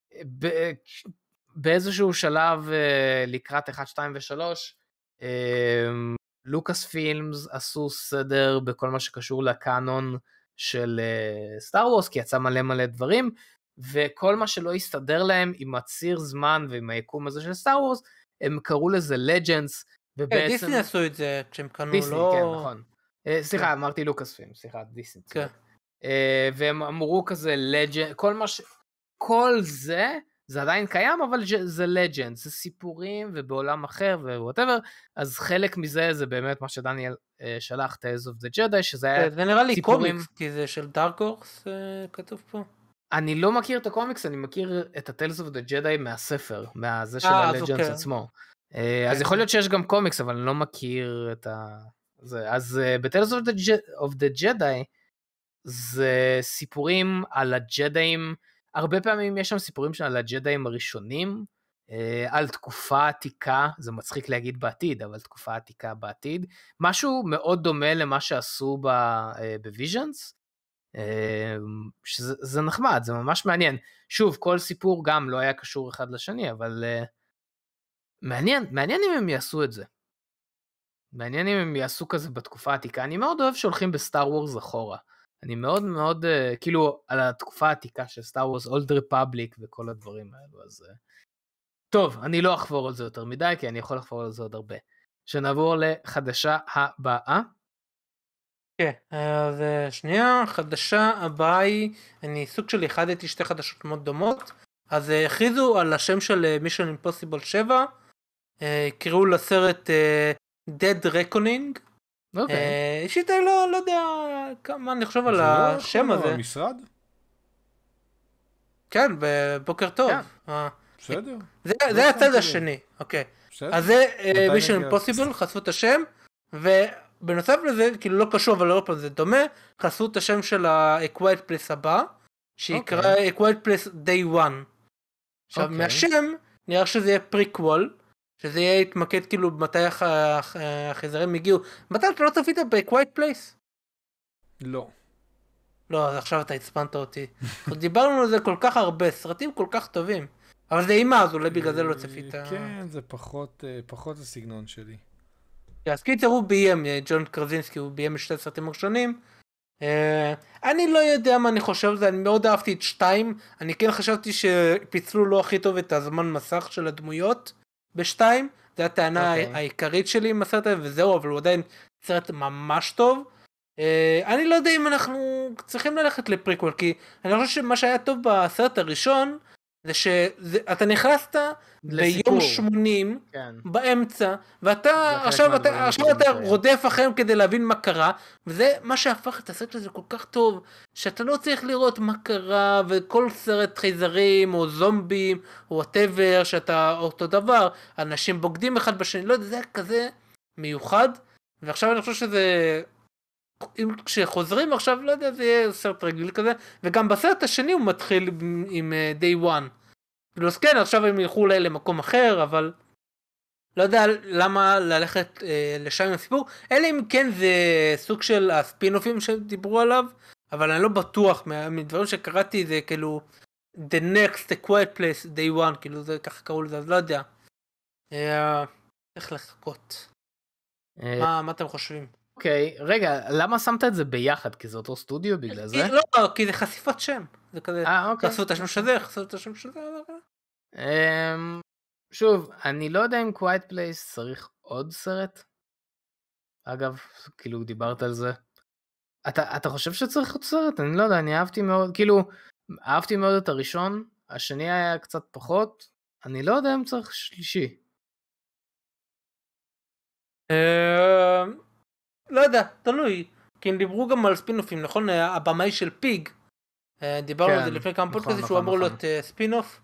באיזשהו שלב לקראת אחת, שתיים ושלוש, לוקאס פילמס עשו סדר בכל מה שקשור לקאנון של סטאר וורס, כי יצא מלא מלא דברים, וכל מה שלא יסתדר להם עם הציר זמן ועם היקום הזה של סטאר וורס, הם קראו לזה לג'נדס, ובעצם... דיסני עשו את זה כשהם קנו, דיסני, לא... כן, נכון. סליחה, אמרתי לוקאס פילמס, סליחה, דיסני. כן. והם אמרו כזה לג'נד, כל מה ש... כל זה... זה עדיין קיים, אבל זה לג'נד, זה סיפורים ובעולם אחר ווואטאבר, אז חלק מזה זה באמת מה שדניאל שלח, Tales of the Jedi, שזה היה סיפורים. זה נראה לי קומיקס, כי זה של דארק הורס כתוב פה. אני לא מכיר את הקומיקס, אני מכיר את ה-Tales of the Jedi מהספר, מהזה של הלג'נדס עצמו. אז יכול להיות שיש גם קומיקס, אבל אני לא מכיר את ה... אז ב-Tales of the Jedi, זה סיפורים על הג'דאים, הרבה פעמים יש שם סיפורים על הג'דאים הראשונים, על תקופה עתיקה, זה מצחיק להגיד בעתיד, אבל תקופה עתיקה בעתיד, משהו מאוד דומה למה שעשו בוויז'נס, שזה נחמד, זה ממש מעניין. שוב, כל סיפור גם לא היה קשור אחד לשני, אבל מעניין, מעניין אם הם יעשו את זה. מעניין אם הם יעשו כזה בתקופה העתיקה, אני מאוד אוהב שהולכים בסטאר וורס אחורה. אני מאוד מאוד, uh, כאילו, על התקופה העתיקה של סטאר וורס, אולד רפבליק וכל הדברים האלו, אז... Uh... טוב, אני לא אחפור על זה יותר מדי, כי אני יכול לחפור על זה עוד הרבה. שנעבור לחדשה הבאה. כן, אז שנייה, חדשה הבאה היא, אני סוג של איחדתי שתי חדשות מאוד דומות, אז הכריזו על השם של מישן אימפוסיבול שבע, קראו לסרט Dead Reckoning. אוקיי. אישית אני לא, לא יודע כמה אני חושב על השם הזה. זה לא המשרד? כן, בבוקר טוב. בסדר. זה הצד השני, אוקיי. אז זה מישן אימפוסיבול, חשפו את השם, ובנוסף לזה, כאילו לא קשור, אבל לא פעם זה דומה, חשפו את השם של ה-Quiet Place הבא, שיקרא Quiet Place Day One. עכשיו, מהשם, נראה שזה יהיה פריקוול, שזה יהיה התמקד כאילו מתי החייזרים הגיעו. מתי אתה לא צפית ב-Quiet Place? לא. לא, אז עכשיו אתה הצפנת אותי. דיברנו על זה כל כך הרבה, סרטים כל כך טובים. אבל זה אימה, אז אולי בגלל זה לא צפית. כן, זה פחות, פחות הסגנון שלי. אז קיצר הוא ביים, ג'ון קרזינסקי הוא ביים משתי סרטים ראשונים. אני לא יודע מה אני חושב על זה, אני מאוד אהבתי את שתיים. אני כן חשבתי שפיצלו לא הכי טוב את הזמן מסך של הדמויות בשתיים. זו הטענה העיקרית שלי עם הסרט הזה, וזהו, אבל הוא עדיין סרט ממש טוב. אני לא יודע אם אנחנו צריכים ללכת לפריקוול, כי אני חושב שמה שהיה טוב בסרט הראשון, זה שאתה נכנסת ביום שמונים באמצע, ואתה עכשיו אתה רודף אחריהם כדי להבין מה קרה, וזה מה שהפך את הסרט הזה כל כך טוב, שאתה לא צריך לראות מה קרה, וכל סרט חייזרים או זומבים או whatever, שאתה אותו דבר, אנשים בוגדים אחד בשני, לא יודע, זה היה כזה מיוחד, ועכשיו אני חושב שזה... כשחוזרים עכשיו, לא יודע, זה יהיה סרט רגיל כזה, וגם בסרט השני הוא מתחיל עם Day One. פלוס כן, עכשיו הם ילכו אולי למקום אחר, אבל לא יודע למה ללכת אה, לשם עם הסיפור, אלא אם כן זה סוג של הספינופים שדיברו עליו, אבל אני לא בטוח, מדברים שקראתי זה כאילו The Next, The Quiet Place, Day One, כאילו זה ככה קראו לזה, אז לא יודע. אה, איך לחכות? אה... מה, מה אתם חושבים? אוקיי, רגע, למה שמת את זה ביחד? כי זה אותו סטודיו בגלל זה? לא, כי זה חשיפת שם. זה כזה, חשפו את השם שזה, חשפו את השם שזה. שוב, אני לא יודע אם Quiet Place צריך עוד סרט. אגב, כאילו דיברת על זה. אתה חושב שצריך עוד סרט? אני לא יודע, אני אהבתי מאוד, כאילו, אהבתי מאוד את הראשון, השני היה קצת פחות, אני לא יודע אם צריך שלישי. אה... לא יודע, תלוי, כי הם דיברו גם על ספינופים, נכון? הבמאי של פיג, דיברנו על זה לפני כמה פודקאסטים שהוא אמור להיות ספינוף.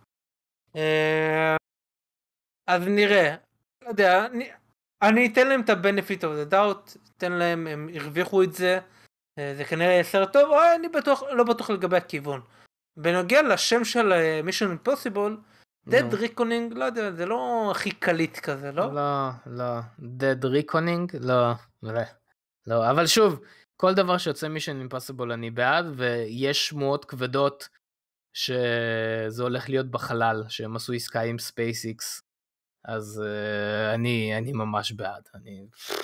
אז נראה, לא יודע, אני אתן להם את ה-benefit of the doubt, אתן להם, הם הרוויחו את זה, זה כנראה יהיה סרט טוב, או אני בטוח, לא בטוח לגבי הכיוון. בנוגע לשם של Mission Impossible, Dead Reckoning, לא יודע, זה לא הכי קליט כזה, לא? לא, לא, Dead Reckoning, לא, לא. לא, אבל שוב, כל דבר שיוצא Mission Impossible אני בעד, ויש שמועות כבדות שזה הולך להיות בחלל, שהם עשו עסקה עם SpaceX, אז uh, אני, אני ממש בעד. אני...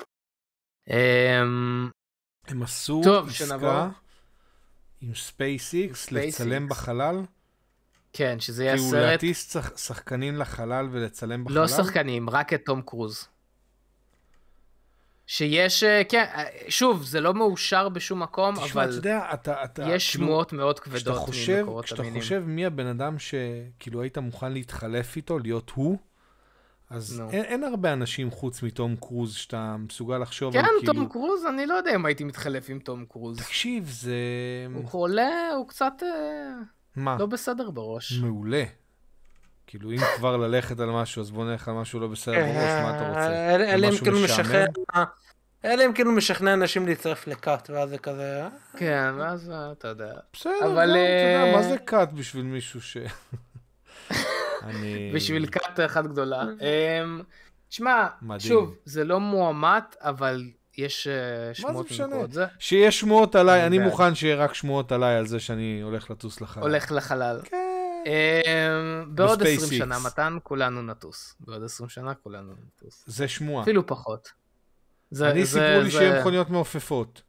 Um, הם עשו טוב, עסקה שנבוא... עם SpaceX לצלם בחלל? כן, שזה יהיה סרט... כאילו להטיס שחקנים לחלל ולצלם בחלל? לא שחקנים, רק את תום קרוז. שיש, כן, שוב, זה לא מאושר בשום מקום, תשמע, אבל אתה יודע, אתה, אתה, יש כאילו, שמועות מאוד כבדות חושב, ממקורות כשאתה אמינים. חושב מי הבן אדם שכאילו היית מוכן להתחלף איתו, להיות הוא, אז no. אין, אין הרבה אנשים חוץ מתום קרוז שאתה מסוגל לחשוב כן, על כאילו... כן, תום קרוז, אני לא יודע אם הייתי מתחלף עם תום קרוז. תקשיב, זה... הוא חולה, הוא קצת... מה? לא בסדר בראש. מעולה. כאילו, אם כבר ללכת על משהו, אז בוא נלך על משהו לא בסדר בראש, מה אתה רוצה? אלה הם כאילו משכנע... אלה הם כאילו משכנע אנשים להצטרף לקאט, ואז זה כזה... כן, ואז אתה יודע. בסדר, אבל... אתה יודע, מה זה קאט בשביל מישהו ש... בשביל קאט אחת גדולה. תשמע, שוב, זה לא מועמד, אבל יש שמועות ממקורות זה. שיש שמועות עליי, אני מוכן שיהיה רק שמועות עליי על זה שאני הולך לטוס לחלל. הולך לחלל. בעוד עשרים שנה מתן, כולנו נטוס. בעוד עשרים שנה כולנו נטוס. זה שמועה. אפילו פחות. אני סיפרו לי שהן מכוניות מעופפות.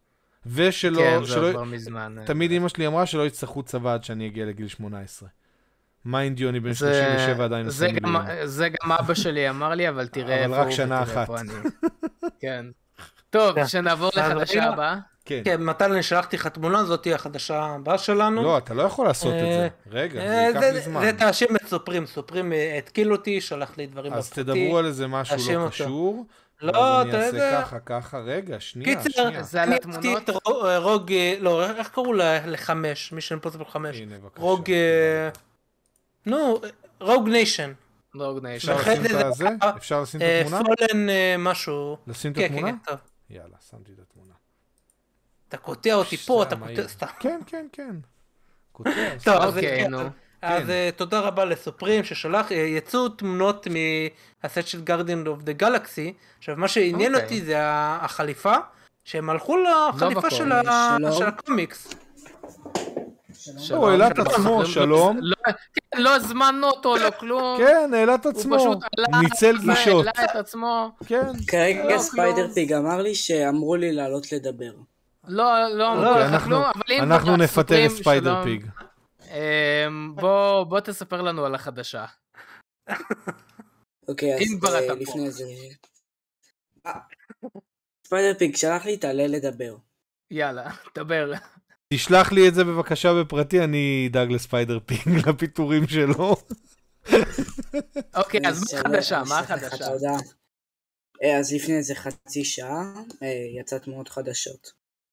ושלא, כן, זה שלא, עבר מזמן. תמיד אמא שלי אמרה שלא יצטרכו צבא עד שאני אגיע לגיל שמונה עשרה. מיינד יו, אני בן זה- שלושים ושבע עדיין זה עושים גם- מילואים. זה גם אבא שלי אמר לי, אבל תראה אבל איפה רק הוא שנה ותראה אחת. איפה אני. כן. טוב, כן. שנעבור אז לחדשה רגע. הבאה. כן. כן, מתן, אני שלחתי לך תמונה, זאתי החדשה הבאה שלנו. לא, אתה לא יכול לעשות את זה. רגע, זה אה, ייקח זה- לי זמן. זה תאשים את סופרים, סופרים אה, התקיל אותי, שלח לי דברים אז בפרטי. תדברו על איזה משהו תאשים לא אותו. קשור. לא, ואז אתה אני יודע. אעשה ככה, ככה, רגע, שנייה, קיצר, שנייה. זה על אני התמונות? אהבתי את רו- אה, רוג, אה, לא, איך קראו לה- לחמש, מישן פוסיבל חמש. הנה, בבקשה. רוג, אה, נו, רוג ניישן. רוג ניישן. אפשר ואחרי לשים זה את זה- הזה? אפשר לשים את התמונה? פולן משהו. לשים את כן, התמונה? כן, טוב. יאללה, שמתי את התמונה. אתה קוטע אותי פה, אתה מהיר. קוטע סתם. כן, כן, כן. קוטע. טוב, סתם. אז אוקיי, כן, נו. אז אה, תודה רבה לסופרים ששלח, אה, יצאו תמונות מהסט של גרדיאן אוף דה גלקסי. עכשיו מה שעניין אוקיי. אותי זה ה- החליפה, שהם הלכו לחליפה בקור. של ה- שלום. של הקומיקס. שלום, הוא העלה את שלום. עצמו, לא- שלום. לא- כן, לא הזמנו אותו, לא כלום. כן, העלה את הוא עצמו. פשוט עלה, ניצל זה, גישות. העלה את עצמו. כן. כרגע לא, ספיידר כלום. פיג אמר לי שאמרו לי לעלות לדבר. לא, לא אמרו לא, לך אנחנו- כלום, אבל אם אנחנו כבר נפטר סופרים, את ספיידר שלום. פיג. אמ, בוא בוא תספר לנו על החדשה. אוקיי, אז אם כבר אה, אתה פה. לפני זה... אה, ספיידר פיג שלח לי תעלה לדבר. יאללה, דבר. תשלח לי את זה בבקשה בפרטי, אני אדאג לספיידר פיג לפיטורים שלו. אוקיי, אז מה שלום, החדשה? אני מה אשלח לך החדשה? תודה. אה, אז לפני איזה חצי שעה אה, יצא תמונות חדשות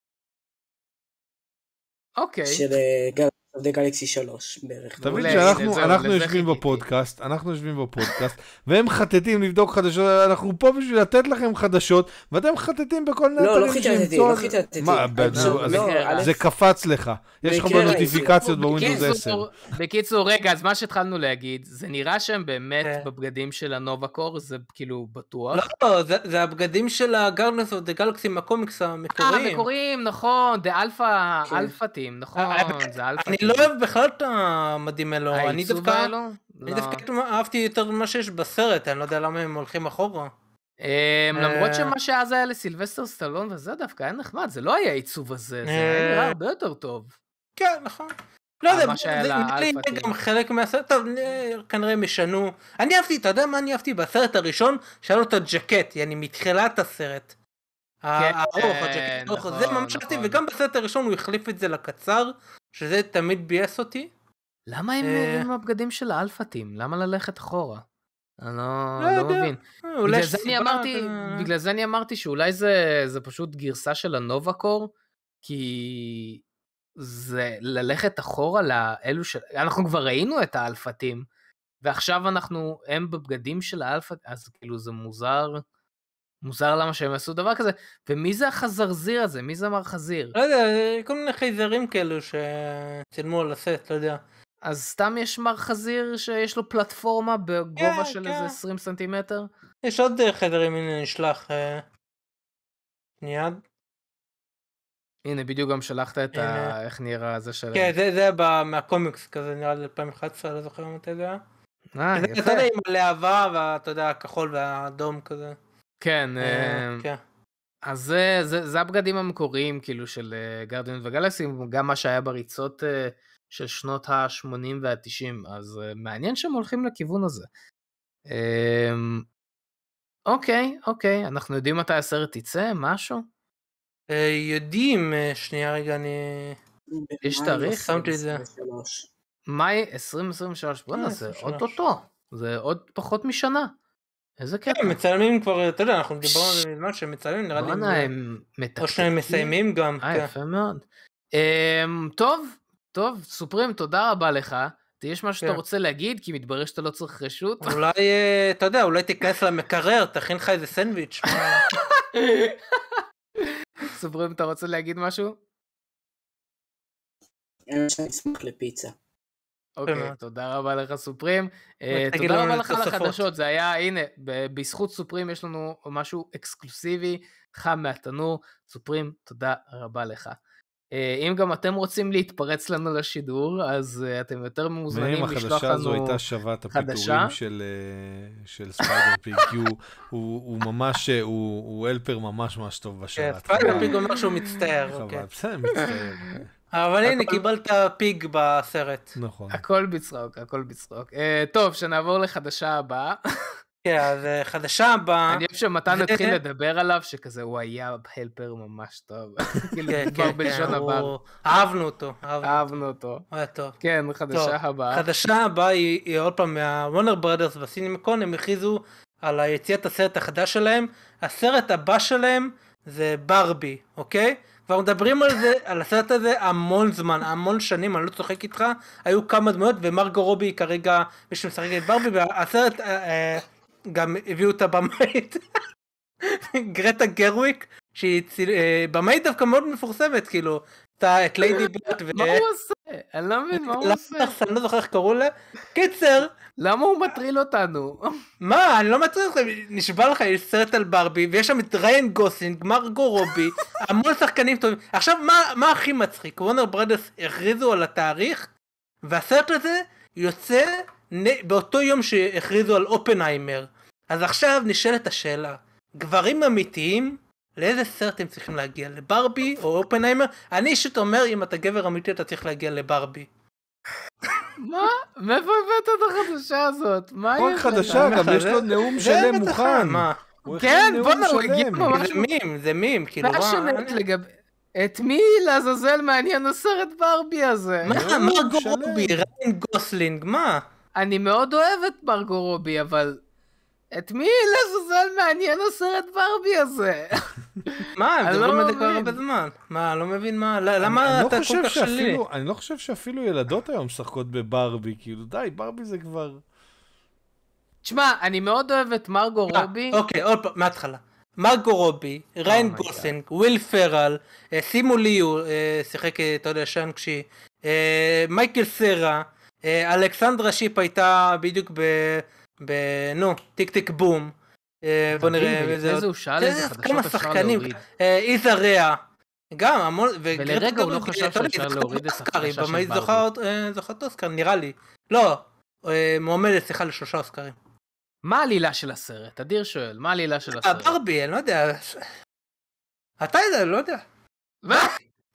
אוקיי. של גלקסי שלוש בערך. תבין מעולה, שאנחנו הנה, זהו, אנחנו לזה יושבים חיכיתי. בפודקאסט, אנחנו יושבים בפודקאסט, והם חטטים לבדוק חדשות, אנחנו פה בשביל לתת לכם חדשות, ואתם חטטים בכל מיני לא, לא אתרים חיטטתי, שימצאו- לא חיטטתי. מה, אני ב- פשוט- אז- לא, זה- א', זה קפץ לך, יש לך במקרה בנוטיפיקציות בווינדוס בקיצור- עשר. בקיצור, רגע, אז מה שהתחלנו להגיד, זה נראה שהם באמת כן. בבגדים של הנובה קור, זה כאילו בטוח. לא, זה- זה הבגדים של הגרדיאנס אוף דה גלקסי מהקומיקס אה, המקוריים. המקוריים, נכון, דה אלפא, כן. אלפאטים, נכון, האמת, זה אלפאטים. אני לא אוהב בכלל את המדים האלו, אני העיצוב דווקא האלו? אני לא. דווקא אהבתי יותר ממה שיש בסרט, אני לא יודע למה הם הולכים אחורה. אמ, למרות אה. שמה שאז היה לסילבסטר סטלון וזה דווקא היה נחמד, זה לא היה העיצוב הזה, זה אה. היה נראה הרבה יותר טוב. כן, נכון. לא יודע, מה שהיה זה נראה לי לאלפאטים. גם חלק מהסרט, טוב, אה, כנראה הם ישנו. אני אהבתי, אתה יודע מה אני אהבתי? בסרט הראשון, שהיה לו את הג'קט, יעני מתחילת הסרט. הארוך, הג'קט הארוך, זה נכון, ממש אהבתי, נכון. וגם בסרט הראשון הוא החליף את זה לקצר, שזה תמיד ביאס אותי. למה הם אה. עם הבגדים של האלפאטים? למה ללכת אחורה? אני לא לא לא יודע. מבין. אה, אולי בגלל יש זה אני סיבה, אמרתי, אה, בגלל זה אני אמרתי שאולי זה, זה פשוט גרסה של הנובה קור, כי זה ללכת אחורה לאלו של... אנחנו כבר ראינו את האלפתים, ועכשיו אנחנו, הם בבגדים של האלפת, אז כאילו זה מוזר, מוזר למה שהם עשו דבר כזה, ומי זה החזרזיר הזה? מי זה אמר חזיר? לא יודע, כל מיני חייזרים כאלו שצילמו על הסט, לא יודע. אז סתם יש מר חזיר שיש לו פלטפורמה בגובה כן, של כן. איזה עשרים סנטימטר? יש עוד אה, חייזרים, הנה נשלח. אה, שנייה. הנה, בדיוק גם שלחת את ה... הנה. איך נראה זה שלהם. כן, זה זה היה ב- מהקומיקס כזה, נראה לי אלפיים ואחת עשרה, לא זוכר מתי זה היה. אה, זה יפה. אתה יודע, עם הלהבה ואתה יודע, הכחול והאדום כזה. כן, אה, אה, כן. אז זה, זה, זה הבגדים המקוריים כאילו של גרדיאן וגלקסי, גם מה שהיה בריצות אה, של שנות ה-שמונים וה-תשעים, אז אה, מעניין שהם הולכים לכיוון הזה. אה, אוקיי, אוקיי, אנחנו יודעים מתי הסרט יצא, משהו? אה, יודעים, אה, שנייה רגע, אני... יש במאי תאריך? שמתי את זה. עשרים ושלוש. מאי עשרים עשרים ושלוש, בוא'נה, אה, זה עשרים ושלוש. אוטוטו, זה עוד פחות משנה. איזה קטע. כן, מצלמים כבר, אתה יודע, אנחנו דיברנו על זה מזמן שהם מצלמים, נראה לי... בוא'נה, הם או מתקתקים. שהם מסיימים גם. אה, כן. יפה מאוד. אמ, טוב, טוב, סופרים, תודה רבה לך. יש משהו שאתה כן. רוצה להגיד, כי מתברר שאתה לא צריך רשות. אולי, אה, אתה יודע, אולי תיכנס למקרר, תכין לך איזה סנדוויץ'. סופרים, אתה רוצה להגיד משהו? אין שאני אשמח לפיצה. אוקיי, מאוד. תודה רבה לך סופרים. אה, תגיד תודה לנו רבה לך על תוספות. החדשות, זה היה, הנה, ב- בזכות סופרים יש לנו משהו אקסקלוסיבי, חם מהתנור. סופרים, תודה רבה לך. אם גם אתם רוצים להתפרץ לנו לשידור, אז אתם יותר מוזמנים לשלוח לנו חדשה. החדשה הזו הייתה שווה את הפיתורים של ספיידר פיג, כי הוא ממש, הוא אלפר ממש ממש טוב בשרת. ספיידר פיג אומר שהוא מצטער. בסדר, מצטער. אבל הנה, קיבלת פיג בסרט. נכון. הכל בצחוק, הכל בצחוק. טוב, שנעבור לחדשה הבאה. כן, אז חדשה הבאה... אני חושב שמתן התחיל לדבר עליו, שכזה הוא היה הלפר ממש טוב. כאילו, כבר בלשון הבא. אהבנו אותו. אהבנו אותו. הוא היה טוב. כן, חדשה הבאה. חדשה הבאה היא עוד פעם מהוונר ברודרס והסינמקון, הם הכריזו על יציאת הסרט החדש שלהם. הסרט הבא שלהם זה ברבי, אוקיי? כבר מדברים על זה, על הסרט הזה המון זמן, המון שנים, אני לא צוחק איתך, היו כמה דמויות, ומרגו רובי כרגע, מי שמשחק את ברבי, והסרט אה, גם הביאו את הבמאית, גרטה גרוויק, שהיא אה, במאית דווקא מאוד מפורסמת, כאילו, את ליידי בט ו... מה הוא עושה? אני לא מבין, מה הוא עושה? אני לא זוכר איך קראו לה. קיצר. למה הוא מטריל אותנו? מה? אני לא מטריל אותך, נשבע לך, יש סרט על ברבי, ויש שם את ריין גוסלינג, מרגו רובי, המון שחקנים טובים. עכשיו, מה הכי מצחיק? וונר ברודרס הכריזו על התאריך, והסרט הזה יוצא באותו יום שהכריזו על אופנהיימר. אז עכשיו נשאלת השאלה, גברים אמיתיים, לאיזה סרט הם צריכים להגיע? לברבי או אופנהיימר? אני אישית אומר, אם אתה גבר אמיתי, אתה צריך להגיע לברבי. מה? מאיפה הבאת את החדשה הזאת? מה כל חדשה, גם יש לו נאום שלם מוכן. כן, בוא הוא הגיע ממש... זה מים, זה מים, כאילו מה? את מי לעזאזל מעניין הסרט ברבי הזה? מה? מרגו רובי, ריין גוסלינג, מה? אני מאוד אוהב את מרגו רובי, אבל... את מי לעזאזל מעניין הסרט ברבי הזה? מה, הם מדברים על זה כבר הרבה זמן. מה, לא מבין מה, למה אתה כל כך שלי? אני לא חושב שאפילו ילדות היום משחקות בברבי, כאילו די, ברבי זה כבר... תשמע, אני מאוד אוהב את מרגו רובי. אוקיי, עוד פעם, מההתחלה. מרגו רובי, ריין גוסלינג, וויל פרל, שימו ליו, שיחק, אתה יודע, שאנקשי, מייקל סרה, אלכסנדרה שיפ הייתה בדיוק ב... נו, טיק טיק בום. בוא נראה איזה הוא שאל איזה חדשות אפשר להוריד. איזה ריאה. גם המון, ולרגע הוא לא חשב שאפשר להוריד את החדשה של ברבי. זוכרת אוסקר, נראה לי. לא, מועמדת שיחה לשלושה אוסקרים. מה העלילה של הסרט? אדיר שואל, מה העלילה של הסרט? ברבי, אני לא יודע. אתה יודע, לא יודע. מה?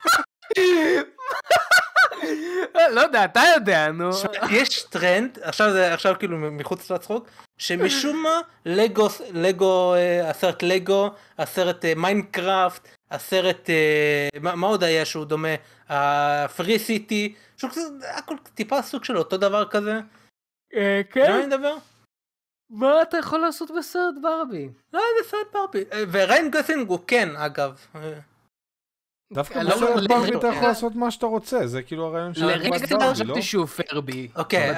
לא יודע, אתה יודע, נו. יש טרנד, עכשיו כאילו מחוץ לצחוק, שמשום מה לגו, לגו, הסרט לגו, הסרט מיינקראפט, הסרט, מה עוד היה שהוא דומה, הפרי סיטי, הכל טיפה סוג של אותו דבר כזה. כן? מה אני מדבר? מה אתה יכול לעשות בסרט ברבי? לא, זה סרט ברבי. וריין גוסלינג הוא כן, אגב. דווקא בסרט ברבי אתה יכול לעשות מה שאתה רוצה, זה כאילו הרעיון של... לרגע חשבתי שהוא פרבי. אוקיי,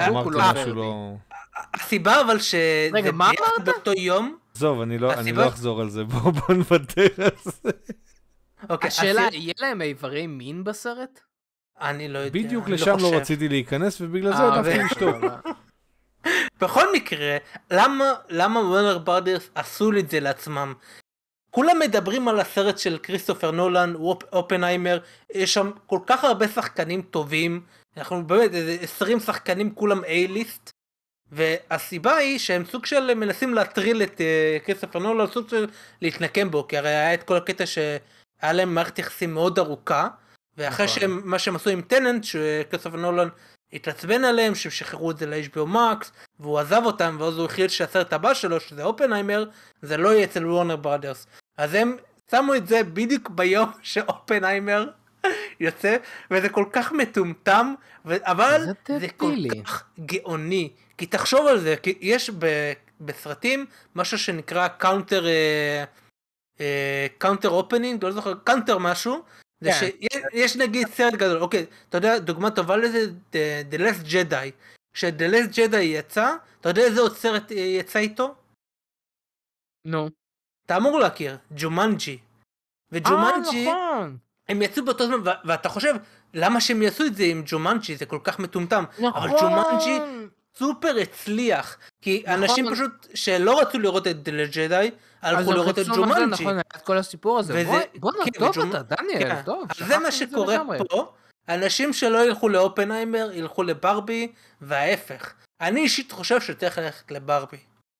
הסיבה אבל ש... רגע, מה אמרת? באותו יום... זוב, אני לא אחזור על זה, בואו נוותר על זה. השאלה, יהיה להם איברי מין בסרט? אני לא יודע. בדיוק לשם לא רציתי להיכנס, ובגלל זה דווקא לשתוק. בכל מקרה, למה וונר ברודרס עשו את זה לעצמם? כולם מדברים על הסרט של כריסטופר נולן, אופנהיימר, יש שם כל כך הרבה שחקנים טובים, אנחנו באמת איזה עשרים שחקנים כולם A-ליסט, והסיבה היא שהם סוג של מנסים להטריל את uh, כריסטופר נולן, סוג של להתנקם בו, כי הרי היה את כל הקטע שהיה להם מערכת יחסים מאוד ארוכה, ואחרי שהם, מה שהם עשו עם טננט, שכריסטופר נולן התעצבן עליהם, שהם שחררו את זה ל-אייץ' בי או Max, והוא עזב אותם, ואז הוא החליט שהסרט הבא שלו, שזה אופנהיימר, זה לא יהיה אצל וורנר ברודרס. אז הם שמו את זה בדיוק ביום שאופנהיימר יוצא, וזה כל כך מטומטם, אבל זה כל כך גאוני. כי תחשוב על זה, כי יש בסרטים משהו שנקרא קאונטר, קאונטר אופנינג, לא זוכר, קאונטר משהו, זה שיש נגיד סרט גדול, אוקיי, אתה יודע, דוגמה טובה לזה, The Last Jedi, כש-The Last Jedi יצא, אתה יודע איזה עוד סרט יצא איתו? נו. אתה אמור להכיר, ג'ומנג'י. וג'ומנג'י, הם יצאו באותו זמן, ואתה חושב, למה שהם יעשו את זה עם ג'ומנג'י, זה כל כך מטומטם. אבל ג'ומנג'י, סופר הצליח, כי נכון. אנשים פשוט שלא רצו לראות את לג'די, הלכו לראות את ג'ומנג'י. נכון, היה את כל הסיפור הזה. וזה- בוא כן, טוב וג'ומ- אתה, דניאל, כן. טוב. אז זה שכחתי מה את שקורה לגמרי. פה, אנשים שלא ילכו לאופנהיימר, ילכו לברבי, וההפך. אני אישית חושב שצריך ללכת לברבי.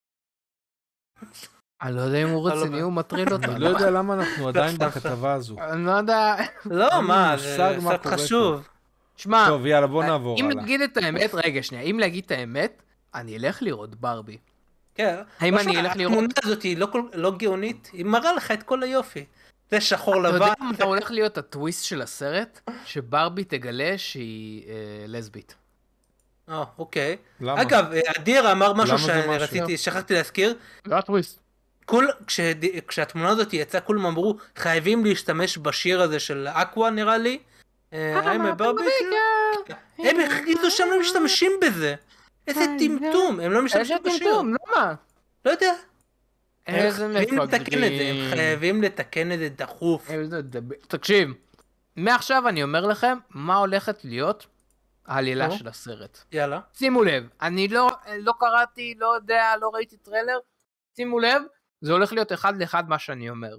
אני לא יודע אם הוא אני לא רציני, יודע. הוא מטריל אותנו. אני לא יודע למה אנחנו עדיין סתם, בכתבה הזו. אני לא יודע. לא, אין לי מה, מושג זה מה קצת קורה חשוב. שמע, טוב, יאללה, בוא נעבור אם הלאה. נגיד את האמת, רגע שנייה, אם להגיד את האמת, אני אלך לראות ברבי. כן. האם משהו, אני אלך לראות? התמונה הזאת היא לא כל- לא גאונית, היא מראה לך את כל היופי. זה שחור אתה יודע לבן. מה הולך להיות הטוויסט של הסרט? שברבי תגלה שהיא אה, לסבית. אה, אוקיי. למה? אגב, אדיר אמר משהו למה זה שאני משהו? רציתי, שכחתי להזכיר. זה הטוויסט. כול, כשד- כשהתמונה הזאת יצאה, כולם אמרו, חייבים להשתמש בשיר הזה של אקווה, נראה לי. אה, I'm a Barbie. הם הכריזו שהם לא משתמשים בזה. איזה טמטום, הם לא איזה משתמשים בשיר. טמטום, למה? לא יודע. הם איזה חייבים לתקן את זה, הם מפגרים. חייבים לתקן את זה דחוף. איזה דב- תקשיב, מעכשיו אני אומר לכם מה הולכת להיות העלילה נו. של הסרט. יאללה. שימו לב, אני לא, לא קראתי, לא יודע, לא ראיתי טריילר, שימו לב, זה הולך להיות אחד לאחד מה שאני אומר.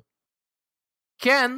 כן,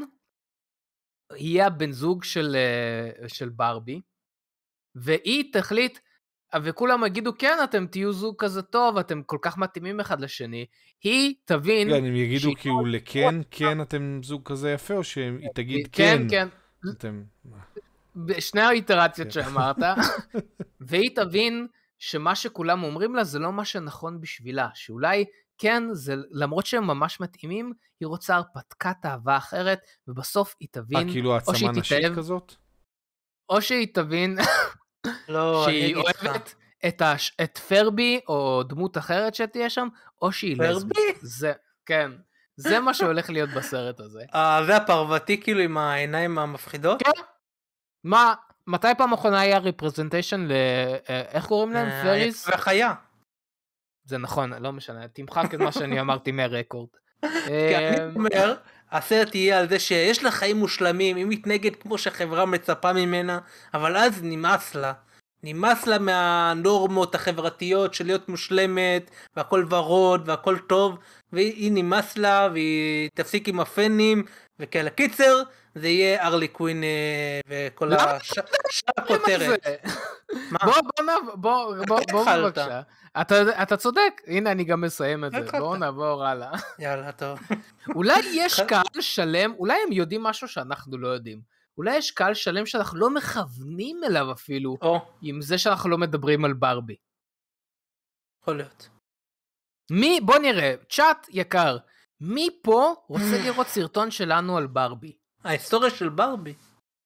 יהיה הבן זוג של, אה, של ברבי, והיא תחליט, וכולם יגידו, כן, אתם תהיו זוג כזה טוב, אתם כל כך מתאימים אחד לשני, היא תבין... כן, הם יגידו שהיא- כאילו לכן, כן אתם זוג כזה יפה, או שהיא תגיד כן, כן. כן, אתם... בשני האיטרציות כן. שאמרת, והיא תבין שמה שכולם אומרים לה זה לא מה שנכון בשבילה, שאולי כן, זה, למרות שהם ממש מתאימים, היא רוצה הרפתקת אהבה אחרת, ובסוף היא אה, תבין, כאילו או שהיא העצמה נשית תתאהב, כזאת? או שהיא תבין לא, אני שהיא אגיד לך. אוהבת את, הש... את פרבי, או דמות אחרת שתהיה שם, או שהיא פרבי? לסבית. זה, כן. זה מה שהולך להיות בסרט הזה. אה, זה הפרוותי כאילו עם העיניים המפחידות? כן. מה, מתי פעם אחרונה היה ריפרזנטיישן ל... אה, איך קוראים להם? אה, פריז? וחיה. זה נכון, לא משנה, תמחק את מה שאני אמרתי מהרקורד. כי אה, אני אומר, הסרט יהיה על זה שיש לה חיים מושלמים, היא מתנהגת כמו שהחברה מצפה ממנה, אבל אז נמאס לה. נמאס לה מהנורמות החברתיות של להיות מושלמת, והכל ורוד, והכל טוב, והיא נמאס לה, והיא תפסיק עם הפנים, וכאלה. קיצר, זה יהיה ארלי קווין אה, וכל למה? הש... הכותרת. מה? בוא, בוא, נעב- בוא, בוא, אתה בוא התחלת. בבקשה. אתה, אתה צודק, הנה אני גם מסיים את זה, התחלת. בואו נעבור הלאה. יאללה, טוב. אולי יש התחל- קהל שלם, אולי הם יודעים משהו שאנחנו לא יודעים. אולי יש קהל שלם שאנחנו לא מכוונים אליו אפילו, או, עם זה שאנחנו לא מדברים על ברבי. יכול להיות. מי, בוא נראה, צ'אט יקר, מי פה רוצה לראות סרטון שלנו על ברבי? ההיסטוריה של ברבי.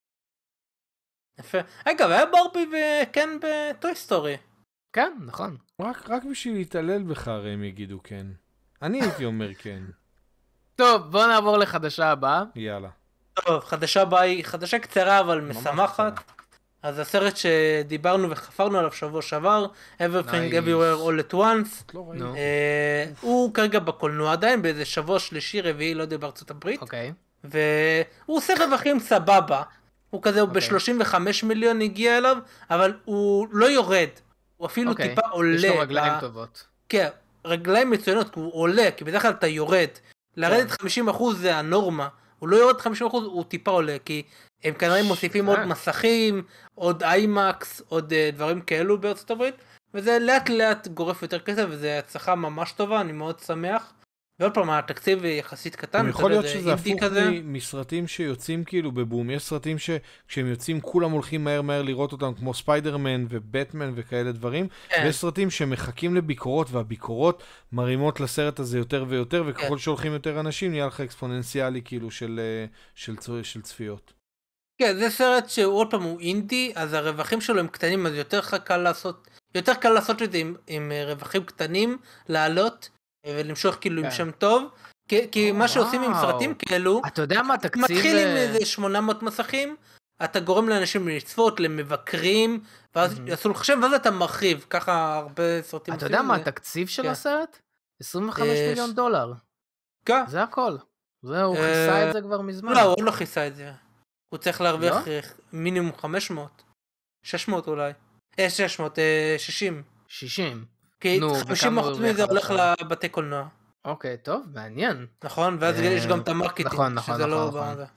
יפה. אגב, היה ברבי וכן בטוי סטורי. כן, נכון. רק רק בשביל להתעלל בך הרי הם יגידו כן. אני הייתי אומר כן. טוב, בוא נעבור לחדשה הבאה. יאללה. טוב, חדשה הבאה היא חדשה קצרה אבל ממש משמחת. קצרה. אז הסרט שדיברנו וחפרנו עליו שבוע שעבר, Everything Nice. Everywhere All at Once, לא ראיתי. נו, אה, הוא כרגע בקולנוע עדיין באיזה שבוע שלישי רביעי, לא יודע, בארצות הברית, אוקיי. והוא עושה רווחים סבבה. הוא כזה, הוא אוקיי. ב-שלושים וחמישה מיליון הגיע אליו, אבל הוא לא יורד. הוא אפילו אוקיי. טיפה עולה. יש לו רגליים ב- טובות. כן, רגליים מצוינות, כי הוא עולה, כי בדרך כלל אתה יורד. לרדת חמישים אחוז זה הנורמה. הוא לא יורד חמישים אחוז, הוא טיפה עולה, כי הם כנראה מוסיפים עוד מסכים, עוד איימקס, עוד uh, דברים כאלו בארצות הברית, וזה לאט לאט גורף יותר כסף, וזו הצלחה ממש טובה, אני מאוד שמח. ועוד פעם, התקציב יחסית קטן, גם יכול אתה יודע, להיות זה שזה אינדי הפוך כזה. מ- מסרטים שיוצאים כאילו בבום. יש סרטים שכשהם יוצאים כולם הולכים מהר מהר לראות אותם, כמו ספיידרמן ובטמן וכאלה דברים. כן. ויש סרטים שמחכים לביקורות, והביקורות מרימות לסרט הזה יותר ויותר, וככל כן. שהולכים יותר אנשים נהיה לך אקספוננציאלי כאילו של, אה, של, צ- של צפיות. כן, זה סרט שהוא עוד פעם הוא אינדי, אז הרווחים שלו הם קטנים, אז יותר קל לעשות, יותר קל לעשות את זה עם, עם רווחים קטנים, לעלות ולמשוך כאילו עם כן. שם טוב, כי, כי מה שעושים עם וואו. סרטים כאלו, אתה יודע מה התקציב... מתחיל עם אה, איזה שמונה מאות מסכים, אתה גורם לאנשים לצפות, למבקרים, ואז יעשו לחשב, ואז אתה מרחיב, ככה הרבה סרטים אתה עושים יודע את מה זה. התקציב של כן. הסרט? עשרים וחמש אה, מיליון ש- דולר. כן. זה הכל. זהו, הוא אה, כיסה את זה כבר מזמן. לא, הוא עוד לא כיסה את זה. הוא צריך להרוויח לא? אה, מינימום חמש מאות. שש מאות אולי. אה, שש מאות, אה, שישים. שישים. כי נו, חמישים וכמה אחוז הוא הרוויח מזה עד הולך עכשיו? לבתי קולנוע. אוקיי, טוב, מעניין. נכון? ואז אה, יש גם את המרקטינג, נכון, נכון, שזה לא... נכון, נכון. בזה.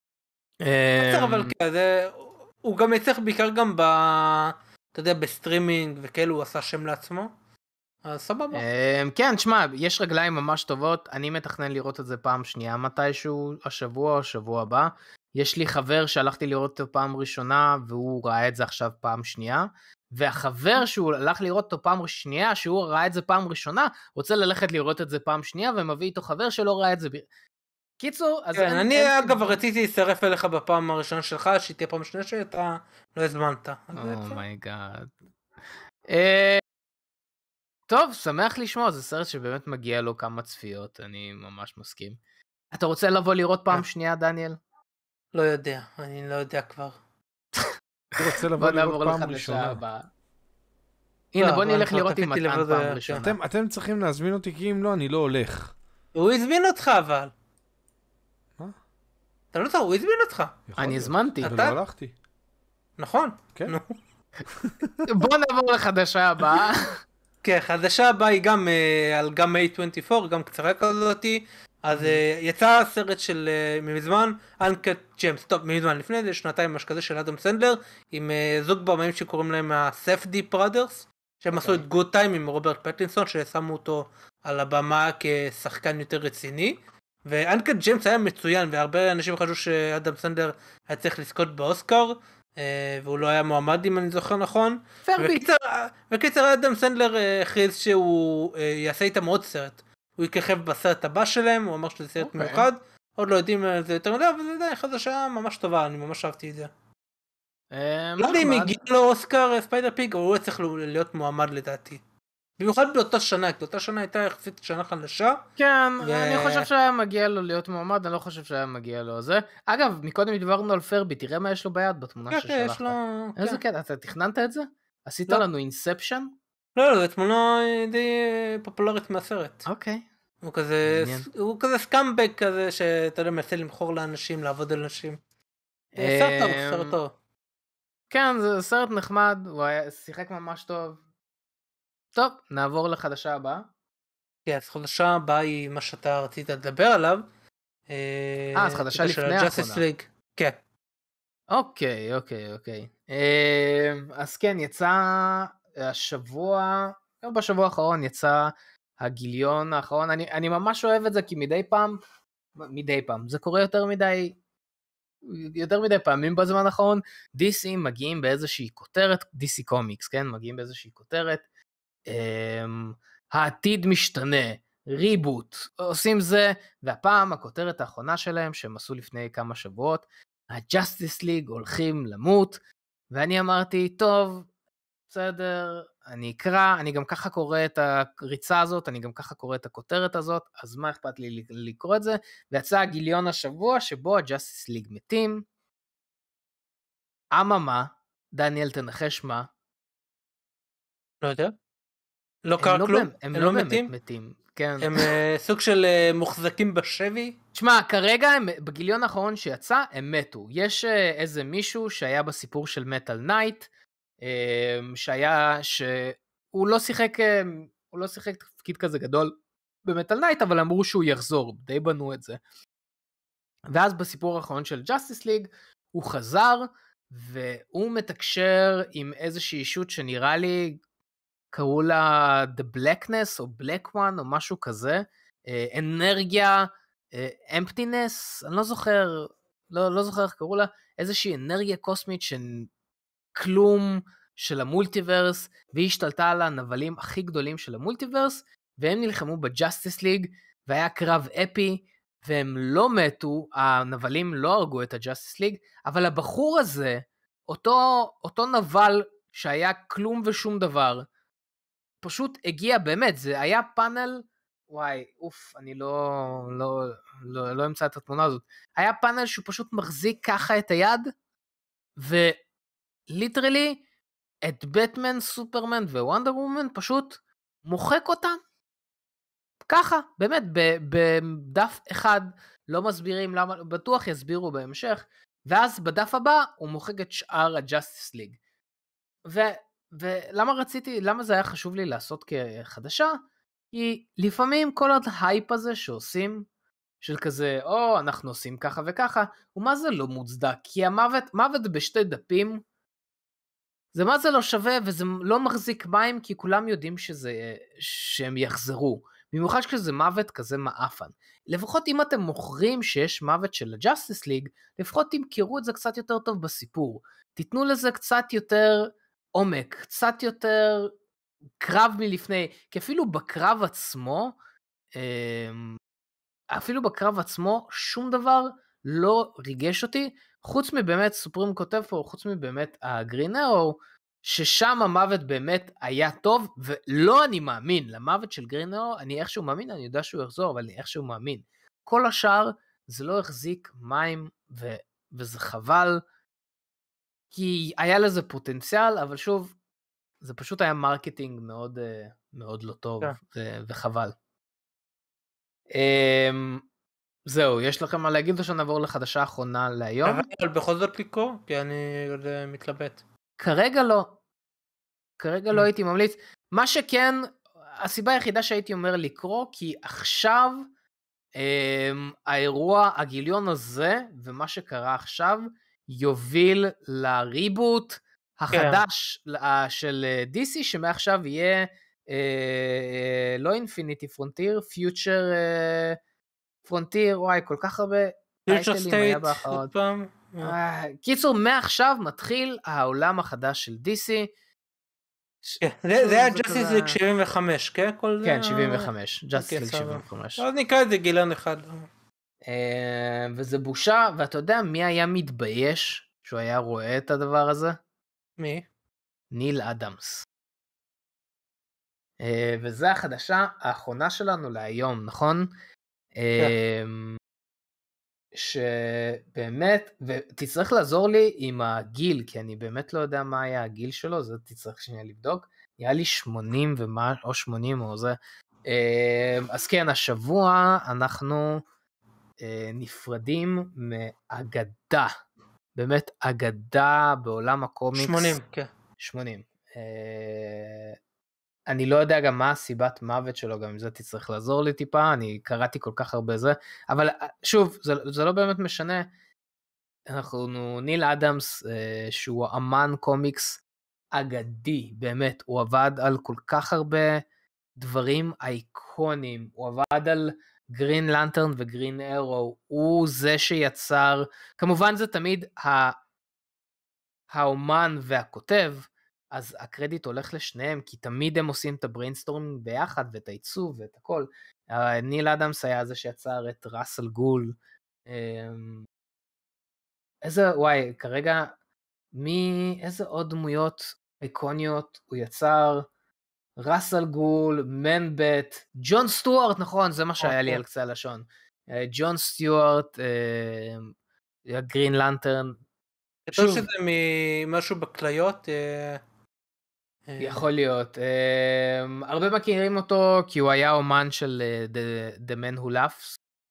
אה, בסדר, אבל כן, זה... הוא גם יצטרך בעיקר גם ב... אתה יודע, בסטרימינג וכאלו, הוא עשה שם לעצמו. אז סבבה. אמ, כן, תשמע, יש רגליים ממש טובות, אני מתכנן לראות את זה פעם שנייה מתישהו, השבוע או השבוע הבא. יש לי חבר שהלכתי לראות אותו פעם ראשונה, והוא ראה את זה עכשיו פעם שנייה, והחבר שהוא הלך לראות אותו פעם שנייה, שהוא ראה את זה פעם ראשונה, רוצה ללכת לראות את זה פעם שנייה, ומביא איתו חבר שלא ראה את זה. ב... קיצור, אז כן, אין... אני אין אגב סיבה. רציתי להצטרף אליך בפעם הראשונה שלך, שהיא תהיה פעם שנייה שאתה לא הזמנת. אז זה בסדר. אומייגאד. אה, טוב, שמח לשמוע, זה סרט שבאמת מגיע לו כמה צפיות, אני ממש מסכים. אתה רוצה לבוא לראות פעם כן. שנייה, דניאל? לא יודע, אני לא יודע כבר. אני רוצה לבוא בוא לראות נעבור פעם לחדשה ראשונה. הבאה. הנה, לא, בוא אבל אני נלך כבר לראות עם צפיתי מתן לבוא פעם זה- ראשונה. אתם, אתם צריכים להזמין אותי, כי אם לא, אני לא הולך. הוא הזמין אותך אבל. מה? אתה לא צריך, הוא הזמין אותך. יכול אני להיות. הזמנתי. ולא אתה? הלכתי. נכון. כן. נו. בוא נעבור לחדשה הבאה. כן, חדשה הבאה היא גם אה, על גם איי עשרים וארבע, גם קצרה כזאתי. אז אה, יצא סרט של אה, מזמן, אנקט ג'יימס, טוב, מזמן לפני זה, שנתיים משהו כזה של אדם סנדלר, עם אה, זוג במאים שקוראים להם הספדי פראדרס, שהם עשו את גוד טיים עם רוברט פטינסון, ששמו אותו על הבמה כשחקן יותר רציני. ואנקט ג'יימס היה מצוין, והרבה אנשים חשבו שאדם סנדלר היה צריך לזכות באוסקר, אה, והוא לא היה מועמד אם אני זוכר נכון. פרבי. וקיצר, וקיצר אדם סנדלר אה, הכריז שהוא אה, יעשה איתם עוד סרט. הוא יככב בסרט הבא שלהם, הוא אמר שזה סרט אוקיי. מיוחד. עוד לא יודעים על זה יותר מדי, אבל זה די חדשה ממש טובה, אני ממש אהבתי את זה. לא יודע אם נחמד. הגיע לו אוסקר אה, ספיידר פיג, אבל הוא היה צריך להיות מועמד לדעתי. במיוחד באותה שנה, כי אותה שנה הייתה יחסית שנה חדשה. כן, ו- אני חושב שהיה מגיע לו להיות מועמד, אני לא חושב שהיה מגיע לו זה. אגב, מקודם דיברנו על פרבי, תראה מה יש לו ביד בתמונה כן, כן, יש ששלחת. לו... איזה כן. קטע, אתה תכננת את זה? עשית לא. לנו אינספשן? לא, לא, זו תמונה אה, די אה, פופולרית מהסרט. אוקיי. הוא כזה, מעניין. הוא כזה סקאמבג כזה, שאתה יודע, מנסה למכור לאנשים, לעבוד על אנשים. אה, סרט טוב, אמ, סרט טוב. כן, זה סרט נחמד, הוא היה- שיחק ממש טוב. טוב, נעבור לחדשה הבאה. כן, אז חדשה הבאה היא מה שאתה רצית לדבר עליו. אה, אז חדשה של לפני ה-Justice האחרונה. League. כן. אוקיי, אוקיי, אוקיי. אמ, אז כן, יצא השבוע, גם בשבוע האחרון יצא הגיליון האחרון. אני, אני ממש אוהב את זה, כי מדי פעם, מדי פעם, זה קורה יותר מדי, יותר מדי פעמים בזמן האחרון, די סי מגיעים באיזושהי כותרת, די סי קומיקס, כן? מגיעים באיזושהי כותרת, אמ, העתיד משתנה, ריבוט, עושים זה, והפעם הכותרת האחרונה שלהם, שהם עשו לפני כמה שבועות, ה-Justice League הולכים למות, ואני אמרתי, טוב, בסדר, אני אקרא, אני גם ככה קורא את הריצה הזאת, אני גם ככה קורא את הכותרת הזאת, אז מה אכפת לי לקרוא את זה? ויצא הגיליון השבוע, שבו ה-Justice League מתים. אממה, דניאל תנחש מה? לא יודע. לא הם קרה לא כלום? באמת- הם הם לא לא באמת מתים? מתים, כן. הם אה, סוג של אה, מוחזקים בשבי? תשמע, כרגע הם, בגיליון האחרון שיצא, הם מתו. יש אה, איזה מישהו שהיה בסיפור של מטל נייט, אה, שהיה, שהוא לא שיחק, אה, הוא לא שיחק תפקיד כזה גדול במטל נייט, אבל אמרו שהוא יחזור, די בנו את זה. ואז בסיפור האחרון של Justice League, הוא חזר, והוא מתקשר עם איזושהי אישות שנראה לי, קראו לה The Blackness, או Black One, או משהו כזה, אה, אנרגיה, אה, emptiness, אני לא זוכר, לא, לא זוכר איך קראו לה, איזושהי אנרגיה קוסמית שכלום של המולטיברס, והיא השתלטה על הנבלים הכי גדולים של המולטיברס, והם נלחמו ב-Justice League, והיה קרב אפי, והם לא מתו, הנבלים לא הרגו את ה-Justice League, אבל הבחור הזה, אותו, אותו נבל שהיה כלום ושום דבר, פשוט הגיע באמת, זה היה פאנל, וואי, אוף, אני לא, לא, לא, לא אמצא את התמונה הזאת, היה פאנל שהוא פשוט מחזיק ככה את היד, וליטרלי, את בטמן, סופרמן ווונדר וומן, פשוט מוחק אותם, ככה, באמת, בדף אחד, לא מסבירים למה, בטוח יסבירו בהמשך, ואז בדף הבא, הוא מוחק את שאר ה-Justice League, ו... ולמה רציתי, למה זה היה חשוב לי לעשות כחדשה? כי לפעמים כל ההייפ הזה שעושים, של כזה, או, אנחנו עושים ככה וככה, ומה זה לא מוצדק? כי המוות, מוות בשתי דפים, זה מה זה לא שווה, וזה לא מחזיק מים, כי כולם יודעים שזה, שהם יחזרו. במיוחד כשזה מוות כזה מאפן. לפחות אם אתם מוכרים שיש מוות של ה-Justice League, לפחות תמכרו את זה קצת יותר טוב בסיפור. תיתנו לזה קצת יותר עומק, קצת יותר קרב מלפני, כי אפילו בקרב עצמו, אפילו בקרב עצמו, שום דבר לא ריגש אותי, חוץ מבאמת, סופרים כותב פה, חוץ מבאמת הגרין ארו, ששם המוות באמת היה טוב, ולא אני מאמין, למוות של גרין ארו, אני איכשהו מאמין, אני יודע שהוא יחזור, אבל אני איכשהו מאמין. כל השאר, זה לא החזיק מים, ו- וזה חבל, כי היה לזה פוטנציאל, אבל שוב, זה פשוט היה מרקטינג מאוד, מאוד לא טוב, ו- וחבל. זהו, יש לכם מה להגיד או שנעבור לחדשה האחרונה להיום? אבל בכל זאת לקרוא, כי אני מתלבט. כרגע לא. כרגע לא הייתי ממליץ. מה שכן, הסיבה היחידה שהייתי אומר לקרוא, כי עכשיו האירוע, הגיליון הזה, ומה שקרה עכשיו, יוביל לריבוט החדש של די סי, שמעכשיו יהיה לא אינפיניטי פרונטיר, פיוטר פרונטיר, וואי, כל כך הרבה טייטלים היה באחרון. קיצור, מעכשיו מתחיל העולם החדש של די סי. זה היה Justice League שבעים וחמש, כן? כן, שבעים וחמש, Justice League שבעים וחמש. אז נקרא את זה גיליון אחד. וזה בושה, ואתה יודע מי היה מתבייש שהוא היה רואה את הדבר הזה? מי? ניל אדמס. וזה החדשה האחרונה שלנו להיום, נכון? שבאמת, ותצטרך לעזור לי עם הגיל, כי אני באמת לא יודע מה היה הגיל שלו, זה תצטרך שנייה לבדוק, נראה לי שמונים ומה, או שמונים או זה. אז כן, השבוע אנחנו נפרדים מאגדה, באמת אגדה בעולם הקומיקס. שמונים, כן. שמונים. אני לא יודע גם מה הסיבת מוות שלו, גם אם זה תצטרך לעזור לי טיפה, אני קראתי כל כך הרבה זה, אבל שוב, זה, זה לא באמת משנה, אנחנו, ניל אדמס, שהוא אמן קומיקס אגדי, באמת, הוא עבד על כל כך הרבה דברים אייקונים, הוא עבד על גרין לנטרן וגרין ארו, הוא זה שיצר, כמובן זה תמיד האומן והכותב, אז הקרדיט הולך לשניהם, כי תמיד הם עושים את הבריינסטורם ביחד, ואת העיצוב ואת הכל. ניל אדמס היה זה שיצר את ראסל גול. איזה, וואי, כרגע, מי, איזה עוד דמויות איקוניות הוא יצר? ראסל גול, מנבט, ג'ון סטוארט, נכון, זה מה שהיה לי על קצה הלשון. ג'ון סטוארט, גרין לנטרן. חושב שזה ממשהו בכליות? יכול להיות. הרבה מכירים אותו כי הוא היה אומן של The Man Who Laughs,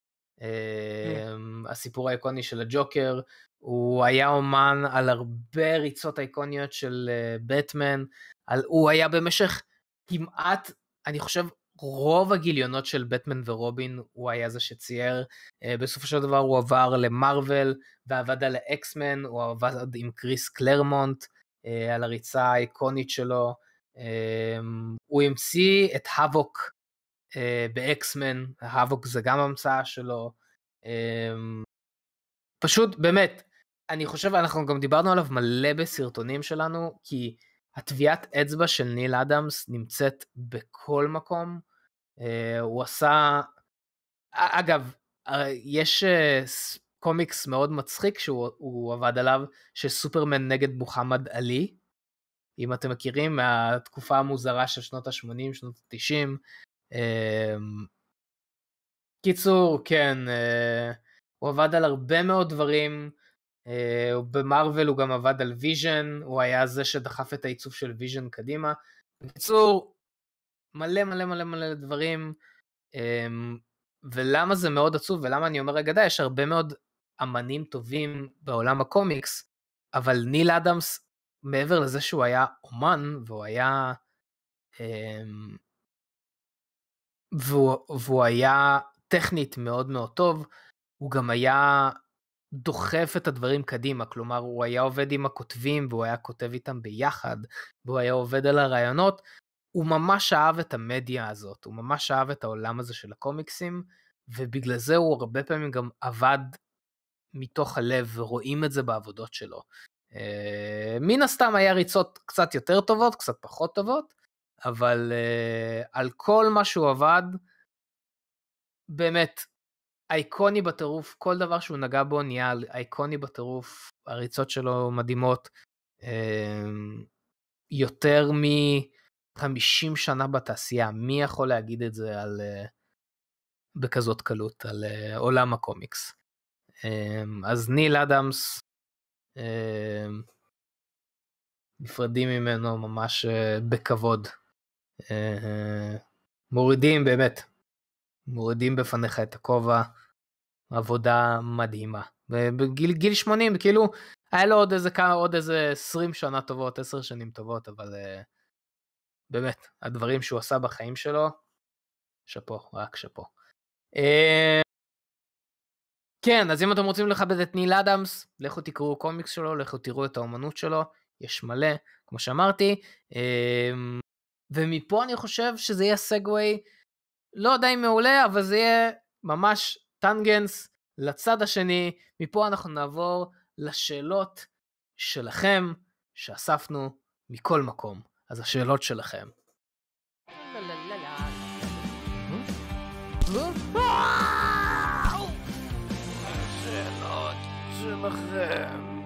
הסיפור האיקוני של הג'וקר. הוא היה אומן על הרבה ריצות איקוניות של בטמן. הוא היה במשך כמעט, אני חושב, רוב הגיליונות של בטמן ורובין הוא היה זה שצייר. בסופו של דבר הוא עבר למרוול ועבד על האקסמן, הוא עבד עם קריס קלרמונט על הריצה האיקונית שלו. הוא המציא את האבוק באקסמן, האבוק זה גם המצאה שלו. פשוט באמת, אני חושב, אנחנו גם דיברנו עליו מלא בסרטונים שלנו, כי הטביעת אצבע של ניל אדמס נמצאת בכל מקום. הוא עשה, אגב, יש קומיקס מאוד מצחיק שהוא עבד עליו, שסופרמן נגד מוחמד עלי, אם אתם מכירים, מהתקופה המוזרה של שנות ה-שמונים, שנות ה-תשעים. קיצור, כן, הוא עבד על הרבה מאוד דברים, במרוול הוא גם עבד על ויז'ן, הוא היה זה שדחף את העיצוב של ויז'ן קדימה. בקיצור, מלא מלא מלא מלא דברים, ולמה זה מאוד עצוב, ולמה אני אומר אגדה, יש הרבה מאוד אמנים טובים בעולם הקומיקס, אבל ניל אדמס מעבר לזה שהוא היה אומן, והוא היה, והוא, והוא היה טכנית מאוד מאוד טוב, הוא גם היה דוחף את הדברים קדימה, כלומר הוא היה עובד עם הכותבים, והוא היה כותב איתם ביחד, והוא היה עובד על הרעיונות, הוא ממש אהב את המדיה הזאת, הוא ממש אהב את העולם הזה של הקומיקסים, ובגלל זה הוא הרבה פעמים גם עבד מתוך הלב, ורואים את זה בעבודות שלו. מן הסתם היה ריצות קצת יותר טובות, קצת פחות טובות, אבל על כל מה שהוא עבד, באמת, אייקוני בטירוף, כל דבר שהוא נגע בו נהיה אייקוני בטירוף, הריצות שלו מדהימות, יותר מ-חמישים שנה בתעשייה, מי יכול להגיד את זה על, בכזאת קלות, על עולם הקומיקס. אז ניל אדמס, נפרדים ממנו ממש בכבוד, מורידים באמת, מורידים בפניך את הכובע, עבודה מדהימה, ובגיל גיל שמונים, כאילו, היה לו עוד איזה, עוד איזה עשרים שנה טובות, עשר שנים טובות, אבל באמת, הדברים שהוא עשה בחיים שלו, שפו, רק שפו. כן, אז אם אתם רוצים לכבד את ניל אדמס, לכו תקראו קומיקס שלו, לכו תראו את האומנות שלו, יש מלא, כמו שאמרתי, ומפה אני חושב שזה יהיה סגווי, לא יודע אם מעולה, אבל זה יהיה ממש טנגנס לצד השני, מפה אנחנו נעבור לשאלות שלכם, שאספנו מכל מקום, אז השאלות שלכם. שלכם.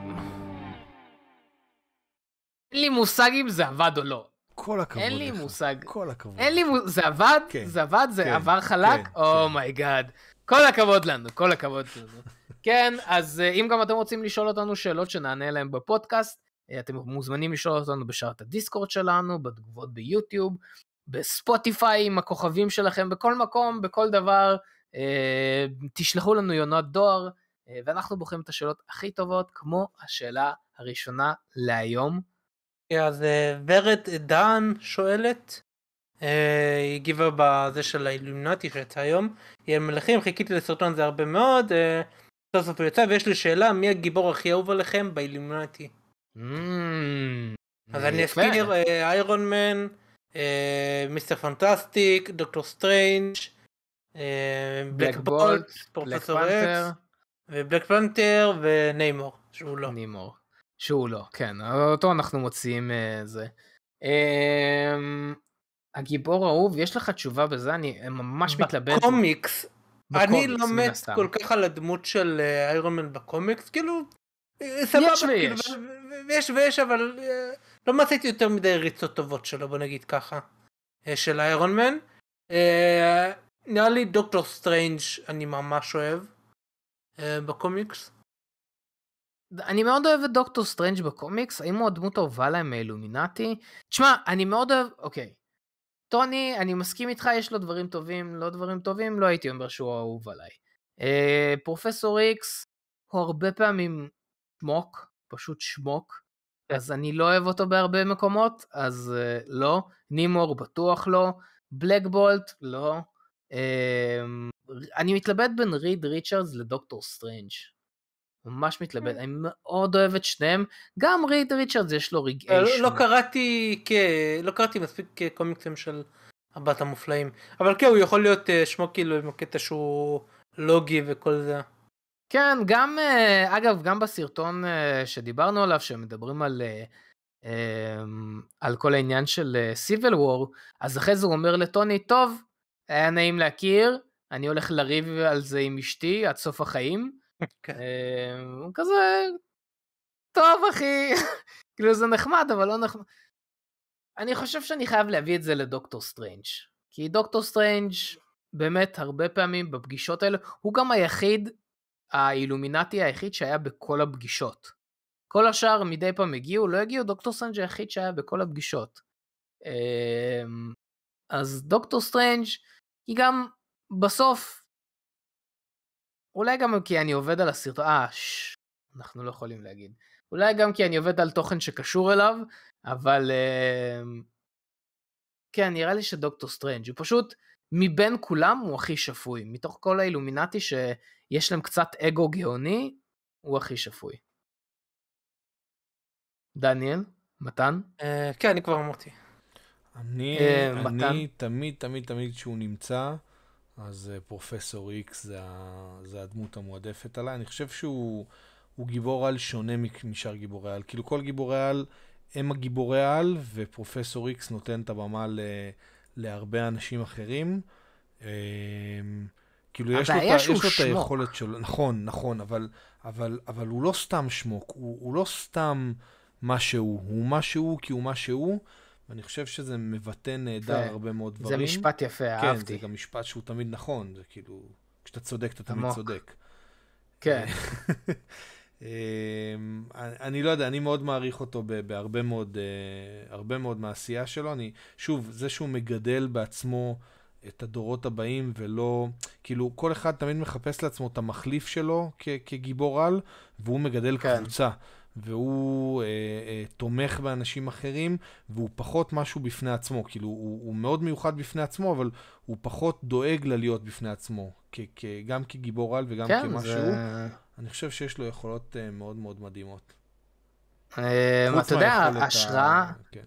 אין לי מושג אם זה עבד או לא. כל הכבוד. אין לי מושג. כל הכבוד. אין לי מושג. זה עבד? כן. זה עבד? זה כן. עבר חלק? אומייגאד. כל הכבוד לנו, כל הכבוד לנו. כן, אז אם גם אתם רוצים לשאול אותנו שאלות שנענה להם בפודקאסט, אתם מוזמנים לשאול אותנו בשארת הדיסקורד שלנו, בתגובות ביוטיוב, בספוטיפיי עם הכוכבים שלכם, בכל מקום, בכל דבר, תשלחו לנו יונת דואר, ואנחנו בוחרים את השאלות הכי טובות, כמו השאלה הראשונה להיום. אז ורד דן שואלת, היא הגיבה בזה של האילומינטי שיצא היום, היא מלכים, חיכיתי לסרטון הזה הרבה מאוד, סוף סוף הוא יצא, ויש לי שאלה, מי הגיבור הכי אהוב עליכם באילומינטי? אז אני אזכיר, איירון מן, מיסטר פנטסטיק, דוקטור סטרנג', בלק בולט, פרופסור אקס, ובלק פנתר וניימור, שהוא לא. ניימור, שהוא לא, כן, אותו אנחנו מוציאים זה. הגיבור האהוב, יש לך תשובה בזה? אני ממש מתלבט. בקומיקס, אני לא מת כל כך על הדמות של איירון מן בקומיקס, כאילו, סבבה, יש ויש. ויש ויש, אבל לא מצאתי יותר מדי ריצות טובות שלו, בוא נגיד ככה, של איירון מן. נראה לי דוקטור סטרנג' אני ממש אוהב בקומיקס. אני מאוד אוהב את דוקטור סטרנג' בקומיקס, האם הוא הדמות האהובה להם מאילומינטי? תשמע, אני מאוד אוהב, אוקיי, טוני, אני מסכים איתך, יש לו דברים טובים, לא דברים טובים, לא הייתי אומר שהוא אהוב עליי. אה, פרופסור איקס, הוא הרבה פעמים שמוק, פשוט שמוק, אז אני לא אוהב אותו בהרבה מקומות, אז אה, לא. נימור בטוח לא, בלק בולט לא. אה, אני מתלבט בין ריד ריצ'רדס לדוקטור סטרנג'. ממש מתלבט, אני מאוד אוהב את שניהם, גם ריד ריצ'רדס יש לו רגעי שמות. לא קראתי, לא קראתי מספיק קומיקסים של ארבעת המופלאים, אבל כן, הוא יכול להיות שמו כאילו עם הקטע שהוא לוגי וכל זה. כן, גם, אגב, גם בסרטון שדיברנו עליו, שמדברים על, על כל העניין של סיביל וור, אז אחרי זה הוא אומר לטוני, טוב, היה נעים להכיר, אני הולך לריב על זה עם אשתי עד סוף החיים, הוא כזה, טוב אחי, כאילו זה נחמד, אבל לא נחמד. אני חושב שאני חייב להביא את זה לדוקטור סטרנג', כי דוקטור סטרנג' באמת הרבה פעמים בפגישות האלה, הוא גם היחיד, האילומינטי היחיד שהיה בכל הפגישות. כל השאר מדי פעם הגיעו, לא הגיעו, דוקטור סטרנג' היחיד שהיה בכל הפגישות. אז דוקטור סטרנג' היא גם בסוף, אולי גם כי אני עובד על הסרטון, אה, ש... אנחנו לא יכולים להגיד. אולי גם כי אני עובד על תוכן שקשור אליו, אבל כן, נראה לי שדוקטור סטרנג' הוא פשוט, מבין כולם הוא הכי שפוי, מתוך כל האילומינטי שיש להם קצת אגו גאוני, הוא הכי שפוי. דניאל, מתן? כן, אני כבר אמרתי. אני, אה, אני מתן? תמיד, תמיד, תמיד שהוא נמצא, אז אה, פרופסור איקס זה, ה- זה הדמות המועדפת עליי. אני חושב שהוא הוא גיבור על שונה מ- משאר גיבורי על. כאילו כל גיבורי על הם הגיבורי על, ופרופסור איקס נותן את הבמה ל, להרבה אנשים אחרים. אה, כאילו יש לו, את ה- הבעיה יש שהוא לו את שמוק. היכולת שלו, נכון, נכון, אבל, אבל, אבל הוא לא סתם שמוק, הוא, הוא לא סתם מה שהוא, הוא מה שהוא כי הוא מה שהוא, ואני חושב שזה מבטא נהדר זה- הרבה מאוד זה דברים. משפט יפה, כן, זה אהבתי. גם משפט שהוא תמיד נכון, זה כאילו, כשאתה צודק אתה תמיד עמוק. צודק. כן. אמ, אני אני לא יודע, אני מאוד מעריך אותו ב- בהרבה מאוד, אה, הרבה מאוד מהעשייה שלו. אני, שוב, זה שהוא מגדל בעצמו את הדורות הבאים ולא, כאילו, כל אחד תמיד מחפש לעצמו את המחליף שלו כ- כגיבור על, והוא מגדל כן. קבוצה. והוא אה, אה, תומך באנשים אחרים, והוא פחות משהו בפני עצמו. כאילו, הוא, הוא מאוד מיוחד בפני עצמו, אבל הוא פחות דואג ללהיות בפני עצמו. כ- כ- גם כגיבור על וגם כן, כמשהו. זה... אני חושב שיש לו יכולות uh, מאוד מאוד מדהימות. אה, חוץ אתה יודע, מהיכולת ה- ההשראה, כן.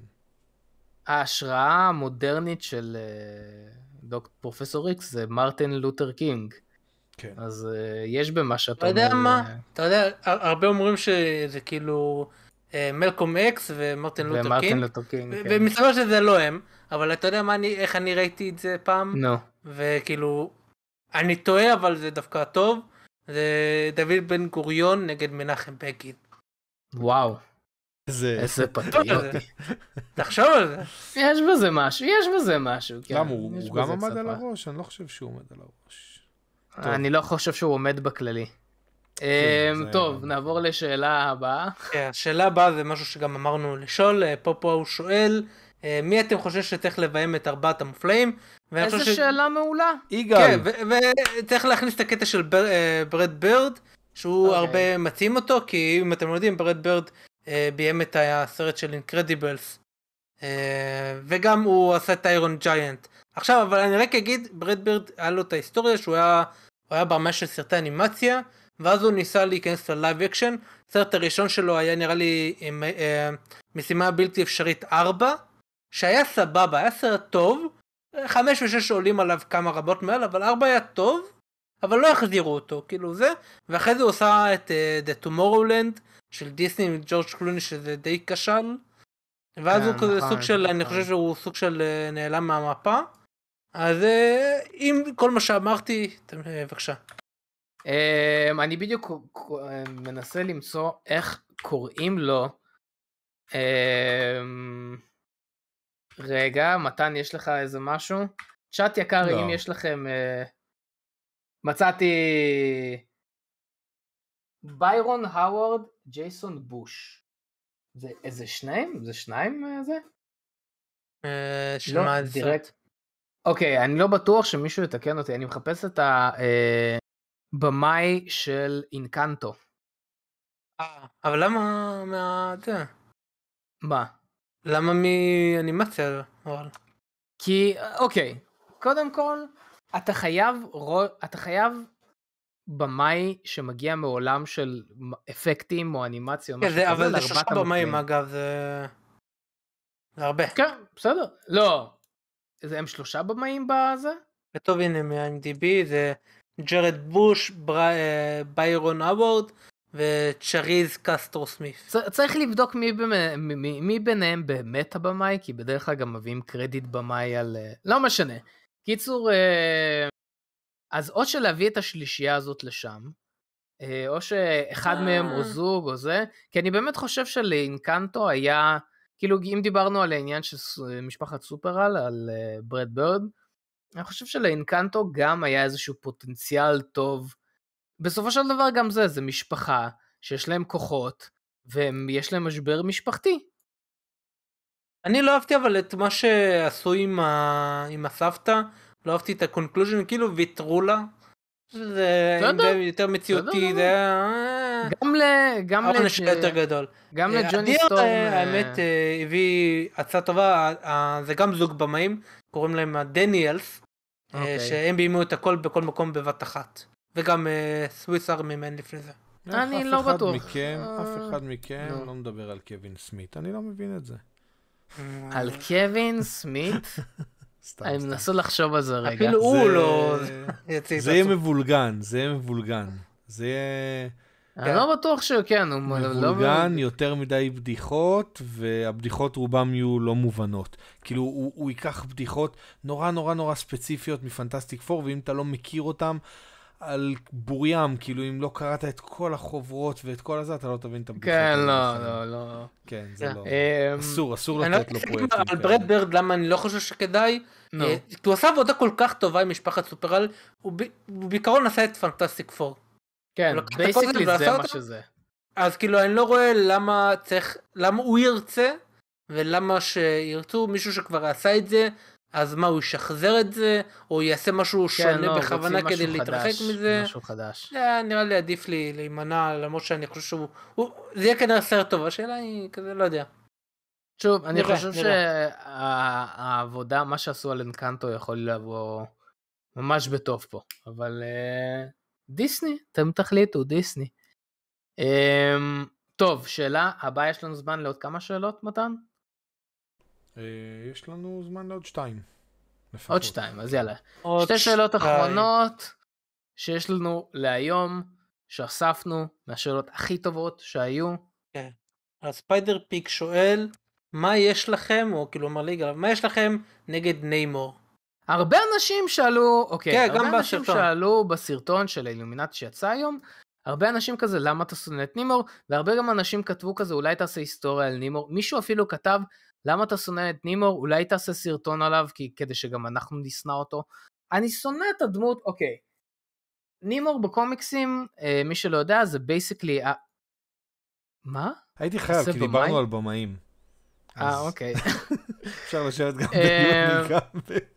ההשראה המודרנית של אה, דוק פרופסור איקס זה מרטין לותר קינג. כן. אז אה, יש במה שאתה אתה יודע אומר, מה? אה, אתה יודע, הר- הרבה אומרים שזה כאילו אה, מלקום אקס ומרטין לותר ומרטין קינג, לותר קינג, ו- כן. ומסתבר שזה לא הם, אבל אתה יודע מה אני, איך אני ראיתי את זה פעם? נו, וכאילו, אני טועה אבל זה דווקא טוב, זה דוד בן גוריון נגד מנחם בגין. וואו, זה... איזה פטריוטי. תחשוב על זה. יש בזה משהו, יש בזה משהו. כן, למה, הוא, יש הוא גם בזה עמד קצת על מה. הראש? אני לא חושב שהוא עומד על הראש. טוב. אני לא חושב שהוא עומד בכללי. כן, אמ, זה טוב, גם- נעבור לשאלה הבאה. כן, השאלה הבאה זה משהו שגם אמרנו לשאול, אה, פה פה הוא שואל, אה, מי אתם חושבים שצריך לביים את ארבעת המופלאים? ואני איזה חושב ש- שאלה מעולה. יגאל! כן, ו- וצריך להכניס את הקטע של בר- אה, ברד בירד, שהוא אוקיי. הרבה מציעים אותו, כי אם אתם לא יודעים, ברד בירד אה, ביים את הסרט של אינקרדיבלס, אה, וגם הוא עשה את איירון ג'יינט. עכשיו, אבל אני רק אגיד, ברד בירד היה לו את ההיסטוריה שהוא היה, הוא היה ברמה של סרטי אנימציה, ואז הוא ניסה להיכנס ללייב אקשן. הסרט הראשון שלו היה נראה לי עם, אה, משימה בלתי אפשרית ארבע, שהיה סבבה, היה סרט טוב, חמש ושש עולים עליו כמה רבות מעל, אבל ארבע היה טוב, אבל לא החזירו אותו, כאילו זה, ואחרי זה הוא עשה את uh, The Tomorrowland של דיסני עם ג'ורג' קלוני שזה די כשל, ואז כן, הוא כזה נכון, סוג של, אני נכון. חושב שהוא סוג של uh, נעלם מהמפה, אז uh, אם כל מה שאמרתי, אתם, uh, בבקשה. אמ, אני בדיוק מנסה למצוא איך קוראים לו. אמ, רגע, מתן, יש לך איזה משהו? צ'אט יקר, לא. אם יש לכם... אה, מצאתי... ביירון האוורד, ג'ייסון בוש. זה איזה שניים? זה שניים אה, זה? Uh, של לא, מה זה דירקט. סרט? אוקיי, אני לא בטוח שמישהו יתקן אותי, אני מחפש את הבמאי של אינקנטו. אה, אבל למה מה... זה? מה? למה מאנימציה? אבל... כי, אוקיי, קודם כל, אתה חייב, רו- אתה חייב במאי שמגיע מעולם של אפקטים או אנימציה או כן, משהו זה, כזה, אבל זה לארבעת שלושה במים המופלאים. אגב, זה... זה הרבה. כן, בסדר. לא, זה הם שלושה במאים בזה? כתוב הנה מ-איי אם די בי, זה ג'רד בוש, בר... אה, ביירון אבורד וצ'ריז קסטרו סמית. צ- צריך לבדוק מי, במ- מי, מי, מי ביניהם באמת הבמאי, כי בדרך כלל גם מביאים קרדיט במאי על... אה, לא משנה. קיצור, אה, אז או שלהביא את השלישייה הזאת לשם, אה, או שאחד מהם או זוג או זה, כי אני באמת חושב שלאינקנטו היה, כאילו אם דיברנו על העניין של ס- משפחת סופרל, על אה, ברד בירד, אני חושב שלאינקנטו גם היה איזשהו פוטנציאל טוב. בסופו של דבר גם זה, זה משפחה שיש להם כוחות, ויש להם משבר משפחתי. אני לא אהבתי אבל את מה שעשו עם, ה... עם הסבתא, לא אהבתי את הקונקלוז'ן, כאילו ויתרו לה, זה יותר מציאותי, זה היה... גם ל... גם ל... יותר גדול. גם לג'וני סטורם... האמת, הביא הצעה טובה, זה גם זוג במאים, קוראים להם הדניאלס, שהם ביימו את הכל בכל מקום בבת אחת. וגם סוויס ארמי מן לפני זה. אני לא בטוח. אף אחד מכם לא מדבר על קווין סמית, אני לא מבין את זה. על קווין סמית? אני מנסה לחשוב על זה רגע. אפילו הוא לא... זה יהיה מבולגן, זה יהיה מבולגן. זה יהיה... אני לא בטוח שכן. מבולגן, יותר מדי בדיחות, והבדיחות רובם יהיו לא מובנות. כאילו, הוא ייקח בדיחות נורא נורא נורא ספציפיות מפנטסטיק פור, ואם אתה לא מכיר אותם, על בוריים, כאילו אם לא קראת את כל החוברות ואת כל הזה, אתה לא תבין את הבדיחות. כן, לא, לא, לא. כן, זה לא. אסור, אסור לתת לו פרויקטים. על ברד ברד, למה אני לא חושב שכדאי? כי הוא עשה עבודה כל כך טובה עם משפחת סופרל, הוא בעיקרון עשה את פנטסטיק פור. כן, בייסיקלי זה מה שזה. אז כאילו אני לא רואה למה צריך, למה הוא ירצה, ולמה שירצו מישהו שכבר עשה את זה, אז מה, הוא ישחזר את זה, או יעשה משהו שונה בכוונה כדי להתרחק מזה? משהו חדש. נראה לי עדיף לי להימנע, למרות שאני חושב שהוא... זה יהיה כנראה סרט טוב, השאלה היא כזה, לא יודע. שוב, אני חושב שהעבודה, מה שעשו על אנקנטו יכול לבוא ממש בטוב פה, אבל דיסני, אתם תחליטו, דיסני. טוב, שאלה, הבאה יש לנו זמן לעוד כמה שאלות, מתן? יש לנו זמן לעוד שתיים. עוד שתיים, אז יאללה. שתי שאלות אחרונות שיש לנו להיום, שאספנו מהשאלות הכי טובות שהיו. כן. אז ספיידר פיק שואל, מה יש לכם, או כאילו אומר לי, מה יש לכם נגד ניימור? הרבה אנשים שאלו, אוקיי, כן, הרבה אנשים בסרטון. שאלו בסרטון של האילומינטי שיצא היום, הרבה אנשים כזה, למה אתה שונא את נימור? והרבה גם אנשים כתבו כזה, אולי תעשה היסטוריה על נימור. מישהו אפילו כתב, למה אתה שונא את נימור? אולי תעשה סרטון עליו, כי, כדי שגם אנחנו נשנא אותו. אני שונא את הדמות, אוקיי. נימור בקומיקסים, אה, מי שלא יודע, זה בייסיקלי... אה... מה? הייתי חייב, כי דיברנו על במאים. אה, אוקיי. אפשר לשבת גם ביום גם.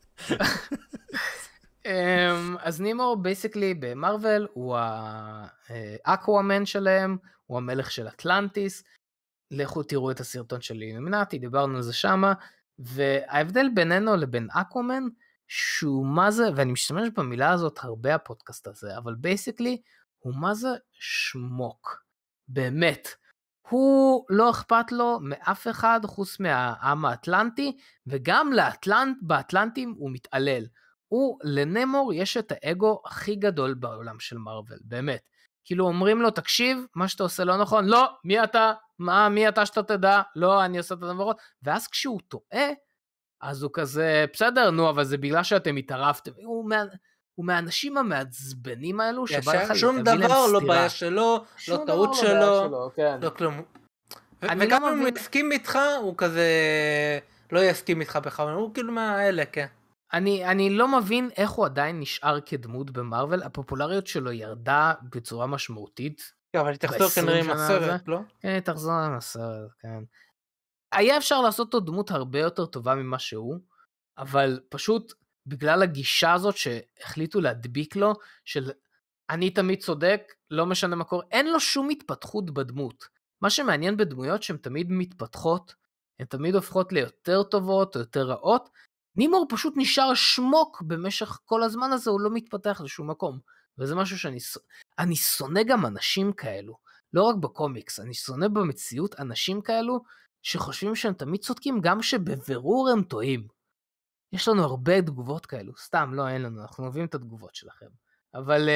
אז נימור בייסיקלי במרוול הוא האקוואמן שלהם, הוא המלך של אטלנטיס. לכו תראו את הסרטון של אילומינטי, דיברנו על זה שמה, וההבדל בינינו לבין אקוואמן, שהוא מה זה, ואני משתמש במילה הזאת הרבה הפודקאסט הזה, אבל בייסיקלי הוא מה זה שמוק, באמת. הוא לא אכפת לו מאף אחד חוץ מהעם האטלנטי, וגם לאטלנט, באטלנטים הוא מתעלל. הוא, לנמור יש את האגו הכי גדול בעולם של מרוול, באמת. כאילו אומרים לו, תקשיב, מה שאתה עושה לא נכון, לא, מי אתה? מה, מי אתה שאתה תדע? לא, אני עושה את הדברות. ואז כשהוא טועה, אז הוא כזה, בסדר, נו, אבל זה בגלל שאתם התערפתם. הוא, מה, הוא מהאנשים המעצבנים האלו, שבא לך שום דבר לא בעיה שלו, לא טעות שלו, לא כלום. וגם אם הוא יסכים איתך, הוא כזה לא יסכים איתך בכלל, הוא כאילו מהאלה, כן. אני, אני לא מבין איך הוא עדיין נשאר כדמות במרוול, הפופולריות שלו ירדה בצורה משמעותית. כן, אבל היא תחזור כנראה עם הסרט, לא? כן, תחזור עם הסרט, כן. היה אפשר לעשות אותו דמות הרבה יותר טובה ממה שהוא, אבל פשוט בגלל הגישה הזאת שהחליטו להדביק לו, של אני תמיד צודק, לא משנה מקור, אין לו שום התפתחות בדמות. מה שמעניין בדמויות שהן תמיד מתפתחות, הן תמיד הופכות ליותר טובות או יותר רעות, נימור פשוט נשאר שמוק במשך כל הזמן הזה, הוא לא מתפתח לשום מקום. וזה משהו שאני אני שונא גם אנשים כאלו, לא רק בקומיקס, אני שונא במציאות אנשים כאלו, שחושבים שהם תמיד צודקים, גם שבבירור הם טועים. יש לנו הרבה תגובות כאלו, סתם, לא, אין לנו, אנחנו מביאים את התגובות שלכם. אבל,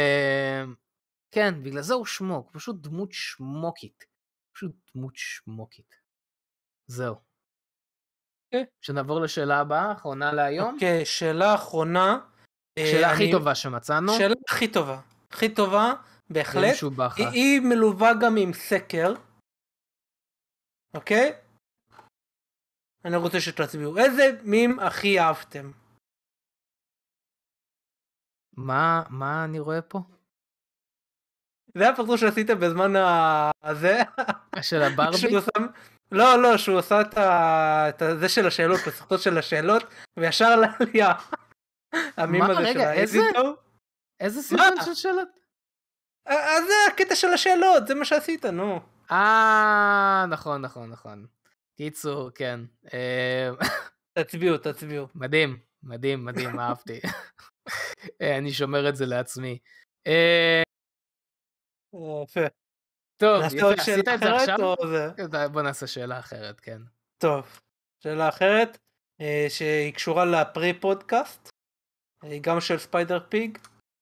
כן, בגלל זה הוא שמוק, פשוט דמות שמוקית. פשוט דמות שמוקית. זהו. אוקיי. שנעבור לשאלה הבאה, אחרונה להיום. אוקיי, שאלה אחרונה. שאלה הכי טובה שמצאנו. שאלה הכי טובה. הכי טובה, בהחלט. היא מלווה גם עם סקר. אוקיי? אני רוצה שתצביעו. איזה מים הכי אהבתם? מה, מה אני רואה פה? זה הפרצוף שעשית בזמן הזה. של הברבי? לא, לא, שהוא עושה את זה של השאלות, בסרטות של השאלות, וישר לעלייה. המים הזה של האזיטו. איזה סרטון של שאלות? אז זה הקטע של השאלות, זה מה שעשית, נו. אה, נכון, נכון, נכון. קיצור, כן. תצביעו, תצביעו. מדהים, מדהים, מדהים, אהבתי. אני שומר את זה לעצמי. יפה. טוב, נעשה עוד יפה, שאלה עשית את זה אחרת, עכשיו? או זה? בוא נעשה שאלה אחרת, כן. טוב, שאלה אחרת, אה, שהיא קשורה לפרי פודקאסט, אה, גם של ספיידר פיג.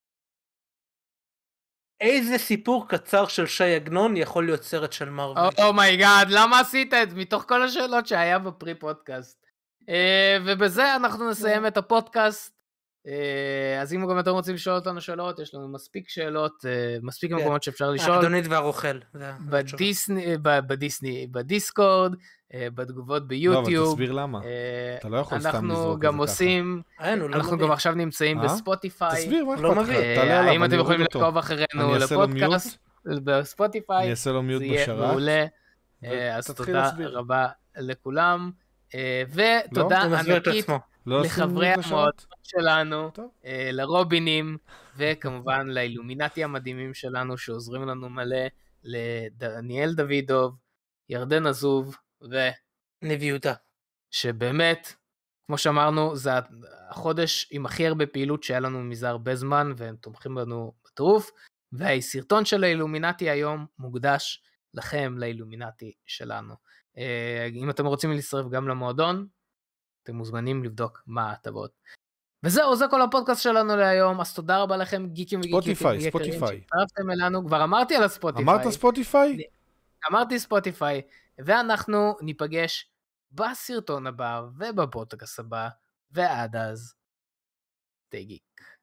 איזה סיפור קצר של שי עגנון יכול להיות סרט של מרוול? אומייגאד, למה עשית את זה? מתוך כל השאלות שהיה בפרי פודקאסט. אה, ובזה אנחנו נסיים את הפודקאסט. אה, אז אם גם אתם רוצים לשאול אותנו שאלות, יש לנו מספיק שאלות, אה, מספיק מקומות שאפשר לשאול. הקדונית והרוכל. בדיסני, בדיסני, בדיסקורד, אה, בתגובות ביוטיוב. לא, אבל תסביר למה. אה, אתה לא יכול סתם לזרוק את זה ככה. אנחנו גם עושים, אין, הוא לא אנחנו מבין. גם עכשיו נמצאים אה? בספוטיפיי. תסביר, מה לא אכפת לך? מבין. תעלה עליו, האם אני אתם יכולים אוריד אותו. לעקוב אחרינו אני אעשה לו לפודקאסט בספוטיפיי? אני אעשה לו מיוט זה יהיה בשרת. מעולה. אה, אז ותתחיל תודה להסביר. רבה לכולם. אה, ותודה הוא מסביר את ענקית עצמו. לא עושים לחברי מיוט בשרת? המועדון שלנו, טוב. אה, לרובינים, וכמובן לאילומינטי המדהימים שלנו שעוזרים לנו מלא, לדניאל דוידוב, ירדן עזוב, ניב יהודה. ושבאמת, כמו שאמרנו, זה החודש עם הכי הרבה פעילות שהיה לנו מזה הרבה זמן, והם תומכים בנו בטירוף, והסרטון של האילומינטי היום מוקדש לכם, לאילומינטי שלנו. אה, אם אתם רוצים להצטרף גם למועדון, אתם מוזמנים לבדוק מה ההטבות. וזהו, זה כל הפודקאסט שלנו להיום, אז תודה רבה לכם, גיקים וגיקים. ספוטיפיי, ספוטיפיי. שהצטרפתם אלינו, כבר אמרתי על הספוטיפיי. אמרת ספוטיפיי? אמרתי ספוטיפיי, ואנחנו ניפגש בסרטון הבא ובפודקאסט הבא, ועד אז, stay geek.